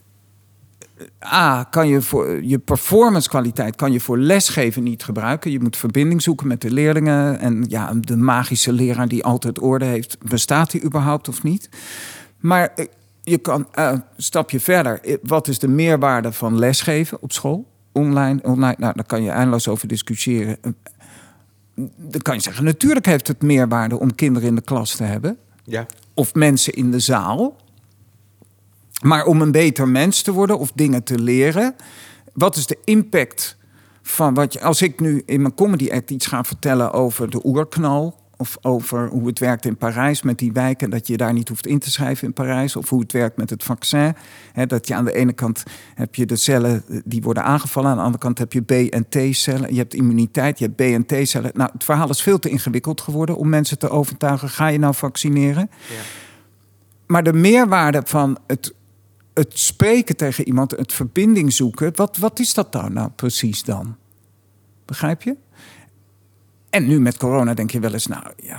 [SPEAKER 1] A, kan je voor je performance kwaliteit kan je voor lesgeven niet gebruiken. Je moet verbinding zoeken met de leerlingen. En ja, de magische leraar die altijd orde heeft, bestaat die überhaupt of niet? Maar eh, je kan uh, een stapje verder. Eh, Wat is de meerwaarde van lesgeven op school? Online, online, nou, daar kan je eindeloos over discussiëren. Eh, Dan kan je zeggen, natuurlijk heeft het meerwaarde om kinderen in de klas te hebben.
[SPEAKER 2] Ja.
[SPEAKER 1] Of mensen in de zaal. Maar om een beter mens te worden of dingen te leren. Wat is de impact van wat je... Als ik nu in mijn comedy act iets ga vertellen over de oerknal... of over hoe het werkt in Parijs met die wijken... dat je daar niet hoeft in te schrijven in Parijs... of hoe het werkt met het vaccin. Hè, dat je aan de ene kant heb je de cellen die worden aangevallen... aan de andere kant heb je B- en T-cellen. Je hebt immuniteit, je hebt B- en T-cellen. Nou, het verhaal is veel te ingewikkeld geworden... om mensen te overtuigen, ga je nou vaccineren?
[SPEAKER 2] Ja.
[SPEAKER 1] Maar de meerwaarde van het... Het spreken tegen iemand, het verbinding zoeken... Wat, wat is dat dan nou precies dan? Begrijp je? En nu met corona denk je wel eens... nou ja,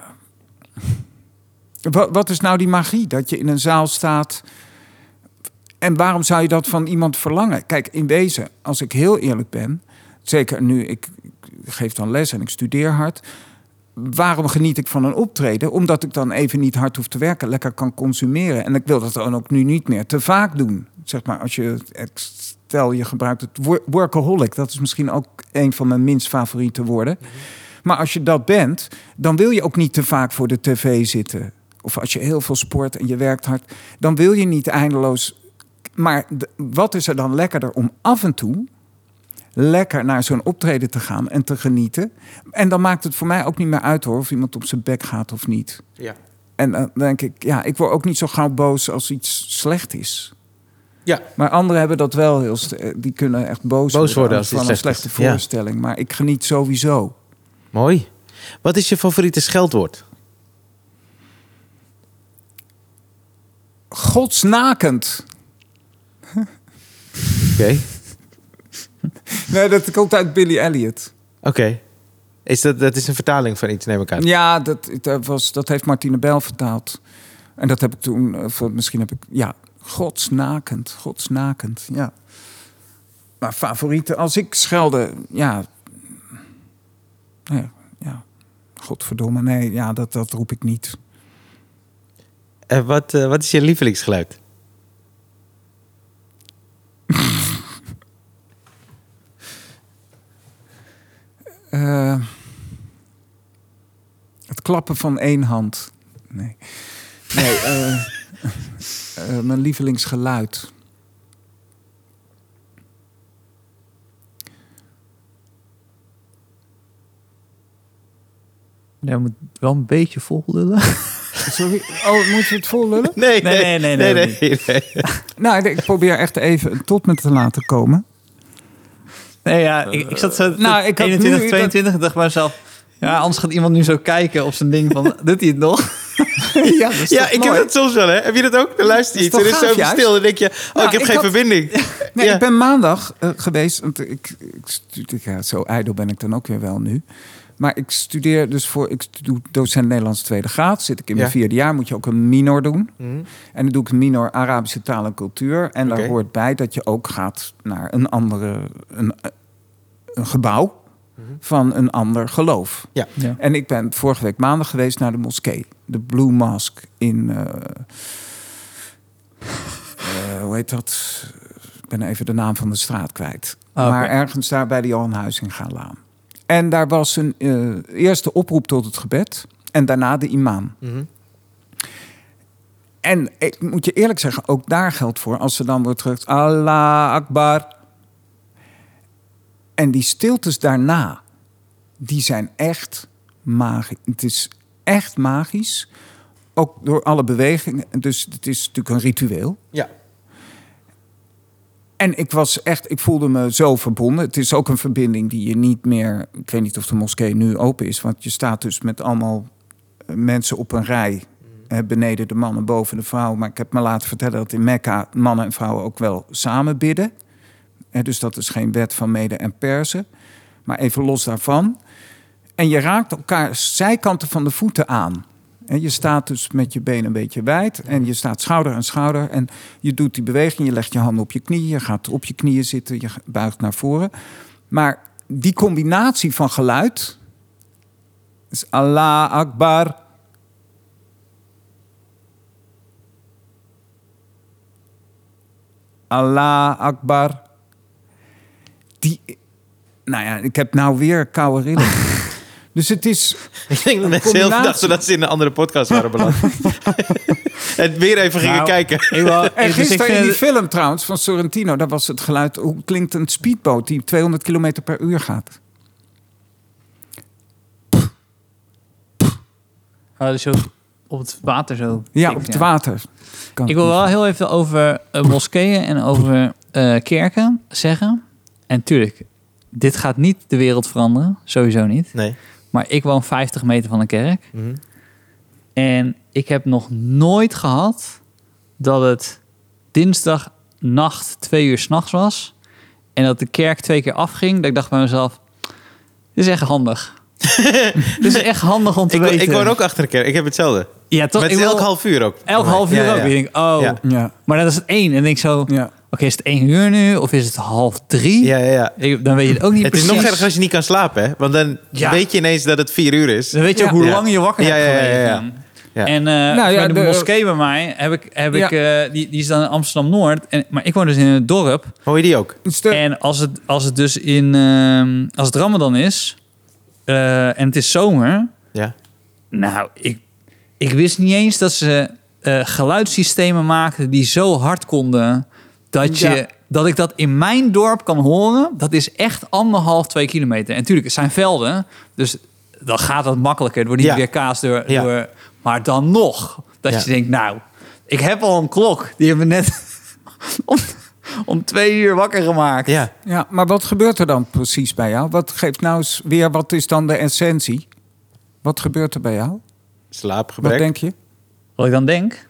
[SPEAKER 1] wat, wat is nou die magie? Dat je in een zaal staat... en waarom zou je dat van iemand verlangen? Kijk, in wezen, als ik heel eerlijk ben... zeker nu, ik, ik geef dan les en ik studeer hard... waarom geniet ik van een optreden? Omdat ik dan even niet hard hoef te werken, lekker kan consumeren. En ik wil dat dan ook nu niet meer te vaak doen. Zeg maar, als je, stel je gebruikt het wo- workaholic, dat is misschien ook een van mijn minst favoriete woorden. Mm-hmm. Maar als je dat bent, dan wil je ook niet te vaak voor de tv zitten. Of als je heel veel sport en je werkt hard, dan wil je niet eindeloos. Maar de, wat is er dan lekkerder om af en toe lekker naar zo'n optreden te gaan en te genieten. En dan maakt het voor mij ook niet meer uit hoor, of iemand op zijn bek gaat of niet.
[SPEAKER 2] Ja.
[SPEAKER 1] En dan denk ik, ja, ik word ook niet zo gauw boos als iets slecht is.
[SPEAKER 2] Ja.
[SPEAKER 1] Maar anderen hebben dat wel heel st- die kunnen echt boos,
[SPEAKER 2] Boos worden als
[SPEAKER 1] van
[SPEAKER 2] iets
[SPEAKER 1] een
[SPEAKER 2] slecht
[SPEAKER 1] slechte
[SPEAKER 2] is.
[SPEAKER 1] voorstelling. Ja. Maar ik geniet sowieso.
[SPEAKER 2] Mooi. Wat is je favoriete scheldwoord?
[SPEAKER 1] Godsnakend.
[SPEAKER 2] Oké. Okay.
[SPEAKER 1] Nee, dat komt uit Billy Elliot.
[SPEAKER 2] Oké. Okay. Is dat, dat is een vertaling van iets, neem ik aan.
[SPEAKER 1] Ja, dat, dat, was, dat heeft Martine Bijl vertaald. En dat heb ik toen, of misschien heb ik, ja, godsnakend, godsnakend, ja. Maar favorieten, als ik schelde, ja, ja, ja, godverdomme, nee, ja, dat, dat roep ik niet.
[SPEAKER 2] En wat, uh, wat is je lievelingsgeluid?
[SPEAKER 1] Uh, het klappen van één hand. Nee. Nee, uh, uh, mijn lievelingsgeluid.
[SPEAKER 3] Ja, moet wel een beetje vol lullen.
[SPEAKER 1] Sorry? Oh, moet je het vol lullen?
[SPEAKER 2] Nee,
[SPEAKER 3] nee, nee, nee. nee, nee, nee.
[SPEAKER 2] nee.
[SPEAKER 1] Nou, ik probeer echt even tot me te laten komen.
[SPEAKER 3] Nee, ja, ik, ik zat zo
[SPEAKER 1] nou, ik
[SPEAKER 3] eenentwintig,
[SPEAKER 1] nu,
[SPEAKER 3] tweeëntwintig en dacht bij mezelf... Ja, anders gaat iemand nu zo kijken op zijn ding van... Doet hij het nog?
[SPEAKER 1] Ja, dat is
[SPEAKER 2] ja ik
[SPEAKER 1] mooi?
[SPEAKER 2] heb dat soms wel, hè? Heb je dat ook? Dan luister je iets en is zo even stil. Dan denk je, oh, nou, ik heb ik geen had... verbinding.
[SPEAKER 1] Nee,
[SPEAKER 2] ja.
[SPEAKER 1] ik ben maandag uh, geweest. Want ik, ik, ik, ja, zo ijdel ben ik dan ook weer wel nu. Maar ik studeer dus voor... Ik doe docent Nederlands tweede graad. Zit ik in mijn ja. vierde jaar, moet je ook een minor doen. Mm-hmm. En dan doe ik een minor Arabische taal en cultuur. En daar okay. hoort bij dat je ook gaat naar een andere... Een, een gebouw mm-hmm. van een ander geloof.
[SPEAKER 2] Ja.
[SPEAKER 1] Ja. En ik ben vorige week maandag geweest naar de moskee. De Blue Mosque in... Uh, uh, hoe heet dat? Ik ben even de naam van de straat kwijt. Oh, maar okay. ergens daar bij de Johan Huizingalaan. En daar was een uh, eerste oproep tot het gebed. En daarna de imam. Mm-hmm. En ik moet je eerlijk zeggen, ook daar geldt voor... als ze dan wordt terug... Allah Akbar... En die stiltes daarna, die zijn echt magisch. Het is echt magisch. Ook door alle bewegingen. Dus het is natuurlijk een ritueel.
[SPEAKER 2] Ja.
[SPEAKER 1] En ik was echt, ik voelde me zo verbonden. Het is ook een verbinding die je niet meer... Ik weet niet of de moskee nu open is. Want je staat dus met allemaal mensen op een rij. Mm. Beneden de mannen, boven de vrouwen. Maar ik heb me laten vertellen dat in Mekka mannen en vrouwen ook wel samen bidden. He, dus dat is geen wet van mede en persen. Maar even los daarvan. En je raakt elkaar zijkanten van de voeten aan. En je staat dus met je benen een beetje wijd. En je staat schouder aan schouder. En je doet die beweging. Je legt je handen op je knieën. Je gaat op je knieën zitten. Je buigt naar voren. Maar die combinatie van geluid is Allah Akbar. Allah Akbar. Die, nou ja, ik heb nou weer koude rillen. Dus het is...
[SPEAKER 2] Ik denk dat mensen heel veel dachten dat ze in een andere podcast waren beland. En weer even gingen
[SPEAKER 3] Nou,
[SPEAKER 2] kijken.
[SPEAKER 3] Ik wil,
[SPEAKER 1] En
[SPEAKER 3] dus ik
[SPEAKER 1] gisteren
[SPEAKER 3] vind
[SPEAKER 1] in die
[SPEAKER 3] het-
[SPEAKER 1] film trouwens van Sorrentino, daar was het geluid... Hoe klinkt een speedboot die tweehonderd kilometer per uur gaat?
[SPEAKER 3] Oh, dus zo op het water zo.
[SPEAKER 1] Ja,
[SPEAKER 3] tikt,
[SPEAKER 1] op het water. Kan
[SPEAKER 3] Ik wil wel heel even over uh, moskeeën en over uh, kerken zeggen. En tuurlijk, dit gaat niet de wereld veranderen. Sowieso niet.
[SPEAKER 2] Nee.
[SPEAKER 3] Maar ik woon vijftig meter van een kerk.
[SPEAKER 2] Mhm.
[SPEAKER 3] En ik heb nog nooit gehad dat het dinsdagnacht twee uur 's nachts was. En dat de kerk twee keer afging. Dat ik dacht bij mezelf, dit is echt handig. Dit is echt handig om te
[SPEAKER 2] Ik, wo-
[SPEAKER 3] weten.
[SPEAKER 2] ik woon ook achter een kerk. Ik heb hetzelfde.
[SPEAKER 3] Ja, toch?
[SPEAKER 2] Met
[SPEAKER 3] Ik wil-
[SPEAKER 2] elk half uur ook.
[SPEAKER 3] Elk half uur
[SPEAKER 2] Ja,
[SPEAKER 3] ook.
[SPEAKER 2] ja.
[SPEAKER 3] Ik denk, oh.
[SPEAKER 2] Ja.
[SPEAKER 1] Ja,
[SPEAKER 3] Maar dat is het één. En dan denk ik zo,
[SPEAKER 1] ja.
[SPEAKER 3] oké, is het één uur nu? Of is het half drie?
[SPEAKER 2] Ja, ja, ja.
[SPEAKER 3] Ik- Dan weet je het ook niet
[SPEAKER 2] Het
[SPEAKER 3] precies.
[SPEAKER 2] is nog erger als je niet kan slapen, hè? Want dan
[SPEAKER 3] Ja.
[SPEAKER 2] weet je ineens dat het vier uur is.
[SPEAKER 3] Dan weet je ook
[SPEAKER 1] Ja.
[SPEAKER 3] hoe
[SPEAKER 2] Ja.
[SPEAKER 3] lang je wakker
[SPEAKER 2] Ja,
[SPEAKER 3] hebt
[SPEAKER 2] ja, ja,
[SPEAKER 3] gelegen.
[SPEAKER 2] ja, ja.
[SPEAKER 3] En uh,
[SPEAKER 1] Nou ja,
[SPEAKER 3] bij de,
[SPEAKER 1] de-
[SPEAKER 3] moskee bij mij heb ik, heb
[SPEAKER 1] Ja.
[SPEAKER 3] ik uh, die, die is dan in Amsterdam-Noord. En, maar ik woon dus in een dorp.
[SPEAKER 2] Hoor je die ook?
[SPEAKER 1] Een stuk-
[SPEAKER 3] En als het, als het dus in... Uh, als het Ramadan is... Uh, en het is zomer...
[SPEAKER 2] Ja.
[SPEAKER 3] Nou, ik, ik wist niet eens dat ze uh, geluidssystemen maakten... die zo hard konden... dat, je,
[SPEAKER 1] Ja.
[SPEAKER 3] dat ik dat in mijn dorp kan horen. Dat is echt anderhalf, twee kilometer. En natuurlijk, het zijn velden. Dus dan gaat dat makkelijker. Het wordt niet
[SPEAKER 2] Ja.
[SPEAKER 3] weer kaas door,
[SPEAKER 2] Ja.
[SPEAKER 3] door... Maar dan nog. Dat
[SPEAKER 2] Ja.
[SPEAKER 3] je denkt, nou... Ik heb al een klok. Die hebben me net om, om twee uur wakker gemaakt.
[SPEAKER 2] Ja.
[SPEAKER 1] Ja, maar wat gebeurt er dan precies bij jou? Wat geeft nou eens weer, wat is dan de essentie? Wat gebeurt er bij jou?
[SPEAKER 2] Slaapgebrek.
[SPEAKER 1] Wat denk je?
[SPEAKER 3] Wat ik dan denk?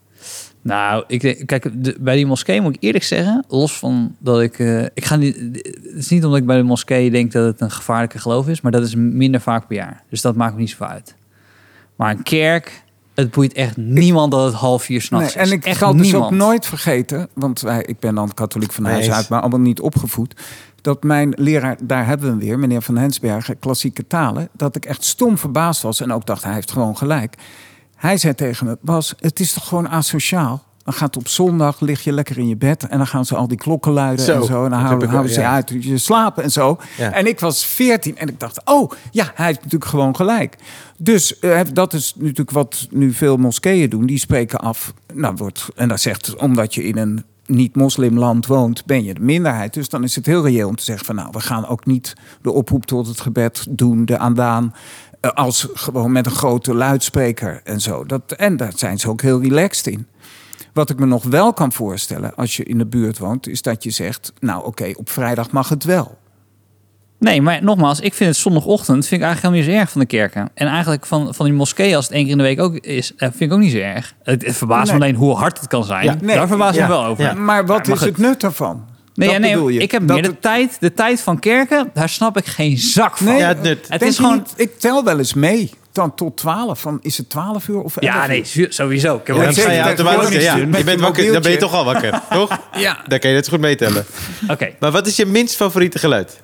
[SPEAKER 3] Nou, ik denk, kijk, de, bij die moskee moet ik eerlijk zeggen, los van dat ik, uh, ik ga niet, het is niet omdat ik bij de moskee denk dat het een gevaarlijke geloof is, maar dat is minder vaak per jaar. Dus dat maakt me niet zoveel uit. Maar een kerk, het boeit echt niemand dat het half vier 's nachts
[SPEAKER 1] Nee,
[SPEAKER 3] is.
[SPEAKER 1] en ik
[SPEAKER 3] echt
[SPEAKER 1] zal dus
[SPEAKER 3] niemand.
[SPEAKER 1] ook nooit vergeten, want wij, ik ben dan katholiek van huis
[SPEAKER 2] Nee.
[SPEAKER 1] uit, maar allemaal niet opgevoed. Dat mijn leraar, daar hebben we hem weer, meneer Van Hensbergen, klassieke talen, dat ik echt stom verbaasd was en ook dacht, hij heeft gewoon gelijk. Hij zei tegen me, Bas, het is toch gewoon asociaal? Dan gaat op zondag, lig je lekker in je bed en dan gaan ze al die klokken luiden
[SPEAKER 2] Zo,
[SPEAKER 1] en zo. En dan
[SPEAKER 2] dat
[SPEAKER 1] houden,
[SPEAKER 2] heb ik
[SPEAKER 1] houden
[SPEAKER 2] ook,
[SPEAKER 1] ze
[SPEAKER 2] ja.
[SPEAKER 1] uit je slapen en zo.
[SPEAKER 2] Ja.
[SPEAKER 1] En ik was veertien en ik dacht, oh ja, hij heeft natuurlijk gewoon gelijk. Dus eh, dat is natuurlijk wat nu veel moskeeën doen. Die spreken af, nou, wordt, en dat zegt, omdat je in een niet-moslimland woont, ben je de minderheid. Dus dan is het heel reëel om te zeggen van, nou, we gaan ook niet de oproep tot het gebed doen, de aandaan, eh, als gewoon met een grote luidspreker en zo. Dat, en daar zijn ze ook heel relaxed in. Wat ik me nog wel kan voorstellen als je in de buurt woont, is dat je zegt, nou oké, op vrijdag mag het wel.
[SPEAKER 3] Nee, maar nogmaals, ik vind het zondagochtend vind ik eigenlijk helemaal niet zo erg van de kerken. En eigenlijk van, van die moskee, als het één keer in de week ook is, eh, vind ik ook niet zo erg. Het, het verbaast me
[SPEAKER 1] Nee.
[SPEAKER 3] alleen hoe hard het kan zijn.
[SPEAKER 2] Ja,
[SPEAKER 1] nee,
[SPEAKER 3] Daar verbaas ik
[SPEAKER 2] ja,
[SPEAKER 3] me wel over.
[SPEAKER 2] ja.
[SPEAKER 1] Maar wat
[SPEAKER 3] maar
[SPEAKER 1] is
[SPEAKER 3] goed.
[SPEAKER 1] het nut daarvan?
[SPEAKER 3] Nee,
[SPEAKER 1] Dat
[SPEAKER 3] ja,
[SPEAKER 1] bedoel
[SPEAKER 3] nee
[SPEAKER 1] je.
[SPEAKER 3] ik heb
[SPEAKER 1] Dat
[SPEAKER 3] meer de
[SPEAKER 1] het-
[SPEAKER 3] tijd, de tijd van kerken, daar snap ik geen zak van.
[SPEAKER 1] Nee,
[SPEAKER 2] Ja, het nut.
[SPEAKER 3] Het
[SPEAKER 1] Denk
[SPEAKER 3] is
[SPEAKER 1] je
[SPEAKER 3] gewoon...
[SPEAKER 1] niet- ik tel wel eens mee. Dan tot twaalf. Van, is het twaalf uur of elf
[SPEAKER 3] Ja,
[SPEAKER 1] uur?
[SPEAKER 3] nee, su- sowieso. Ik heb
[SPEAKER 1] Ja,
[SPEAKER 3] ook
[SPEAKER 2] Dan
[SPEAKER 1] zeker
[SPEAKER 2] ga je
[SPEAKER 1] tegenwoordig
[SPEAKER 2] automatisch, ja.
[SPEAKER 1] niet met
[SPEAKER 2] Je bent
[SPEAKER 1] je
[SPEAKER 2] wakker, dan ben je
[SPEAKER 1] mobieltje.
[SPEAKER 2] toch al wakker, toch?
[SPEAKER 1] Ja.
[SPEAKER 2] Dan kan je net zo goed meetellen.
[SPEAKER 3] Oké.
[SPEAKER 2] Maar wat is je minst favoriete geluid?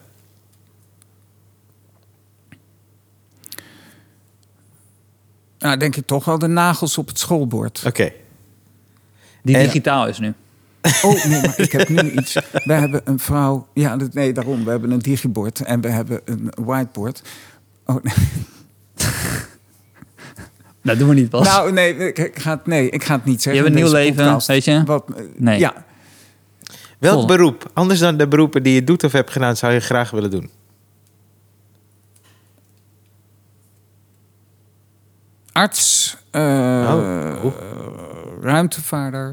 [SPEAKER 1] Nou, denk ik toch wel de nagels op het schoolbord.
[SPEAKER 2] Oké.
[SPEAKER 3] Die
[SPEAKER 2] En-
[SPEAKER 3] digitaal is nu.
[SPEAKER 1] Oh, nee, maar ik heb nu iets. We hebben een vrouw... Ja, dat- nee, daarom. We hebben een digibord en we hebben een whiteboard. Oh, nee.
[SPEAKER 3] Dat doen we niet, Bas.
[SPEAKER 1] Nou, nee ik, ik ga het, nee, ik ga het niet zeggen.
[SPEAKER 3] Je hebt een
[SPEAKER 1] in
[SPEAKER 3] nieuw
[SPEAKER 1] deze
[SPEAKER 3] leven,
[SPEAKER 1] podcast.
[SPEAKER 3] weet je?
[SPEAKER 1] Wat, eh,
[SPEAKER 3] Nee.
[SPEAKER 1] Ja,
[SPEAKER 2] Welk
[SPEAKER 3] Vol.
[SPEAKER 2] beroep, anders dan de beroepen die je doet of hebt gedaan, zou je graag willen doen?
[SPEAKER 1] arts, eh,
[SPEAKER 2] Oh, oh.
[SPEAKER 1] ruimtevaarder,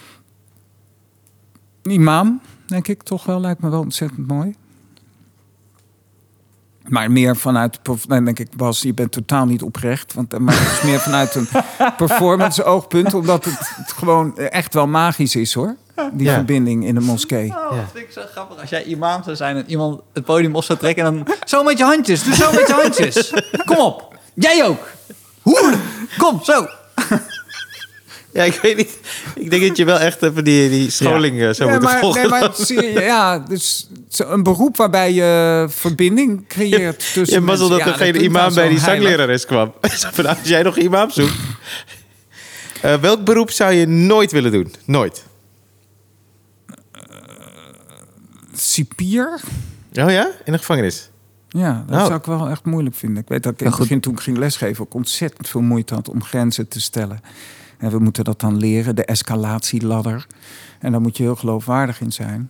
[SPEAKER 1] imam, denk ik toch wel. Lijkt me wel ontzettend mooi. Maar meer vanuit, dan denk ik, Bas, je bent totaal niet oprecht. Want maar het is meer vanuit een performance oogpunt, omdat het, het gewoon echt wel magisch is, hoor. Die
[SPEAKER 2] Ja.
[SPEAKER 1] verbinding in de moskee.
[SPEAKER 3] Oh,
[SPEAKER 2] Ja.
[SPEAKER 3] dat vind ik zo grappig. Als jij imam zou zijn en iemand het podium op zou trekken... en dan zo met je handjes, doe zo met je handjes. Kom op, jij ook. Hoer, kom, zo.
[SPEAKER 2] Ja, ik weet niet. Ik denk dat je wel echt even die, die scholing eh, zou
[SPEAKER 1] Ja,
[SPEAKER 2] moeten
[SPEAKER 1] maar,
[SPEAKER 2] volgen.
[SPEAKER 1] nee, maar zie je, ja, dus zo een beroep waarbij je verbinding creëert tussen
[SPEAKER 2] Je mazzel dat
[SPEAKER 1] mensen.
[SPEAKER 2] er
[SPEAKER 1] Ja,
[SPEAKER 2] geen
[SPEAKER 1] klinkt
[SPEAKER 2] imam
[SPEAKER 1] dan
[SPEAKER 2] bij
[SPEAKER 1] zo
[SPEAKER 2] die
[SPEAKER 1] heilig.
[SPEAKER 2] zanglerares kwam. Zo van, als jij nog imam zoekt. Uh, welk beroep zou je nooit willen doen? Nooit.
[SPEAKER 1] Cipier?
[SPEAKER 2] Oh ja? In de gevangenis?
[SPEAKER 1] Ja, dat
[SPEAKER 2] Oh.
[SPEAKER 1] zou ik wel echt moeilijk vinden. Ik weet dat ik in
[SPEAKER 3] Ja,
[SPEAKER 1] het
[SPEAKER 3] goed.
[SPEAKER 1] begin toen ik ging lesgeven ook ontzettend veel moeite had om grenzen te stellen. En we moeten dat dan leren, de escalatieladder. En daar moet je heel geloofwaardig in zijn.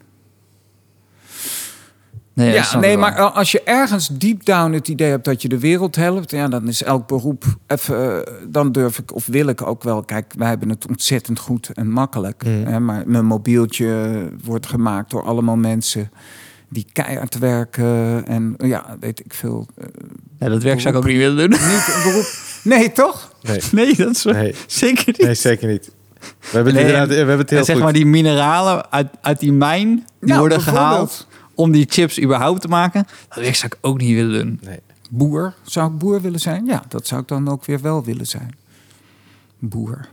[SPEAKER 3] Nee, dat
[SPEAKER 1] Ja,
[SPEAKER 3] snap
[SPEAKER 1] nee,
[SPEAKER 3] ik wel.
[SPEAKER 1] maar als je ergens deep down het idee hebt dat je de wereld helpt, ja, dan is elk beroep even, uh, dan durf ik of wil ik ook wel. Kijk, wij hebben het ontzettend goed en makkelijk.
[SPEAKER 2] Mm.
[SPEAKER 1] Hè, maar mijn mobieltje wordt gemaakt door allemaal mensen die keihard werken en ja, weet ik veel. Uh,
[SPEAKER 3] Ja, dat werk zou ik ook niet willen doen.
[SPEAKER 1] niet een beroep. Nee, toch?
[SPEAKER 2] Nee,
[SPEAKER 3] Nee, dat is
[SPEAKER 2] nee,
[SPEAKER 3] zeker niet.
[SPEAKER 2] nee zeker niet. We hebben het,
[SPEAKER 3] Nee,
[SPEAKER 2] inderdaad, we hebben het heel
[SPEAKER 3] En zeg
[SPEAKER 2] goed.
[SPEAKER 3] maar die mineralen uit, uit die mijn, die
[SPEAKER 1] Ja,
[SPEAKER 3] worden
[SPEAKER 1] bijvoorbeeld.
[SPEAKER 3] gehaald om die chips überhaupt te maken. Dat werk zou ik ook niet willen doen.
[SPEAKER 2] Nee.
[SPEAKER 1] Boer. Zou ik boer willen zijn? Ja, dat zou ik dan ook weer wel willen zijn. Boer.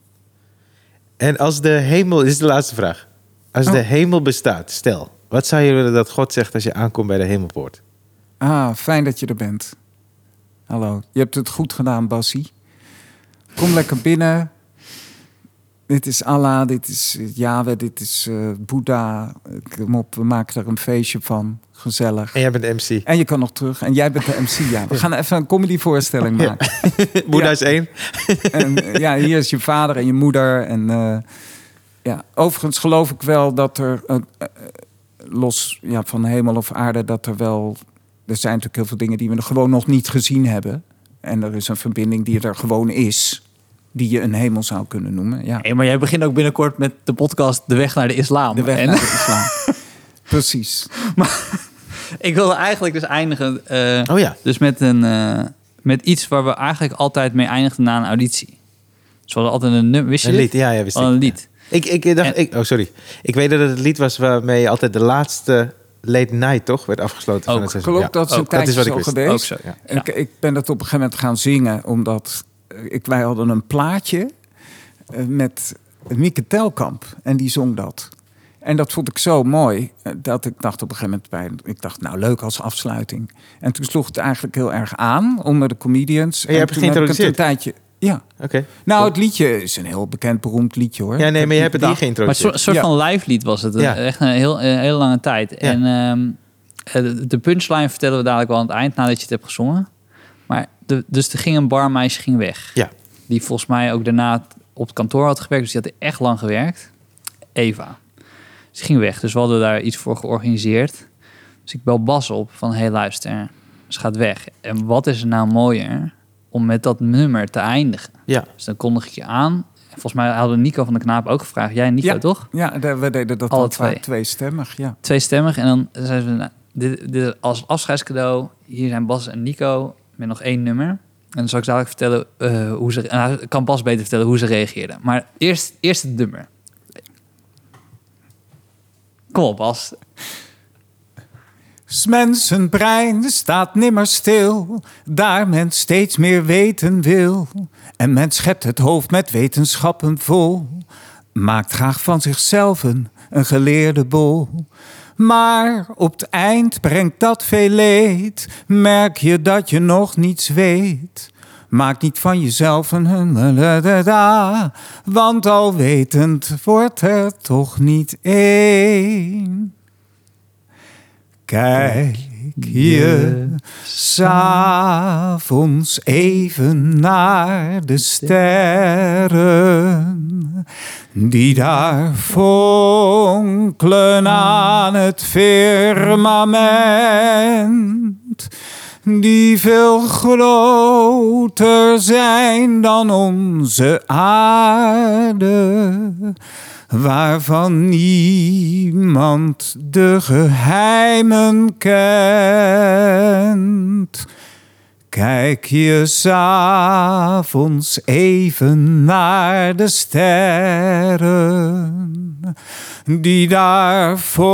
[SPEAKER 2] En als de hemel... Dit is de laatste vraag. Als
[SPEAKER 1] Oh.
[SPEAKER 2] de hemel bestaat, stel... Wat zou je willen dat God zegt als je aankomt bij de hemelpoort?
[SPEAKER 1] Ah, fijn dat je er bent. Hallo, je hebt het goed gedaan, Bassie. Kom lekker binnen. Dit is Allah, dit is Yahweh, dit is uh, Boeddha. Kom op, we maken er een feestje van. Gezellig.
[SPEAKER 2] En jij bent de M C.
[SPEAKER 1] En je kan nog terug. En jij bent de M C, ja. We gaan even een comedyvoorstelling maken.
[SPEAKER 2] Boeddha
[SPEAKER 1] Ja.
[SPEAKER 2] is één.
[SPEAKER 1] En uh, ja, hier is je vader en je moeder. En uh, ja, overigens geloof ik wel dat er... Uh, uh, los ja, van hemel of aarde, dat er wel... Er zijn natuurlijk heel veel dingen die we er gewoon nog niet gezien hebben. En er is een verbinding die er gewoon is. Die je een hemel zou kunnen noemen. Ja.
[SPEAKER 3] Hey, maar jij begint ook binnenkort met de podcast De Weg naar de Islam.
[SPEAKER 1] De weg
[SPEAKER 3] En
[SPEAKER 1] naar de islam. Precies.
[SPEAKER 3] ik wilde eigenlijk dus eindigen uh,
[SPEAKER 2] Oh ja.
[SPEAKER 3] dus met, een, uh, met iets waar we eigenlijk altijd mee eindigden na een auditie. Dus we hadden altijd een nummer. Wist je
[SPEAKER 2] Een
[SPEAKER 3] dit?
[SPEAKER 2] lied, ja, ja, wist
[SPEAKER 3] Oh,
[SPEAKER 2] ik.
[SPEAKER 3] een lied.
[SPEAKER 2] Ik, ik dacht...
[SPEAKER 3] En-
[SPEAKER 2] Ik, oh, sorry. Ik weet dat het het lied was waarmee altijd de laatste late night, toch? Werd afgesloten van
[SPEAKER 3] Ook.
[SPEAKER 2] het seizoen.
[SPEAKER 1] Klopt,
[SPEAKER 2] Ja.
[SPEAKER 1] dat is een
[SPEAKER 3] ook.
[SPEAKER 2] Dat is
[SPEAKER 1] tijdje
[SPEAKER 2] wat ik
[SPEAKER 1] zo
[SPEAKER 2] wist.
[SPEAKER 1] geweest.
[SPEAKER 3] Ook zo.
[SPEAKER 2] Ja.
[SPEAKER 1] Ik, ik ben dat op een gegeven moment gaan zingen, omdat ik, wij hadden een plaatje uh, met Mieke Telkamp en die zong dat. En dat vond ik zo mooi, uh, dat ik dacht op een gegeven moment bij, ik dacht nou leuk als afsluiting. En toen sloeg het eigenlijk heel erg aan onder de comedians.
[SPEAKER 2] En je hebt
[SPEAKER 1] toen heb ik het een
[SPEAKER 2] geïntroduceerd?
[SPEAKER 1] tijdje. Ja.
[SPEAKER 2] Oké.
[SPEAKER 1] Nou, het liedje is een heel bekend, beroemd liedje hoor.
[SPEAKER 2] Ja, nee, maar je hebt het hier
[SPEAKER 3] Maar een
[SPEAKER 2] geïntroduceerd.
[SPEAKER 3] soort, soort
[SPEAKER 1] Ja.
[SPEAKER 3] van live lied was het.
[SPEAKER 2] Ja.
[SPEAKER 3] Echt een, heel, een hele lange tijd. En um, de, de punchline vertellen we dadelijk wel aan het eind, nadat je het hebt gezongen. Maar de, dus er ging een barmeisje ging weg.
[SPEAKER 2] Ja.
[SPEAKER 3] Die volgens mij ook daarna op het kantoor had gewerkt. Dus die had er echt lang gewerkt. Eva. Ze ging weg. Dus we hadden daar iets voor georganiseerd. Dus ik bel Bas op van, hey luister, ze gaat weg. En wat is er nou mooier om met dat nummer te eindigen?
[SPEAKER 2] Ja.
[SPEAKER 3] Dus dan kondig ik je aan. Volgens mij hadden Nico van de Knaap ook gevraagd. Jij en Nico,
[SPEAKER 1] Ja.
[SPEAKER 3] toch?
[SPEAKER 1] Ja, de- we deden dat
[SPEAKER 3] Alle
[SPEAKER 1] al
[SPEAKER 3] twee.
[SPEAKER 1] twee. tweestemmig, ja.
[SPEAKER 3] Tweestemmig. En dan zeiden ze, nou, dit, dit als afscheidscadeau. Hier zijn Bas en Nico met nog één nummer. En dan zal ik dadelijk vertellen uh, hoe ze... Nou, kan Bas beter vertellen hoe ze reageerden. Maar eerst, eerst het nummer. Kom op, Bas.
[SPEAKER 1] 'S mensen brein staat nimmer stil, daar men steeds meer weten wil. En men schept het hoofd met wetenschappen vol, maakt graag van zichzelf een, een geleerde bol. Maar op het eind brengt dat veel leed, merk je dat je nog niets weet. Maak niet van jezelf een hun, want al wetend wordt er toch niet één. Kijk je s'avonds even naar de sterren, die daar fonkelen aan het firmament, die veel groter zijn dan onze aarde, waarvan niemand de geheimen kent. Kijk je 's avonds even naar de sterren, die daar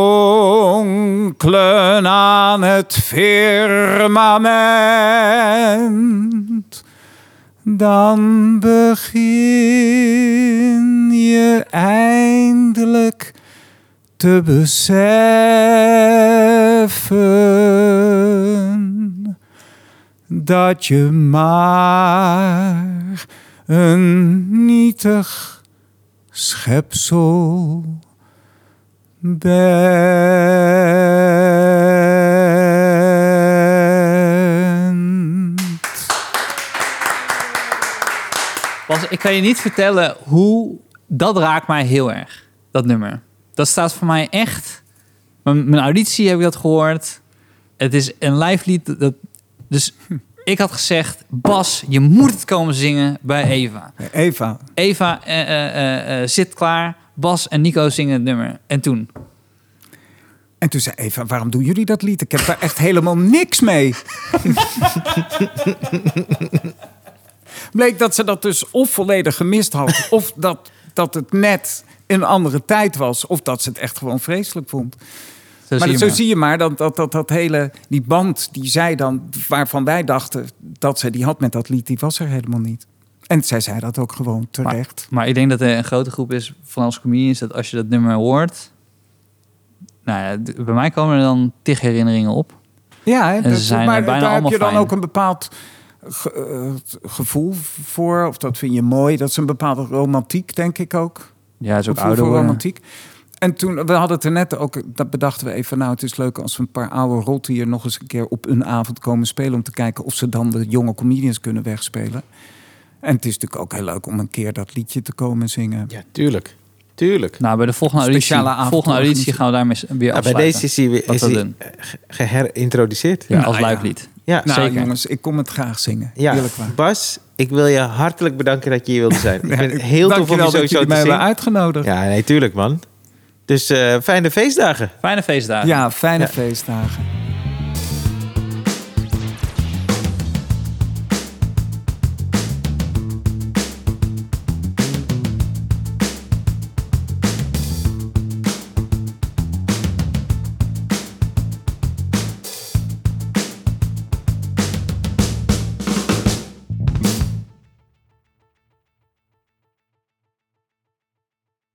[SPEAKER 1] fonkelen aan het firmament. Dan begin je eindelijk te beseffen dat je maar een nietig schepsel bent.
[SPEAKER 3] Bas, ik kan je niet vertellen hoe... Dat raakt mij heel erg, dat nummer. Dat staat voor mij echt... Mijn, mijn auditie heb ik dat gehoord. Het is een live lied. Dat, dus ik had gezegd... Bas, je moet het komen zingen bij Eva.
[SPEAKER 1] Eva.
[SPEAKER 3] Eva uh, uh, uh, zit klaar. Bas en Nico zingen het nummer. En toen?
[SPEAKER 1] En toen zei Eva, waarom doen jullie dat lied? Ik heb daar echt helemaal niks mee. Bleek dat ze dat dus of volledig gemist had... of dat, dat het net een andere tijd was... of dat ze het echt gewoon vreselijk vond.
[SPEAKER 3] Zo
[SPEAKER 1] maar
[SPEAKER 3] zie
[SPEAKER 1] zo
[SPEAKER 3] maar.
[SPEAKER 1] zie je maar dat, dat, dat, dat hele... die band die zij dan... waarvan wij dachten dat ze die had met dat lied... die was er helemaal niet. En zij zei dat ook gewoon terecht.
[SPEAKER 3] Maar, maar ik denk dat er een grote groep is van als comedians... dat als je dat nummer hoort... Nou ja, d- bij mij komen er dan tig herinneringen op.
[SPEAKER 1] Ja, hè,
[SPEAKER 3] En ze
[SPEAKER 1] dat,
[SPEAKER 3] zijn
[SPEAKER 1] maar
[SPEAKER 3] er bijna
[SPEAKER 1] daar heb
[SPEAKER 3] allemaal
[SPEAKER 1] je dan
[SPEAKER 3] fijn.
[SPEAKER 1] ook een bepaald ge- eh, gevoel voor. Of dat vind je mooi. Dat is een bepaalde romantiek, denk ik ook.
[SPEAKER 3] Ja, het is ook
[SPEAKER 1] Gevoel
[SPEAKER 3] ouder
[SPEAKER 1] voor
[SPEAKER 3] worden.
[SPEAKER 1] romantiek. En toen, we hadden het er net ook, dat bedachten we even... nou, het is leuk als we een paar oude rotten hier nog eens een keer op een avond komen spelen... om te kijken of ze dan de jonge comedians kunnen wegspelen. En het is natuurlijk ook heel leuk om een keer dat liedje te komen zingen.
[SPEAKER 2] Ja, tuurlijk. Tuurlijk.
[SPEAKER 3] Nou, bij de volgende auditie,
[SPEAKER 1] Speciale avond
[SPEAKER 3] volgende auditie
[SPEAKER 1] organiseren.
[SPEAKER 3] gaan we daarmee weer
[SPEAKER 2] Ja, bij
[SPEAKER 3] afsluiten.
[SPEAKER 2] deze is hij, weer-
[SPEAKER 3] Wat
[SPEAKER 2] is
[SPEAKER 3] we
[SPEAKER 2] hij
[SPEAKER 3] doen.
[SPEAKER 2] eh, ge- geherintroduceerd.
[SPEAKER 3] Ja,
[SPEAKER 1] Nou
[SPEAKER 3] als
[SPEAKER 1] ja.
[SPEAKER 3] live lied.
[SPEAKER 2] Ja,
[SPEAKER 1] Nou
[SPEAKER 3] zeker.
[SPEAKER 1] jongens, ik kom het graag zingen.
[SPEAKER 2] ja.
[SPEAKER 1] Eerlijk waar.
[SPEAKER 2] Bas, ik wil je hartelijk bedanken dat je hier wilde zijn. Ik
[SPEAKER 1] Ja,
[SPEAKER 2] vind het heel tof om je
[SPEAKER 1] dankjewel dat
[SPEAKER 2] sowieso
[SPEAKER 1] jullie
[SPEAKER 2] te
[SPEAKER 1] mij hebben
[SPEAKER 2] zien.
[SPEAKER 1] uitgenodigd.
[SPEAKER 2] Ja, nee, tuurlijk man. Dus eh, fijne feestdagen.
[SPEAKER 3] Fijne feestdagen.
[SPEAKER 1] Ja, fijne
[SPEAKER 2] Ja.
[SPEAKER 1] feestdagen.